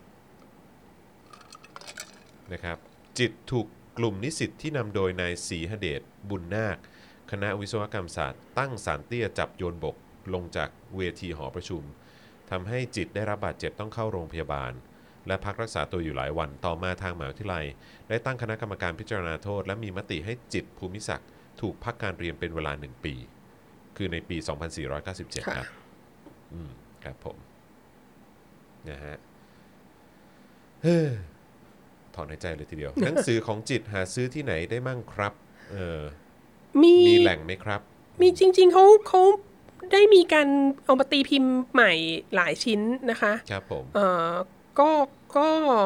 นะครับจิตถูกกลุ่มนิสิตที่นำโดยนายสีหเดชบุญนาคคณะวิศวกรรมศาสตร์ตั้งศาลเตี้ยจับโยนบกลงจากเวทีหอประชุมทำให้จิตได้รับบาดเจ็บต้องเข้าโรงพยาบาลและพักรักษาตัวอยู่หลายวันต่อมาทางมหาวิทยาลัยได้ตั้งคณะกรรมการพิจารณาโทษและมีมติให้จิตภูมิศักดิ์ถูกพักการเรียนเป็นเวลาหนึ่งปีคือในปีสองพันสี่ร้อยเก้าสิบเจ็ดครับอืมครับผมนะฮะเฮ้อถอนหายใจเลยทีเดียว หนังสือของจิตหาซื้อที่ไหนได้มั่งครับเออมีมีแหล่งไหมครับมีจริงๆเขาเขาได้มีการเอามาตีพิมพ์ใหม่หลายชิ้นนะคะครับผมเอ่อก็ก็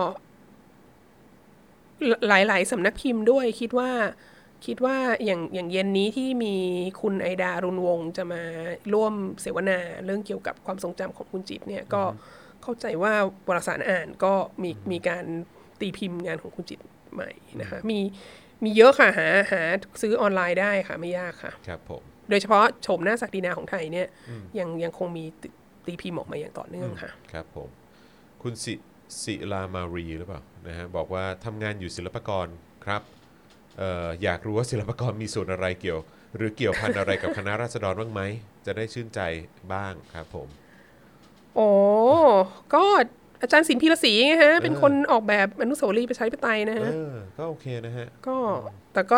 หลายๆสำนักพิมพ์ด้วยคิดว่าคิดว่าอย่างอย่างเย็นนี้ที่มีคุณไอดารุณวงศ์จะมาร่วมเสวนาเรื่องเกี่ยวกับความทรงจำของคุณจิตเนี่ยก็เข้าใจว่าวารสารอ่านก็มีมีการตีพิมพ์งานของคุณจิตใหม่นะคะมีมีเยอะค่ะหาหาซื้อออนไลน์ได้ค่ะไม่ยากค่ะครับผมโดยเฉพาะโฉมหน้าศักดินาของไทยเนี่ยยังยังคงมีตีพิมพ์ออกมาอย่างต่อเนื่องค่ะครับผมคุณสิศิลามารีหรือเปล่านะฮะบอกว่าทำงานอยู่ศิลปากรครับเอ่ออยากรู้ว่าศิลปากรมีส่วนอะไรเกี่ยวหรือเกี่ยวพันอะไรกับคณะราษฎรบ้างไหมจะได้ชื่นใจบ้างครับผมโอ้ก็อาจารย์สินพีระศรีไงฮะเป็นคนออกแบบอนุสาวรีย์ประชาธิปไตยนะฮะก็โอเคนะฮะก็แต่ก็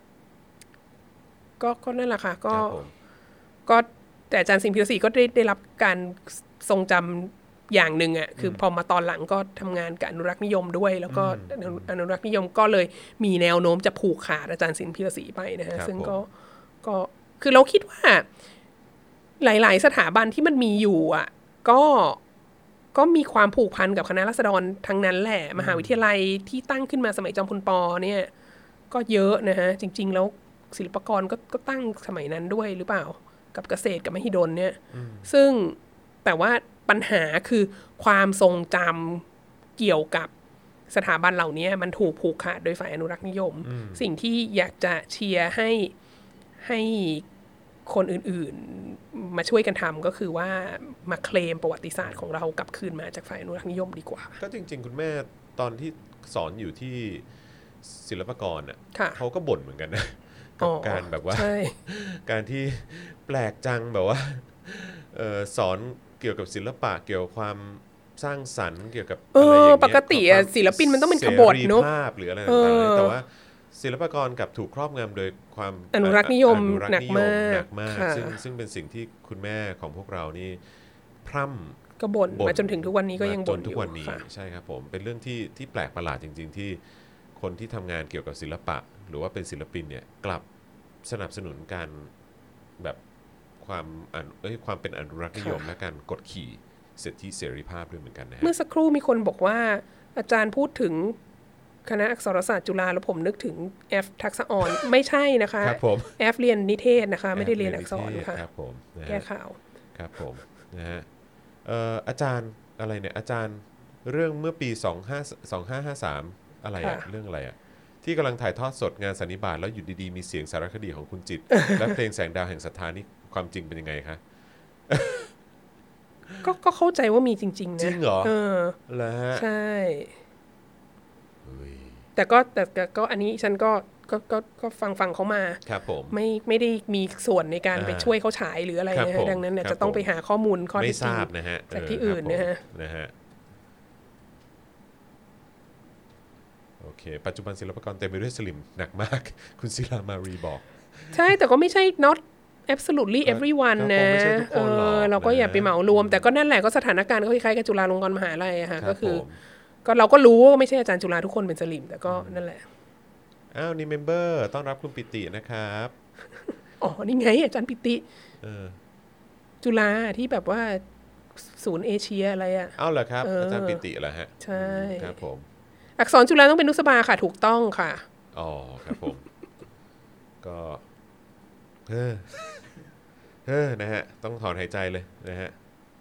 ก็ก็นั่นแหละค่ะก็ก็แต่อาจารย์สินพีระศรีก็ได้ได้รับการทรงจำอย่างหนึ่งอ่ะคือพอมาตอนหลังก็ทำงานกับอนุรักษ์นิยมด้วยแล้วก็อนุรักษ์นิยมก็เลยมีแนวโน้มจะผูกขาดอาจารย์สินพีระศรีไปนะฮะซึ่งก็ก็คือเราคิดว่าหลายๆสถาบันที่มันมีอยู่อ่ะก็ก็มีความผูกพันกับคณะราษฎรทั้งนั้นแหละมหาวิทยาลัยที่ตั้งขึ้นมาสมัยจอมพลป.เนี่ยก็เยอะนะฮะจริงๆแล้วศิลปากรก็ก็ตั้งสมัยนั้นด้วยหรือเปล่ากับเกษตรกับมหิดลเนี่ยซึ่งแต่ว่าปัญหาคือความทรงจำเกี่ยวกับสถาบันเหล่านี้มันถูกผูกขาดโดยฝ่ายอนุรักษ์นิยมสิ่งที่อยากจะเชียร์ให้ให้คนอื่นๆมาช่วยกันทำก็คือว่ามาเคลมประวัติศาสตร์ของเรากลับคืนมาจากฝ่ายอนุรักษ์นิยมดีกว่าก็จริงๆคุณแม่ตอนที่สอนอยู่ที่ศิลปากรอ่ะเขาก็บ่นเหมือนกันนะกับการแบบว่าการที่แปลกจังแบบว่าสอนเกี่ยวกับศิลปะเกี่ยวกับความสร้างสรรค์เกี่ยวกับอะไรอย่างเงี้ยปกติอ่ะศิลปินมันต้องเป็นขบฏเนาะหรืออะไรต่างๆแต่ว่าศิลปากรกับถูกครอบงำโดยความอนุรักษ์นิยมหนักมากหนักมากซึ่งซึ่งเป็นสิ่งที่คุณแม่ของพวกเรานี่พร่ำก็บ่นมาจนถึงทุกวันนี้ก็ยังบ่นอยู่ทุกวันนี้ใช่ครับผมเป็นเรื่องที่ที่แปลกประหลาดจริงๆที่คนที่ทำงานเกี่ยวกับศิลปะหรือว่าเป็นศิลปินเนี่ยกลับสนับสนุนการแบบความเอ้ยความเป็นอนุรักษ์นิยมและการกดขี่สิทธิเสรีภาพด้วยเหมือนกันนะเมื่อสักครู่มีคนบอกว่าอาจารย์พูดถึงคณะอักษรศาสตร์จุฬาแล้วผมนึกถึงแอฟทักษะอ่อนไม่ใช่นะคะแอฟเรียนนิเทศนะคะไม่ได้เรียนอักษรค่ะแก้ข่าวครับผมนะฮะอาจารย์อะไรเนี่ยอาจารย์เรื่องเมื่อปีสองพันห้าร้อยห้าสิบสามอะไรอะเรื่องอะไรอะที่กำลังถ่ายทอดสดงานสันนิบาตแล้วอยู่ดีๆมีเสียงสารคดีของคุณจิตและเพลงแสงดาวแห่งศรัทธานี่ความจริงเป็นยังไงคะก็ก็เข้าใจว่ามีจริงๆนะจริงเหรอเออแล้วฮะใช่แต่ก็แต่ก็อันนี้ฉันก็ก็ก็ก็ฟังฟังเขามาครับผมไม่ไม่ได้มีส่วนในการไปช่วยเขาฉายหรืออะไรนะฮะดังนั้นเนี่ยจะต้องไปหาข้อมูลข้อเท็จจริงจากที่อื่นนะฮะนะฮะโอเคปัจจุบันศิลปากรเต็มไปด้วยสลิมหนักมากคุณศิลามารีบอกใช่แต่ก็ไม่ใช่ not absolutely everyone นะเออเราก็อย่าไปเหมารวมแต่ก็นั่นแหละก็สถานการณ์ก็คล้ายๆกับจุฬาลงกรณ์มหาวิทยาลัยอะค่ะก็คือก็เราก็รู้ว่าไม่ใช่อาจารย์จุฬาทุกคนเป็นสลิมแต่ก็นั่นแหละอ้าวนี่เมมเบอร์ต้อนรับคุณปิตินะครับอ๋อนี่ไงอาจารย์ปิติเออจุฬาที่แบบว่าศูนย์เอเชียอะไรอ่ะอ้าวเหรอครับอาจารย์ปิติเหรอฮะใช่ครับผมอักษรจุฬาต้องเป็นนุสบาค่ะถูกต้องค่ะอ๋อครับผมก็เออเออนะฮะต้องถอนหายใจเลยนะฮะ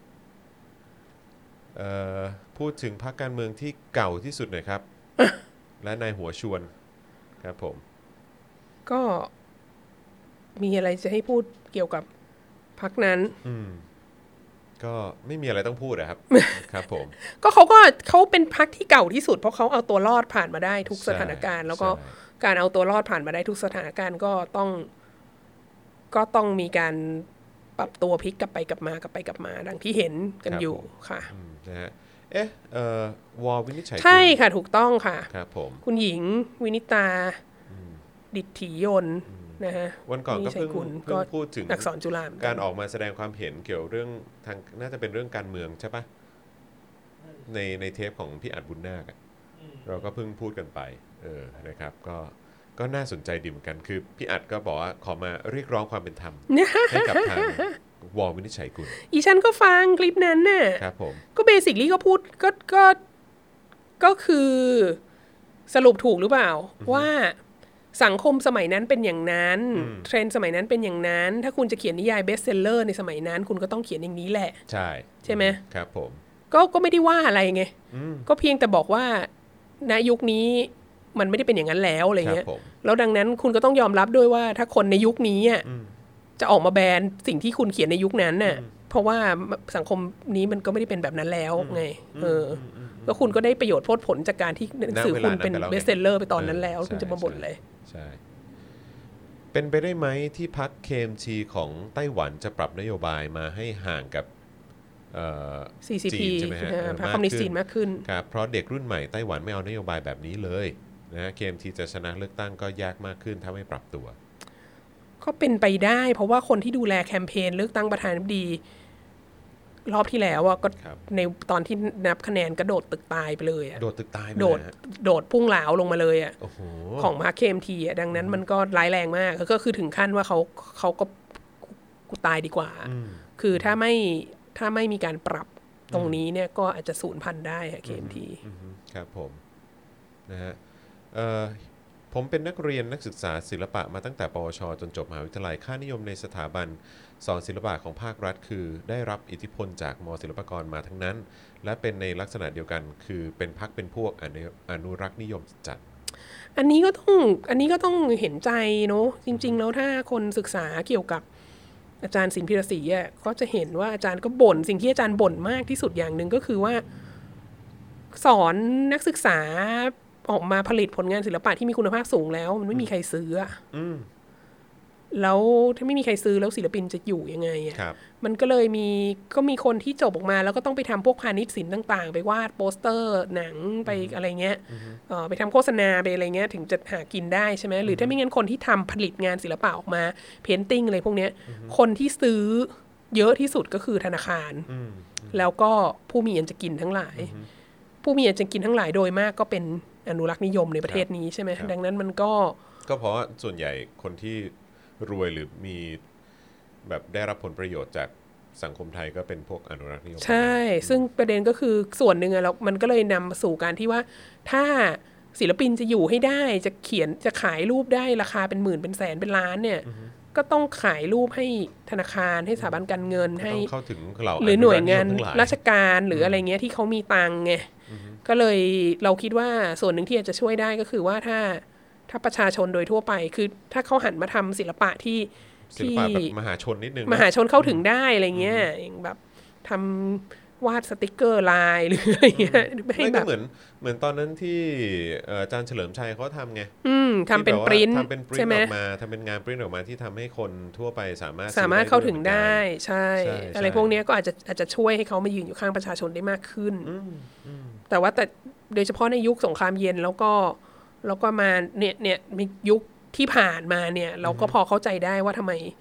เอ่อพูดถึงพรรคการเมืองที่เก่าที่สุดหน่อยครับ และนายหัวชวนครับผมก็มีอะไรจะให้พูดเกี่ยวกับพรรคนั้นอืมก็ไม่มีอะไรต้องพูดอะครับ ครับผมก็เขาก็เขาเป็นพรรคที่เก่าที่สุดเพราะเขาเอาตัวรอดผ่านมาได้ทุกสถานการณ์แล้วก็การเอาตัวรอดผ่านมาได้ทุกสถานการณ์ก็ต้องก็ต้องมีการปรับตัวพลิกกลับไปกลับมากลับไปกลับมาดังที่เห็นกันอยู่ค่ะนะฮะเอ๊ะเอ่อวอวินิจฉัยใช่ค่ะถูกต้องค่ะครับผมคุณหญิงวินิตาดิษฐียนต์นะฮะวันก่อนก็เพิ่งเพิ่งพูดถึงอักษรจุฬาการออกมาแสดงความเห็นเกี่ยวเรื่องทางน่าจะเป็นเรื่องการเมืองใช่ปะในในเทปของพี่อัดบุญนาคเราก็เพิ่งพูดกันไปเออนะครับก็ก็น่าสนใจดีเหมือนกันคือพี่อัดก็บอกว่าขอมาเรียกร้องความเป็นธรรมให้กับทางวอวินิจฉัยกุลอีฉันก็ฟังคลิปนั้นน่ะครับผมก็เบสิคลี่ก็พูดก็ก็ก็คือสรุปถูกหรือเปล่าว่าสังคมสมัยนั้นเป็นอย่างนั้นเทรนด์สมัยนั้นเป็นอย่างนั้นถ้าคุณจะเขียนนิยายเบสเซลเลอร์ในสมัยนั้นคุณก็ต้องเขียนอย่างนี้แหละใช่ใช่ไหมครับผมก็ก็ไม่ได้ว่าอะไรไงก็เพียงแต่บอกว่าณยุคนี้มันไม่ได้เป็นอย่างนั้นแล้วอะไรเงี้ยแล้วดังนั้นคุณก็ต้องยอมรับด้วยว่าถ้าคนในยุคนี้จะออกมาแบนสิ่งที่คุณเขียนในยุคนั้นน่ะเพราะว่าสังคมนี้มันก็ไม่ได้เป็นแบบนั้นแล้วไงเออก็คุณก็ได้ประโยชน์โพดผลจากการที่หนังสือคุณเป็นเบสเซลเลอร์ไปตอนนั้นแล้วคุณจะมาบ่นเลยใช่เป็นไปได้ไหมที่พรรค เค เอ็ม ที ของไต้หวันจะปรับนโยบายมาให้ห่างกับซี ซี พี ใช่ไหมฮะพรรคคอมมิวนิสต์จีนมากขึ้นครับเพราะเด็กรุ่นใหม่ไต้หวันไม่เอานโยบายแบบนี้เลยนะ เค เอ็ม ที จะชนะเลือกตั้งก็ยากมากขึ้นถ้าไม่ปรับตัวก็เป็นไปได้เพราะว่าคนที่ดูแลแคมเปญเลือกตั้งประธานาธิบดีรอบที่แล้วอ่ะก็ในตอนที่นับคะแนนกระโดดตึกตายไปเลยอ่ะโดดตึกตายโดดโดดพุ่งเหลาลงมาเลยอ่ะโอ้โหของพรรค เค เอ็ม ที อ่ะดังนั้นมันก็ร้ายแรงมากก็คือถึงขั้นว่าเขาเขาก็กูตายดีกว่าคือถ้าไม่ถ้าไม่มีการปรับตรงนี้เนี่ยก็อาจจะสูญพันธุ์ได้ค่ะ เค เอ็ม ทีครับผมนะฮะเอ่อผมเป็นนักเรียนนักศึกษาศิลปะมาตั้งแต่ปวชจนจบมหาวิทยาลัยค่านิยมในสถาบันสอนศิลปะของภาครัฐคือได้รับอิทธิพลจากม.ศิลปากรมาทั้งนั้นและเป็นในลักษณะเดียวกันคือเป็นพรรคเป็นพวกอนุรักษ์นิยมจัดอันนี้ก็ต้องอันนี้ก็ต้องเห็นใจเนาะจริงๆแล้วถ้าคนศึกษาเกี่ยวกับอาจารย์สินพิรศรีอ่ะก็จะเห็นว่าอาจารย์ก็บ่นสิ่งที่อาจารย์บ่นมากที่สุดอย่างหนึ่งก็คือว่าสอนนักศึกษาออกมาผลิตผลงานศิลปะที่มีคุณภาพสูงแล้วมันไม่มีใครซื้ออ่ะแล้วถ้าไม่มีใครซื้อแล้วศิลปินจะอยู่ยังไงอ่ะมันก็เลยมีก็มีคนที่จบออกมาแล้วก็ต้องไปทำพวกพาณิชย์ศิลป์ต่างๆไปวาดโปสเตอร์หนังไปอะไรเงี้ยเออไปทำโฆษณาไปอะไรเงี้ยถึงจะหากินได้ใช่ไหมหรือถ้าไม่งั้นคนที่ทำผลิตงานศิลปะออกมาเพนติ้งอะไรพวกเนี้ยคนที่ซื้อเยอะที่สุดก็คือธนาคารแล้วก็ผู้มีอันจะกินทั้งหลายผู้มีอันจะกินทั้งหลายโดยมากก็เป็นอนุรักษ์นิยมในประเทศนี้ใช่ไหมดังนั้นมันก็ก็เพราะส่วนใหญ่คนที่รวยหรือมีแบบได้รับผลประโยชน์จากสังคมไทยก็เป็นพวกอนุรักษ์นิยมใช่ซึ่งประเด็นก็คือส่วนหนึ่งอะแล้วมันก็เลยนำมาสู่การที่ว่าถ้าศิลปินจะอยู่ให้ได้จะเขียนจะขายรูปได้ราคาเป็นหมื่นเป็นแสนเป็นล้านเนี่ยก็ต้องขายรูปให้ธนาคารให้สถาบันการเงินให้เข้าถึงเราหรือหน่วยงานราชการหรืออะไรเงี้ยที่เขามีตังไงก็เลยเราคิดว่าส่วนหนึ่งที่อาจจะช่วยได้ก็คือว่าถ้าถ้าประชาชนโดยทั่วไปคือถ้าเขาหันมาทำศิลปะที่ศิลปะแบบมหาชนนิดนึงมหาชนเข้าถึงได้อะไรเงี้ยอย่างแบบทำวาดสติกเกอร์ลายหรืออะไรเงี้ยให้แบบเหมือนเหมือนตอนนั้นที่อาจารย์เฉลิมชัยเขาทำไงทำเป็นปริ้นใช่ไหมออกมาทำเป็นงานปริ้นออกมาที่ทำให้คนทั่วไปสามารถสามารถเข้าถึงได้ใช่อะไรพวกนี้ก็อาจจะอาจจะช่วยให้เขามายืนอยู่ข้างประชาชนได้มากขึ้นแต่ว่าแต่โดยเฉพาะในยุคสงครามเย็นแล้วก็แล้วก็มาเนี่ยเนี่ยมียุคที่ผ่านมาเนี่ยเราก็พอเข้าใจได้ว่าทำไม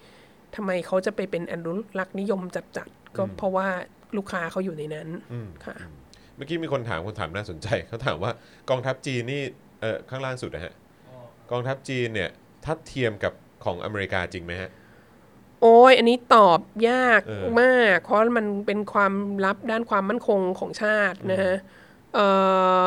ทำไมเขาจะไปเป็นอนุรักษ์นิยมจัดๆก็เพราะว่าลูกค้าเขาอยู่ในนั้นค่ะเมื่อกี้มีคนถามคนถามน่าสนใจเขาถามว่ากองทัพจีนนี่เออข้างล่างสุดนะฮะกองทัพจีนเนี่ยทัดเทียมกับของอเมริกาจริงไหมฮะโอ้ยอันนี้ตอบยากมากเพราะมันเป็นความลับด้านความมั่นคงของชาตินะฮะเออ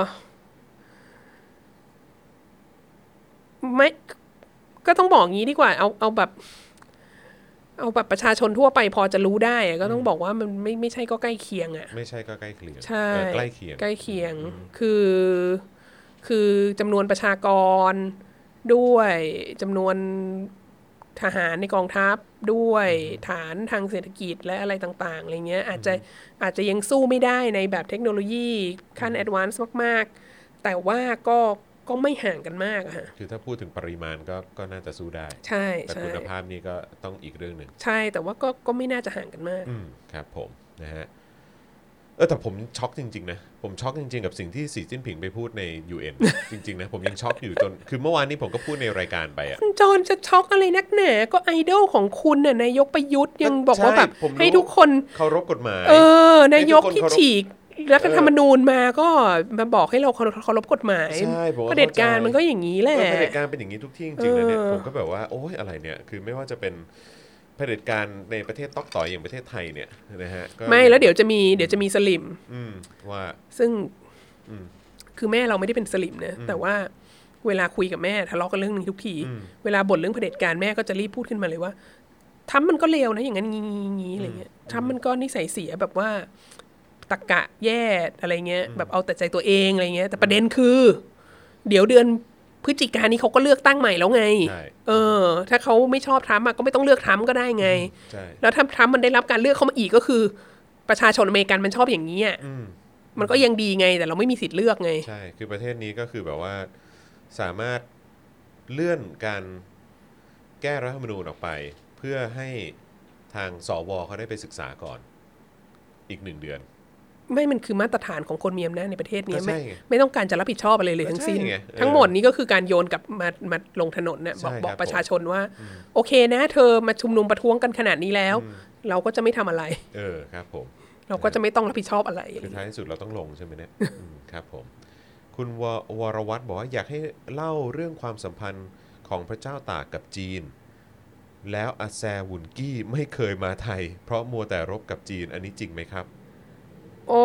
ไม่ก็ต้องบอกงี้ดีกว่าเอาเอาแบบเอาแบบประชาชนทั่วไปพอจะรู้ได้ก็ต้องบอกว่ามันไม่ไม่ใช่ก็ใกล้เคียงอ่ะไม่ใช่ก็ใกล้เคียงใช่ใกล้เคียงใกล้เคียงคือคือจำนวนประชากรด้วยจำนวนทหารในกองทัพด้วยฐานทางเศรษฐกิจและอะไรต่างๆอะไรเงี้ยอาจจะอาจจะยังสู้ไม่ได้ในแบบเทคโนโลยีขั้นแอดวานซ์มากๆแต่ว่าก็ก็ไม่ห่างกันมากอะค่ะคือถ้าพูดถึงปริมาณก็ก็น่าจะสู้ได้ใช่แต่คุณภาพนี่ก็ต้องอีกเรื่องหนึ่งใช่แต่ว่าก็ก็ไม่น่าจะห่างกันมากครับผมนะฮะเออแต่ผมช็อกจริงๆนะผมช็อกจริงๆกับสิ่งที่สีจิ้นผิงไปพูดใน ยู เอ็น จริงๆนะผมยังช็อกอยู่จนคือเมื่อวานนี้ผมก็พูดในรายการไปอ่ะคุณจอนจะช็อกอะไรนักหนาก็ไอดอลของคุณน่ะนายกประยุทธ์ยังบอกว่าแบบให้ทุกคนเคารพกฎหมายเออนายกที่ฉีกรัฐธรรมนูญมาก็มาบอกให้เราเคารพกฎหมายเผด็จการมันก็อย่างนี้แหละเผด็จการเป็นอย่างนี้ทุกที่จริงๆนะเนี่ยผมก็แบบว่าโอ๊ยอะไรเนี่ยคือไม่ว่าจะเป็นเผด็จการในประเทศต๊อกต่อยอย่างประเทศไทยเนี่ยนะฮะไม่แล้วเดี๋ยวจะมีเดี๋ยวจะมีสลิมว่าซึ่งคือแม่เราไม่ได้เป็นสลิมนะแต่ว่าเวลาคุยกับแม่ทะเลาะกันเรื่องนึงทุกทีเวลาบ่นเรื่องเผด็จการแม่ก็จะรีบพูดขึ้นมาเลยว่าทำมันก็เลวนะอย่างนั้นงี้ๆอะไรเงี้ยทำมันก็นิสัยเสียแบบว่าตะกะแย่อะไรเงี้ยแบบเอาแต่ใจตัวเองอะไรเงี้ยแต่ประเด็นคือเดี๋ยวเดือนพฤศจิกายนนี้เขาก็เลือกตั้งใหม่แล้วไงเออถ้าเขาไม่ชอบทรัมป์ก็ไม่ต้องเลือกทรัมป์ก็ได้ไงแล้วถ้าทรัมป์มันได้รับการเลือกเข้ามาอีกก็คือประชาชนอเมริกันมันชอบอย่างนี้อ่ะมันก็ยังดีไงแต่เราไม่มีสิทธิ์เลือกไงใช่คือประเทศนี้ก็คือแบบว่าสามารถเลื่อนการแก้รัฐธรรมนูญออกไปเพื่อให้ทางสวเขาได้ไปศึกษาก่อนอีกหนึ่งเดือนไม่มันคือมาตรฐานของคนมีอำนาจในประเทศนี้ไม่ไม่ต้องการจะรับผิดชอบอะไรเลยทั้งสิ้นทั้งหมดนี้ก็คือการโยนกับมามาลงถนนเนี่ยบอกบอกประชาชนว่าโอเคนะเธอมาชุมนุมประท้วงกันขนาดนี้แล้วเราก็จะไม่ทำอะไรเออครับผมเราก็จะไม่ต้องรับผิดชอบอะไรคือท้ายที่สุดเราต้องลงใช่ไหมเนี่ยครับผมคุณวรวัฒน์บอกว่าอยากให้เล่าเรื่องความสัมพันธ์ของพระเจ้าตากกับจีนแล้วอาแซวุนกี้ไม่เคยมาไทยเพราะมัวแต่รบกับจีนอันนี้จริงไหมครับโอ้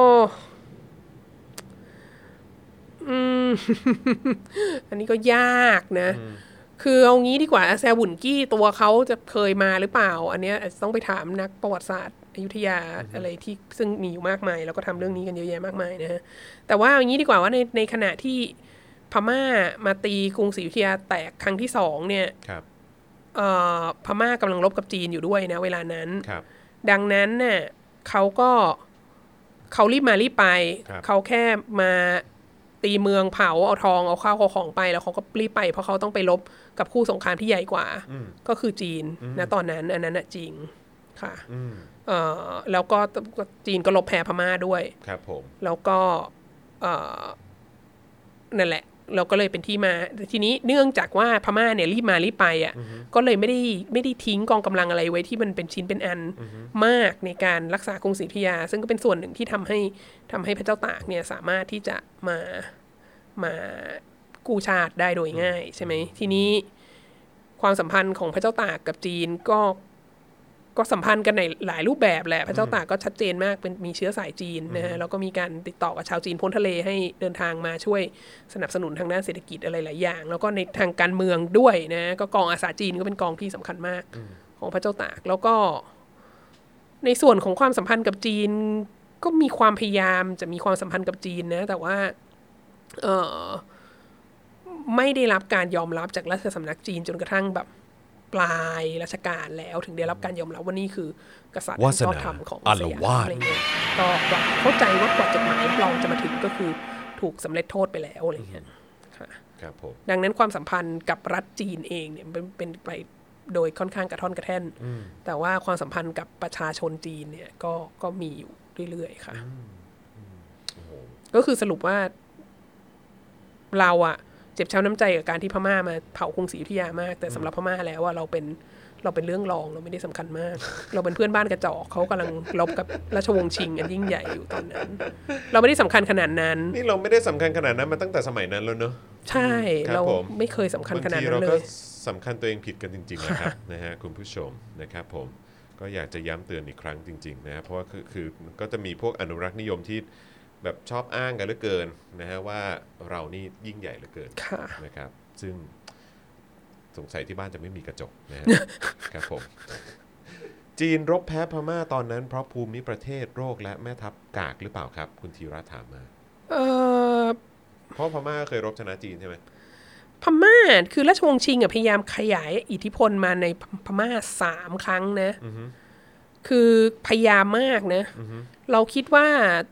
อืม อันนี้ก็ยากนะคือเอางี้ดีกว่าอาแซวุนกี้ตัวเขาจะเคยมาหรือเปล่าอันเนี้ยต้องไปถามนักประวัติศาสตร์อยุธยาอะไรที่ซึ่งมีอยู่มากมายแล้วก็ทำเรื่องนี้กันเยอะแยะมากมายนะฮะแต่ว่าอย่างนี้ดีกว่าว่าในในขณะที่พม่ามาตีกรุงศรีอยุธยาแตกครั้งที่สองเนี่ยพม่ากำลังรบกับจีนอยู่ด้วยนะเวลานั้นดังนั้นเน่ะเขาก็เขารีบมารีบไปเขาแค่มาตีเมืองเผาเอาทองเอาข้าวเอาของไปแล้วเขาก็รีบไปเพราะเขาต้องไปรบกับคู่สงครามที่ใหญ่กว่าก็คือจีนนะตอนนั้นอันนั้นน่ะจริงค่ะเอ่อแล้วก็จีนก็รบแพ้พม่าด้วยครับผมแล้วก็เอ่อนั่นแหละเราก็เลยเป็นที่มาทีนี้เนื่องจากว่าพม่าเนี่ยรีบมารีบไปอ่ะก็เลยไม่ได้ไม่ได้ทิ้งกองกำลังอะไรไว้ที่มันเป็นชิ้นเป็นอันมากในการรักษากรุงศรีอยุธยาซึ่งก็เป็นส่วนหนึ่งที่ทำให้ทำให้พระเจ้าตากเนี่ยสามารถที่จะมามากู้ชาติได้โดยง่ายใช่ไหมทีนี้ความสัมพันธ์ของพระเจ้าตากกับจีนก็ก็สัมพันธ์กันในหลายรูปแบบแหละพระเจ้าตากก็ชัดเจนมากเป็นมีเชื้อสายจีนนะฮะแล้วก็มีการติดต่อกับชาวจีนพ้นทะเลให้เดินทางมาช่วยสนับสนุนทางด้านเศรษฐกิจอะไรหลายอย่างแล้วก็ในทางการเมืองด้วยนะก็กองอาสาจีนก็เป็นกองที่สำคัญมากของพระเจ้าตากแล้วก็ในส่วนของความสัมพันธ์กับจีนก็มีความพยายามจะมีความสัมพันธ์กับจีนนะแต่ว่าเออไม่ได้รับการยอมรับจากราชสำนักจีนจนกระทั่งแบบปลายรัชกาลแล้วถึงได้รับการยอมรับว่านี่คือกษัตริย์ที่ชอบธรรมของสยามอะไรเงี้ยก็เข้าใจว่ากว่าจดหมายรับรองจะมาถึงก็คือถูกสำเร็จโทษไปแล้วอะไรเงี้ยค่ะครับผมดังนั้นความสัมพันธ์กับรัฐจีนเองเนี่ยเป็นเป็นไปโดยค่อนข้างกระท่อนกระแท่นแต่ว่าความสัมพันธ์กับประชาชนจีนเนี่ยก็ก็มีอยู่เรื่อยๆค่ะก็คือสรุปว่าเราอะเจ็บช้ำน้ำใจกับการที่พม่ามาเผากรุงศรีอยุธยามากแต่สำหรับพม่าแล้วว่าเราเป็นเราเป็นเรื่องรองเราไม่ได้สำคัญมากเราเป็นเพื่อนบ้านกระจอกเขากำลังรบกับราชวงศ์ชิงอันยิ่งใหญ่อยู่ตอนนั้นเราไม่ได้สำคัญขนาดนั้นนี่เราไม่ได้สำคัญขนาดนั้นมาตั้งแต่สมัยนั้นแล้วเนอะใช่เราไม่เคยสำคัญขนาดนั้นเลยสำคัญตัวเองผิดกันจริงๆนะครับ นะฮะคุณผู้ชมนะครับผมก็อยากจะย้ำเตือนอีกครั้งจริงๆนะเพราะว่าคือคือก็จะมีพวกอนุรักษ์นิยมที่แบบชอบอ้างกันเหลือเกินนะฮะว่าเรานี่ยิ่งใหญ่เหลือเกินนะครับซึ่งสงสัยที่บ้านจะไม่มีกระจกนะฮะ ครับผมจีนรบแพ้พม่าตอนนั้นเพราะภูมิประเทศโรคและแม่ทัพกากหรือเปล่าครับคุณธีระถามมาเออเพราะพม่าเคยรบชนะจีนใช่ไหมพม่าคือราชวงศ์ชิงพยายามขยายอิทธิพลมาในพม่าสามครั้งนะคือพยายามมากนะเราคิดว่า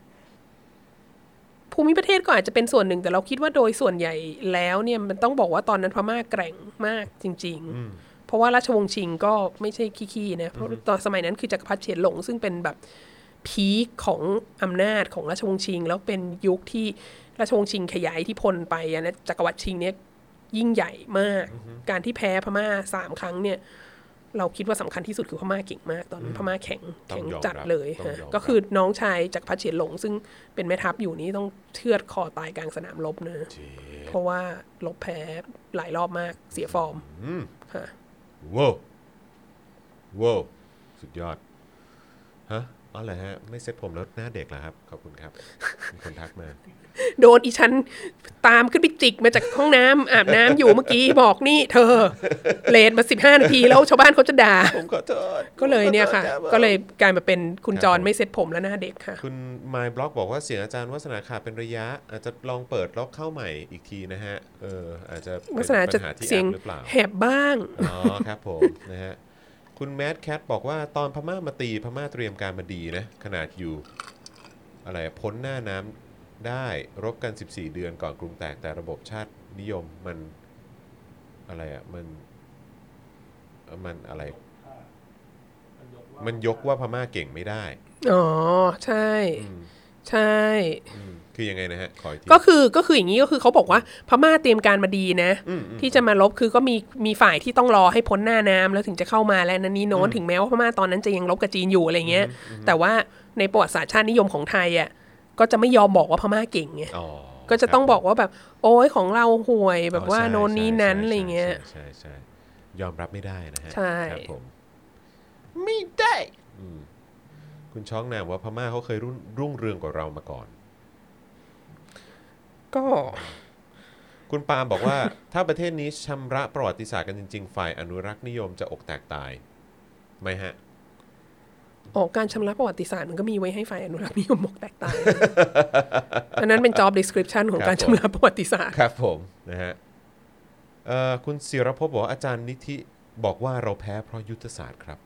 ภูมิประเทศก็อาจจะเป็นส่วนหนึ่งแต่เราคิดว่าโดยส่วนใหญ่แล้วเนี่ยมันต้องบอกว่าตอนนั้นพม่าแกร่งมากจริงๆเพราะว่าราชวงศ์ชิงก็ไม่ใช่ขี้ๆนะเพราะตอนสมัยนั้นคือจักรพรรดิเฉียนหลงซึ่งเป็นแบบพีคของอำนาจของราชวงศ์ชิงแล้วเป็นยุคที่ราชวงศ์ชิงขยายอิทธิพลไปนะจักรวรรดิชิงเนี่ยยิ่งใหญ่มากการที่แพ้พม่าสามครั้งเนี่ยเราคิดว่าสำคัญที่สุดคือพม่าเก่งมากตอนนั้นพม่าแข็งแข็งจัดเลยฮะก็คือน้องชายจักรพรรดิเฉียนหลงซึ่งเป็นแม่ทัพอยู่นี้ต้องเชือดคอตายกลางสนามรบนะเพราะว่าลบแพ้หลายรอบมากเสียฟอร์มฮะว้าวว้าวสุดยอดฮะอ๋อเหรอฮะไม่เซ็ตผมแล้วหน้าเด็กเหรอครับขอบคุณครับมีคนทักมาโดนอีฉันตามขึ้นไปจิกมาจากห้องน้ำอาบน้ำอยู่เมื่อกี้บอกนี่เธอเลทมาสิบห้านาทีแล้วชาวบ้านเขาจะด่าผมขอโทษก็เลยเนี่ยค่ะก็เลยกลายมาเป็นคุณจรไม่เซ็ตผมแล้วหน้าเด็กค่ะคุณ My Blog บอกว่าเสียงอาจารย์วัฒนาขาดเป็นระยะอาจจะลองเปิดล็อกเข้าใหม่อีกทีนะฮะเอออาจจะวัฒนาจะเสียงแหบบ้างอ๋อครับผมนะฮะคุณแมดแคทบอกว่าตอนพม่ามาตีพม่าเตรียมการมาดีนะขนาดอยู่อะไรพ้นหน้าน้ำได้รบกันสิบสี่เดือนก่อนกรุงแตกแต่ระบบชาตินิยมมันอะไรอ่ะมันมันอะไรมันยกว่าพม่าเก่งไม่ได้อ๋อใช่ใช่คือยังไงนะฮะขออีกทีก็คือก็คืออย่างนี้ก็คือเขาบอกว่าพม่าเตรียมการมาดีนะที่จะมารบคือก็มีมีฝ่ายที่ต้องรอให้พ้นหน้าน้ำแล้วถึงจะเข้ามาและนั้นนี้โน้นถึงแม้ว่าพม่าตอนนั้นจะยังรบกับจีนอยู่อะไรเงี้ยแต่ว่าในประวัติศาสตร์ชาตินิยมของไทยอ่ะก็จะไม่ยอมบอกว่าพม่าเก่งไงก็จะต้องบอกว่าแบบโอ้ยของเราห่วยแบบว่าโน้นนี้นั้นอะไรเงี้ยใช่ใช่ยอมรับไม่ได้นะฮะใช่ครับผมไม่ได้คุณช้องนามว่าพม่าเขาเคยรุ่งรุ่งเรืองกว่าเรามาก่อนก็คุณปาล์มบอกว่า ถ้าประเทศนี้ชำระประวัติศาสตร์กันจริงๆฝ่ายอนุรักษ์นิยมจะอกแตกตายไหมฮะอ๋อการชำระประวัติศาสตร์มันก็มีไว้ให้ฝ่ายอนุรักษ์นิยมอกแตกตายอันนั้นเป็น job description ของการชำระประวัติศาสตร์ครับผมนะฮะคุณศิรภพบอกว่าอาจารย์นิธิบอกว่าเราแพ้เพราะยุทธศาสตร์ครับ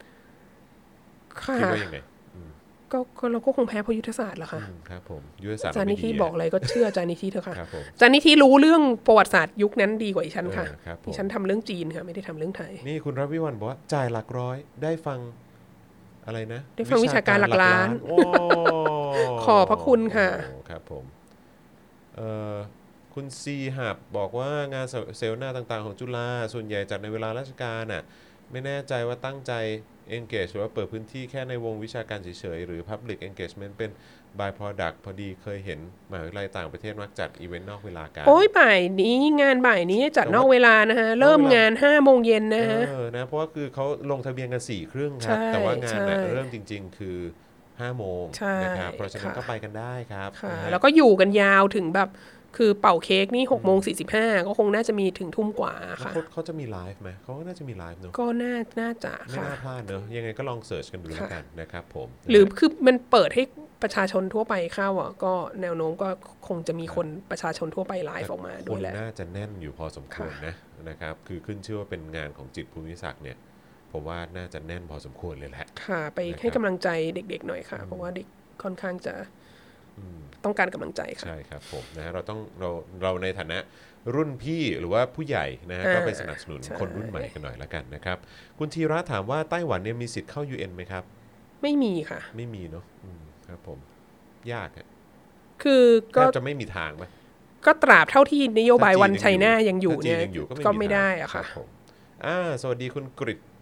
คิดว่ายังไงก็เราก็คงแพ้เพราะยุทธศาสตร์แหละค่ะครับผมยุทธศาสตร์อาจารย์นิธิบอกอะไรก็เชื่ออาจารย์นิธิเถอะค่ะอาจารย์นิธิรู้เรื่องประวัติศาสตร์ยุคนั้นดีกว่าดิฉันค่ะดิฉันทำเรื่องจีนค่ะไม่ได้ทำเรื่องไทยนี่คุณรวิวัลย์บอกว่าจ่ายหลักร้อยได้ฟังอะไรนะได้ฟังวิชาการหลักล้านขอบพระคุณค่ะครับผมคุณซีหับบอกว่างานเซลนาต่างๆของจุฬาส่วนใหญ่จัดในเวลาราชการน่ะไม่แน่ใจว่าตั้งใจ engage หรือว่าเปิดพื้นที่แค่ในวงวิชาการเฉยๆหรือ public engagement เป็น by product พอดีเคยเห็นมหาวิทยาลัยต่างประเทศมักจัดอีเวนต์นอกเวลาการโอ้ยบ่ายนี้งานบ่ายนี้จัดนอกเวลานะฮะเริ่มงานห้าโมงเย็นนะฮะเออนะเพราะว่าคือเขาลงทะเบียนกันสี่ครึ่งครับแต่ว่างานเริ่มจริงๆคือห้าโมงนะครับเพราะฉะนั้นก็ไปกันได้ครับแล้วก็อยู่กันยาวถึงแบบคือเป่าเค้กนี่หกโมงสี่สิบห้าก็คงน่าจะมีถึงทุ่มกว่าค่ะเขาจะมีไลฟ์ไหมเขาก็น่าจะมีไลฟ์เนอะก็น่าน่าจะไม่น่าพลาดเนอะยังไงก็ลองเสิร์ชกันดูแล้วกันนะครับผมหรือคือมันเปิดให้ประชาชนทั่วไปเข้าอ่ะก็แนวโน้มก็คงจะมีคนประชาชนทั่วไปไลฟ์ออกมาด้วยแหละคนน่าจะแน่นอยู่พอสมควรนะนะครับคือขึ้นชื่อว่าเป็นงานของจิตรภูมิศักดิ์เนี่ยผมว่าน่าจะแน่นพอสมควรเลยแหละค่ะไปให้กำลังใจเด็กๆหน่อยค่ะเพราะว่าเด็กค่อนข้างจะต้องการกำลังใจค่ะใช่ครับผมนะเราต้องเราเราในฐานะรุ่นพี่หรือว่าผู้ใหญ่นะฮะก็ไปสนับสนุนคนรุ่นใหม่กันหน่อยละกันนะครับคุณธีระถามว่าไต้หวันเนี่ยมีสิทธิ์เข้า ยู เอ็น ไหมครับไม่มีค่ะไม่มีเนาะครับผมยากอ่ะคือก็จะไม่มีทางไหมก็ตราบเท่าที่นโยบายวันไชน่ายังอยู่เนี่ยก็ไม่ได้อ่ะค่ะอ่าสวัสดีคุณกฤษ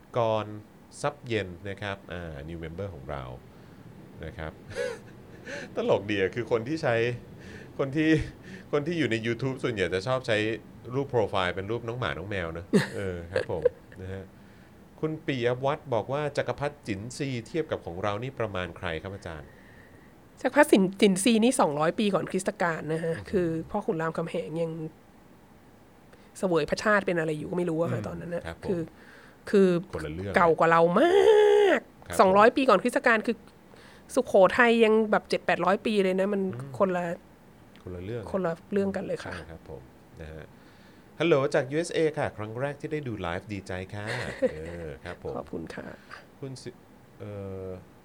กรซับเย็นนะครับอ่า new member ของเรานะครับ ตลกดีอะคือคนที่ใช้คนที่คนที่อยู่ใน YouTube ส่วนใหญ่จะชอบใช้รูปโปรไฟล์เป็นรูปน้องหมาน้องแมวเนอะเออครับผมนะฮะคุณปิยวัฒน์บอกว่าจักรพรรดิจินซีเทียบกับของเรานี่ประมาณใครครับอาจารย์จักรพรรดิจินซีนี่สองร้อยปีก่อนคริสตกาลนะฮะคือพ่อขุนรามคำแหงยังเสวยพระชาติเป็นอะไรอยู่ก็ไม่รู้อะค่ะตอนนั้นนะคือคือเก่ากว่าเรามากสองร้อยปีก่อนคริสตกาลคือสุโขทัยยังแบบเจ็ดแปดร้อยปีเลยนะมันคนละคนละเรื่องคนละเรื่องกันเลยค่ะครับผมนะฮะฮัลโหลจาก ยู เอส เอ ค่ะครั้งแรกที่ได้ดูไลฟ์ดีใจค่ะเออครับผมขอบคุณค่ะคุณเอ่อ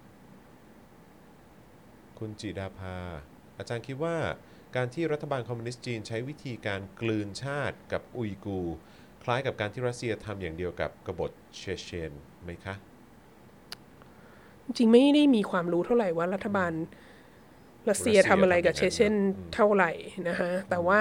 คุณจิดาภาอาจารย์คิดว่าการที่รัฐบาลคอมมิวนิสต์จีนใช้วิธีการกลืนชาติกับอุยกูร์คล้ายกับการที่รัสเซียทำอย่างเดียวกับกบฏเชเชนไหมคะจริงไม่ได้มีความรู้เท่าไหร่ว่ารัฐบาลรัสเซียทำอะไรกับเชเชนเท่าไหร่นะฮะแต่ว่า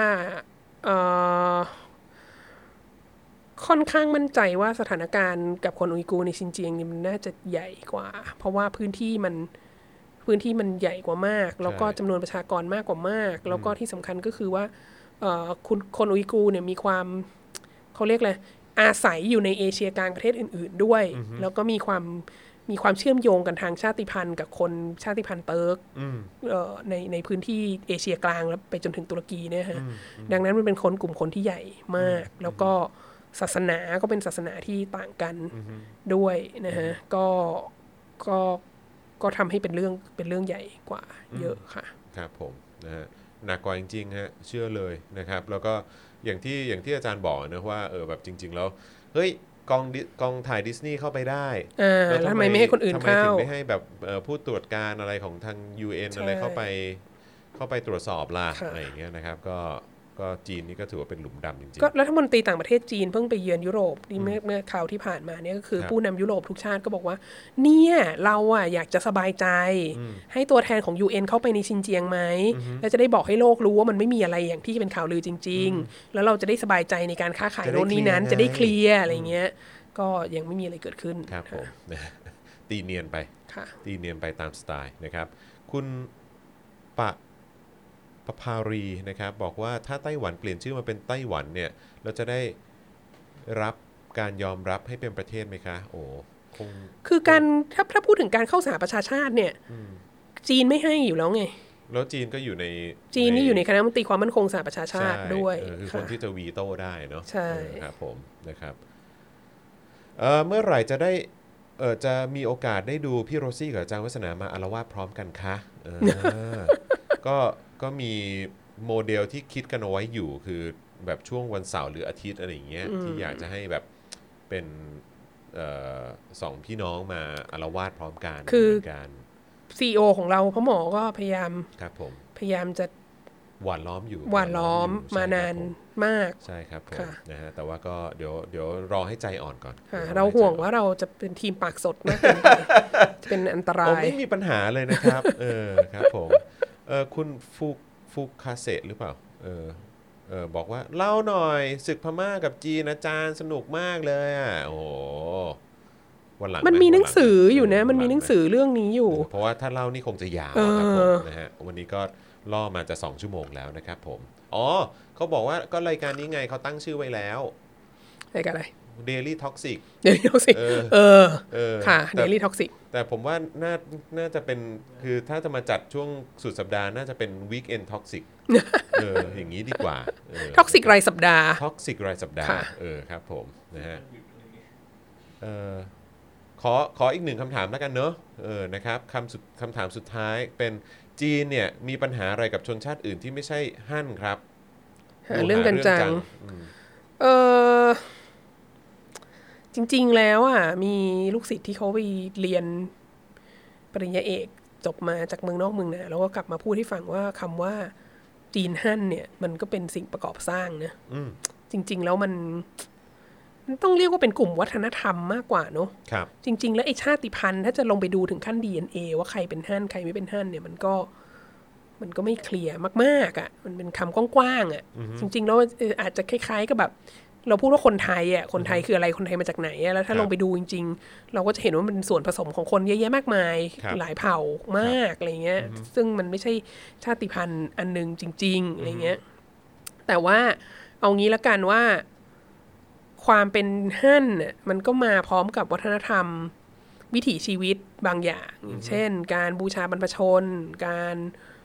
ค่อนข้างมั่นใจว่าสถานการณ์กับคนอุยกูร์ในซินเจียงนี่มันน่าจะใหญ่กว่าเพราะว่าพื้นที่มันพื้นที่มันใหญ่กว่ามากแล้วก็จำนวนประชากรมากกว่ามากแล้วก็ที่สำคัญก็คือว่าคุณคนอุยกูร์เนี่ยมีความเขาเรียกอะไรอาศัยอยู่ในเอเชียกลางประเทศอื่นๆด้วยแล้วก็มีความมีความเชื่อมโยงกันทางชาติพันธุ์กับคนชาติพันธุ์เติร์กในในพื้นที่เอเชียกลางแล้วไปจนถึงตุรกีเนี่ยฮะดังนั้นมันเป็นคนกลุ่มคนที่ใหญ่มากแล้วก็ศาสนาก็เป็นศาสนาที่ต่างกันด้วยนะฮะก็ก็ก็ทำให้เป็นเรื่องเป็นเรื่องใหญ่กว่าเยอะค่ะครับผมนะฮะหนักกว่าจริงๆฮะเชื่อเลยนะครับแล้วก็อย่างที่อย่างที่อาจารย์บอกนะว่าเออแบบจริงๆแล้วเฮ้ยกองกองถ่ายดิสนีย์เข้าไปได้แล้วทำไมไม่ให้คนอื่นเข้าทำไมถึงไม่ให้แบบผู้ตรวจการอะไรของทาง ยู เอ็น อะไรเข้าไปเข้าไปตรวจสอบล่ะอะไรอย่างเงี้ยนะครับก็ก็จีนนี่ก็ถือว่าเป็นหลุมดำจริงๆก็รัฐมนตรีต่างประเทศจีนเพิ่งไปเยือนยุโรปที่เมื่อเมื่อคราวที่ผ่านมาเนี่ยก็คือผู้นำยุโรปทุกชาติก็บอกว่าเนี่ยเราอ่ะอยากจะสบายใจให้ตัวแทนของ ยู เอ็น เข้าไปในซินเจียงไหมแล้วจะได้บอกให้โลกรู้ว่ามันไม่มีอะไรอย่างที่เป็นข่าวลือจริงๆแล้วเราจะได้สบายใจในการค้าขายโน่นนี่นั้นจะได้เคลียร์อะไรเงี้ยก็ยังไม่มีอะไรเกิดขึ้นครับผมตีเนียนไปตีเนียนไปตามสไตล์นะครับคุณปะปภารีนะครับบอกว่าถ้าไต้หวันเปลี่ยนชื่อมาเป็นไต้หวันเนี่ยเราจะได้รับการยอมรับให้เป็นประเทศไหมคะโอ้คงคือการถ้าถ้าพูดถึงการเข้าสหประชาชาติเนี่ยจีนไม่ให้อยู่แล้วไงแล้วจีนก็อยู่ในจีนนี่อยู่ในคณะมนตรีความมั่นคงสหประชาชาติด้วยคือคนที่จะวีโต้ได้เนาะใช่ครับผมนะครับเอ่อเมื่อไหร่จะได้เอ่อจะมีโอกาสได้ดูพี่โรซี่กับอาจารย์วัฒนามาอาละวาดพร้อมกันคะเออก็ก็มีโมเดลที่คิดกันเอาไว้อยู่คือแบบช่วงวันเสาร์หรืออาทิตย์อะไรอย่างเงี้ยที่อยากจะให้แบบเป็นเอ่อสองพี่น้องมาอาละวาดพร้อมกันคือการ ซี อี โอ ของเราพ่อหมอก็พยายามครับผมพยายามจะหวานล้อมอยู่หวานล้อมมานานมากใช่ครับผมนะฮะแต่ว่าก็เดี๋ยวเดี๋ยวรอให้ใจอ่อนก่อนเราห่วงว่าเราจะเป็นทีมปากสดมากเกินไปจะเป็นอันตรายไม่มีปัญหาเลยนะครับเออครับผมเออคุณฟูฟูคาเซหรือเปล่าเออเออบอกว่าเล่าหน่อยศึกพม่ากับจีนอาจารย์สนุกมากเลยอ่ะโอ้วันหลังมันมีหนังสืออยู่นะมันมีหนังสือเรื่องนี้อยู่เพราะว่าถ้าเล่านี่คงจะยาวครับผมนะฮะวันนี้ก็ล่อมาจะสองชั่วโมงแล้วนะครับผมอ๋อเขาบอกว่าก็รายการนี้ไงเขาตั้งชื่อไว้แล้วรายการอะไร Daily Toxic Daily Toxic เออเออค่ะ Daily Toxic แต่ผมว่าน่าน่าจะเป็นคือถ้าจะมาจัดช่วงสุดสัปดาห์น่าจะเป็น Weekend Toxic เอออย่างนี้ดีกว่า Toxic รายสัปดาห์ Toxic รายสัปดาห์เออครับผมนะฮะเออขอขออีกหนึ่งคำถามแล้วกันเนอะเออนะครับคำสุดคำถามสุดท้ายเป็นจีนเนี่ยมีปัญหาอะไรกับชนชาติอื่นที่ไม่ใช่ฮั่นครับหาเรื่องกันจังเออจริงๆแล้วอ่ะมีลูกศิษย์ที่เขาไปเรียนปริญญาเอกจบมาจากเมืองนอกเมืองนาแล้วก็กลับมาพูดให้ฟังว่าคำว่าจีนฮั่นเนี่ยมันก็เป็นสิ่งประกอบสร้างนะจริงๆแล้วมันต้องเรียกว่าเป็นกลุ่มวัฒนธรรมมากกว่าเนอะจริงๆแล้วไอ้ชาติพันธุ์ถ้าจะลงไปดูถึงขั้น ดี เอ็น เอ ว่าใครเป็นฮั่นใครไม่เป็นฮั่นเนี่ยมันก็มันก็ไม่เคลียร์มากๆอ่ะมันเป็นคำกว้างๆอ่ะจริงๆแล้วอาจจะคล้ายๆกับแบบเราพูดว่าคนไทยอ่ะคนไทยคืออะไรคนไทยมาจากไหนอ่ะแล้วถ้าลงไปดูจริงๆเราก็จะเห็นว่ามันเป็นส่วนผสมของคนเยอะแยะมากมายหลายเผ่ามากอะไรเงี้ยซึ่งมันไม่ใช่ชาติพันธุ์อันนึงจริงๆอะไรเงี้ยแต่ว่าเอางี้ละกันว่าความเป็นฮั่นน่ะมันก็มาพร้อมกับวัฒนธรรมวิถีชีวิตบางอย่างอย่างเช่นการบูชาบรรพชนการ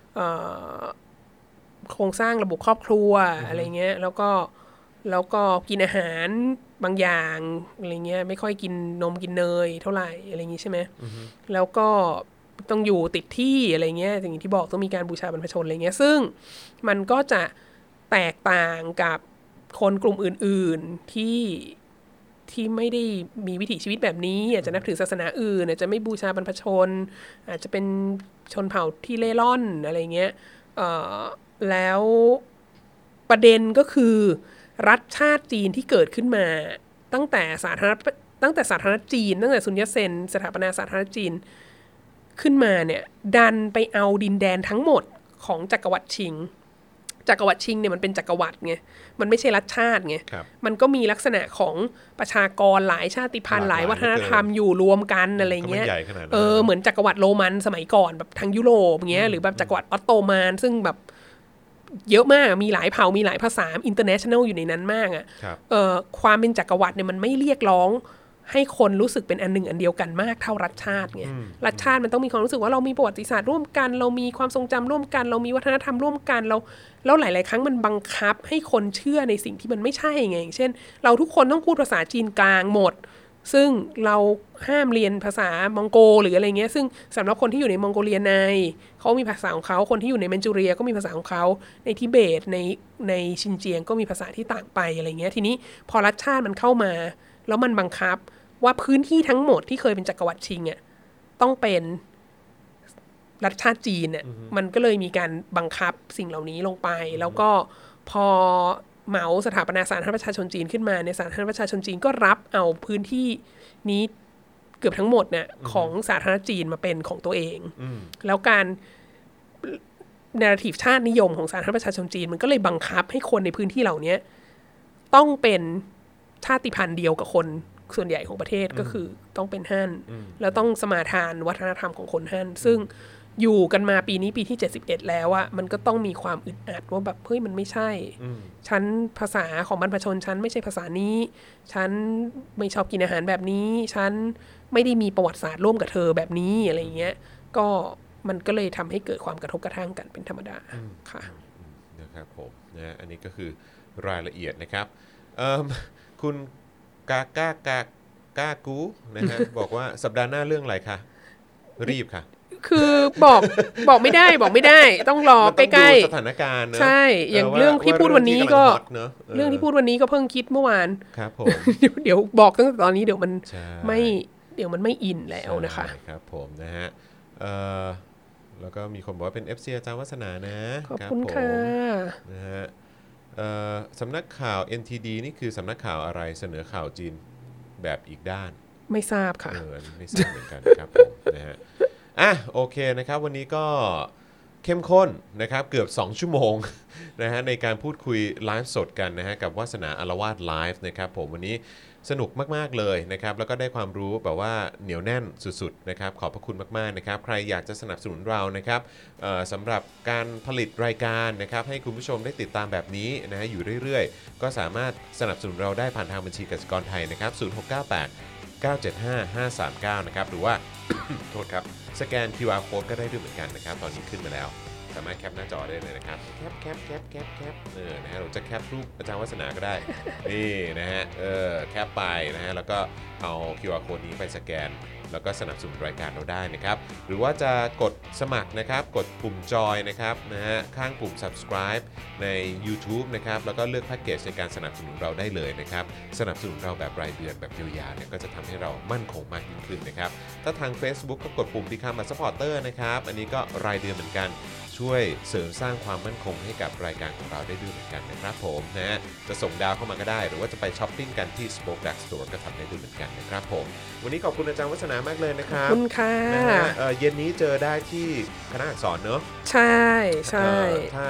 โครงสร้างระบบครอบครัวอะไรเงี้ยแล้วก็แล้วก็กินอาหารบางอย่างอะไรเงี้ยไม่ค่อยกินนมกินเนยเท่าไหร่อะไรอย่างงี้ใช่ไหมแล้วก็ต้องอยู่ติดที่อะไรเงี้ยอย่างที่บอกต้องมีการบูชาบรรพชนอะไรเงี้ยซึ่งมันก็จะแตกต่างกับคนกลุ่มอื่นๆที่ที่ไม่ได้มีวิถีชีวิตแบบนี้อาจจะนับถือศาสนาอื่นอาจจะไม่บูชาบรรพชนอาจจะเป็นชนเผ่าที่เล่ร่อนอะไรเงี้ยแล้วประเด็นก็คือรัฐชาติจีนที่เกิดขึ้นมาตั้งแต่สาธารณตั้งแต่สาธารณรัฐจีนตั้งแต่ซุนยัตเซนสถาปนาสาธารณรัฐจีนขึ้นมาเนี่ยดันไปเอาดินแดนทั้งหมดของจักรวรรดิชิงจักรวรรดิชิงเนี่ยมันเป็นจักรวรรดิไงมันไม่ใช่รัฐชาติไงมันก็มีลักษณะของประชากรหลายชาติพันธุ์หลายวัฒนธรรมอยู่รวมกันอะไรเงี้ยเออเหมือนจักรวรรดิโรมันสมัยก่อนแบบทางยุโรปเงี้ยหรือแบบจักรวรรดิออตโตมันซึ่งแบบเยอะมากมีหลายเผ่ามีหลายภาษาอินเตอร์เนชั่นแนลอยู่ในนั้นมากอ่ะเอ่อความเป็นจักรวรรดิเนี่ยมันไม่เรียกร้องให้คนรู้สึกเป็นอันหนึ่งอันเดียวกันมากเท่ารัฐชาติไงรัฐชาติมันต้องมีความรู้สึกว่าเรามีประวัติศาสตร์ร่วมกันเรามีความทรงจำร่วมกันเรามีวัฒนธรรมร่วมกันเราแล้วหลายๆครั้งมันบังคับให้คนเชื่อในสิ่งที่มันไม่ใช่ไงอย่างเช่นเราทุกคนต้องพูดภาษาจีนกลางหมดซึ่งเราห้ามเรียนภาษามองโกหรืออะไรเงี้ยซึ่งสำหรับคนที่อยู่ในมองโกเลียในเขามีภาษาของเขาคนที่อยู่ในแมนจูเรียก็มีภาษาของเขาในทิเบตในในชินเจียงก็มีภาษาที่ต่างไปอะไรเงี้ยทีนี้พอรัฐชาติมันเข้ามาแล้วมันบังคับว่าพื้นที่ทั้งหมดที่เคยเป็นจักรวรรดิชิงอ่ะต้องเป็นรัฐชาติจีนอ่ะมันก็เลยมีการบังคับสิ่งเหล่านี้ลงไปแล้วก็พอเหมาสถาปนาสาธารณรัฐประชาชนจีนขึ้นมาในสาธารณรัฐประชาชนจีนก็รับเอาพื้นที่นี้เกือบทั้งหมดเนี่ยของสาธารณรัฐจีนมาเป็นของตัวเองแล้วการเนราทีฟชาตินิยมของสาธารณรัฐประชาชนจีนมันก็เลยบังคับให้คนในพื้นที่เหล่านี้ต้องเป็นชาติพันธุ์เดียวกับคนส่วนใหญ่ของประเทศก็คือต้องเป็นฮั่นแล้วต้องสมาทานวัฒนธรรมของคนฮั่นซึ่งอยู่กันมาปีนี้ปีที่เจ็ดสิบเอ็ดแล้วอะมันก็ต้องมีความอึดอัดว่าแบบเฮ้ยมันไม่ใช่ฉันภาษาของบรรพชนฉันไม่ใช่ภาษานี้ฉันไม่ชอบกินอาหารแบบนี้ฉันไม่ได้มีประวัติศาสตร์ร่วมกับเธอแบบนี้อะไรเงี้ยก็มันก็เลยทำให้เกิดความกระทบกระทั่งกันเป็นธรรมดาค่ะนะครับผมนะอันนี้ก็คือรายละเอียดนะครับคุณกากากากากูนะฮะ บอกว่าสัปดาห์หน้าเรื่องอะไรคะรีบค่ะคือบอกบอกไม่ได้บอกไม่ได้ต้องรอใกล้ๆสถานการณ์ใช่อย่างเรื่องที่พูดวันนี้ก็เรื่องที่พูดวันนี้ก็เพิ่งคิดเมื่อวานครับผมเดี๋ยวบอกตั้งแต่ตอนนี้เดี๋ยวมันไม่เดี๋ยวมันไม่อินแล้วนะคะครับผมนะฮะแล้วก็มีคนบอกว่าเป็น เอฟ ซี อาจารย์วัฒนานะขอบคุณค่ะนะฮะสำนักข่าว เอ็น ที ดี นี่คือสำนักข่าวอะไรเสนอข่าวจีนแบบอีกด้านไม่ทราบค่ะเออไม่ทราบเหมือนกันครับผมนะฮะอ่ะโอเคนะครับวันนี้ก็เข้มข้นนะครับเกือบสองชั่วโมงนะฮะในการพูดคุยไลฟ์สดกันนะฮะกับวาสนาอารวาสไลฟ์นะครับผมวันนี้สนุกมากๆเลยนะครับแล้วก็ได้ความรู้แบบว่าเหนียวแน่นสุดๆนะครับขอบพระคุณมากๆนะครับใครอยากจะสนับสนุนเรานะครับสำหรับการผลิตรายการนะครับให้คุณผู้ชมได้ติดตามแบบนี้นะฮะอยู่เรื่อยๆก็สามารถสนับสนุนเราได้ผ่านทางบัญชีกสิกรไทยนะครับศูนย์ หก เก้า แปด เก้า เจ็ด ห้า ห้า สาม เก้านะครับหรือว่า โทษครับสแกน คิว อาร์ Code ก็ได้ด้วยเหมือนกันนะครับตอนนี้ขึ้นมาแล้วสามารถแคปหน้าจอได้เลยนะครับแคปแคปแคปแคปแคปเออนะฮะเราจะแคปรูปอาจารย์วัฒนาก็ได้นี่นะฮะเออแคปไปนะฮะแล้วก็เอา คิว อาร์ Code นี้ไปสแกนแล้วก็สนับสนุนรายการเราได้นะครับหรือว่าจะกดสมัครนะครับกดปุ่มจอยนะครับนะฮะข้างปุ่ม subscribe ใน YouTube นะครับแล้วก็เลือกแพ็กเกจในการสนับสนุนเราได้เลยนะครับสนับสนุนเราแบบรายเดือนแบบยาวๆเนี่ยก็จะทำให้เรามั่นคงมากยิ่งขึ้นนะครับถ้าทาง Facebook ก็กดปุ่ม Become a supporter นะครับอันนี้ก็รายเดือนเหมือนกันช่วยเสริมสร้างความมั่นคงให้กับรายการของเราได้ด้วยเหมือนกันนะครับผมนะฮะจะส่งดาวเข้ามาก็ได้หรือว่าจะไปช้อปปิ้งกันที่ Spoke Dark Store ก็ทำได้ด้วยเหมือนกันนะครับผมวันนี้ขอบคุณอาจารย์วัฒนามากเลยนะครับขอบคุณค่ะนะฮะเย็นนี้เจอได้ที่คณะอักษรเนอะใช่ใช่ถ้า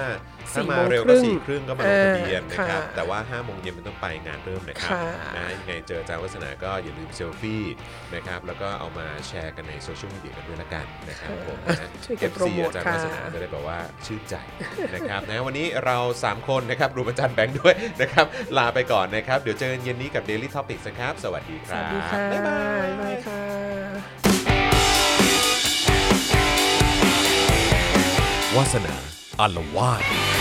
ถ้ามาเร็วก็สี่ครึ่งก็มาลงทะเบียนนะครับแต่ว่าห้าโมงเย็นมันต้องไปงานเริ่มนะครับนะยังไงเจออาจารย์วัฒนาก็อย่าลืมเซลฟี่นะครับแล้วก็เอามาแชร์กันในโซเชียลมีเดียกันด้วยละกันนะครับผมนะเอฟซีอาจารย์วัฒนาจะได้แบบว่าชื่นใจนะครับนะวันนี้เราสามคนนะครับรวมอาจารย์แบงค์ด้วยนะครับลาไปก่อนนะครับเดี๋ยวเจอกันเย็นนี้กับ Daily Topics นะครับสวัสดีครับสวัสดีค่ะบ๊ายบายบ๊ายบายค่ะวาสนาอารวาส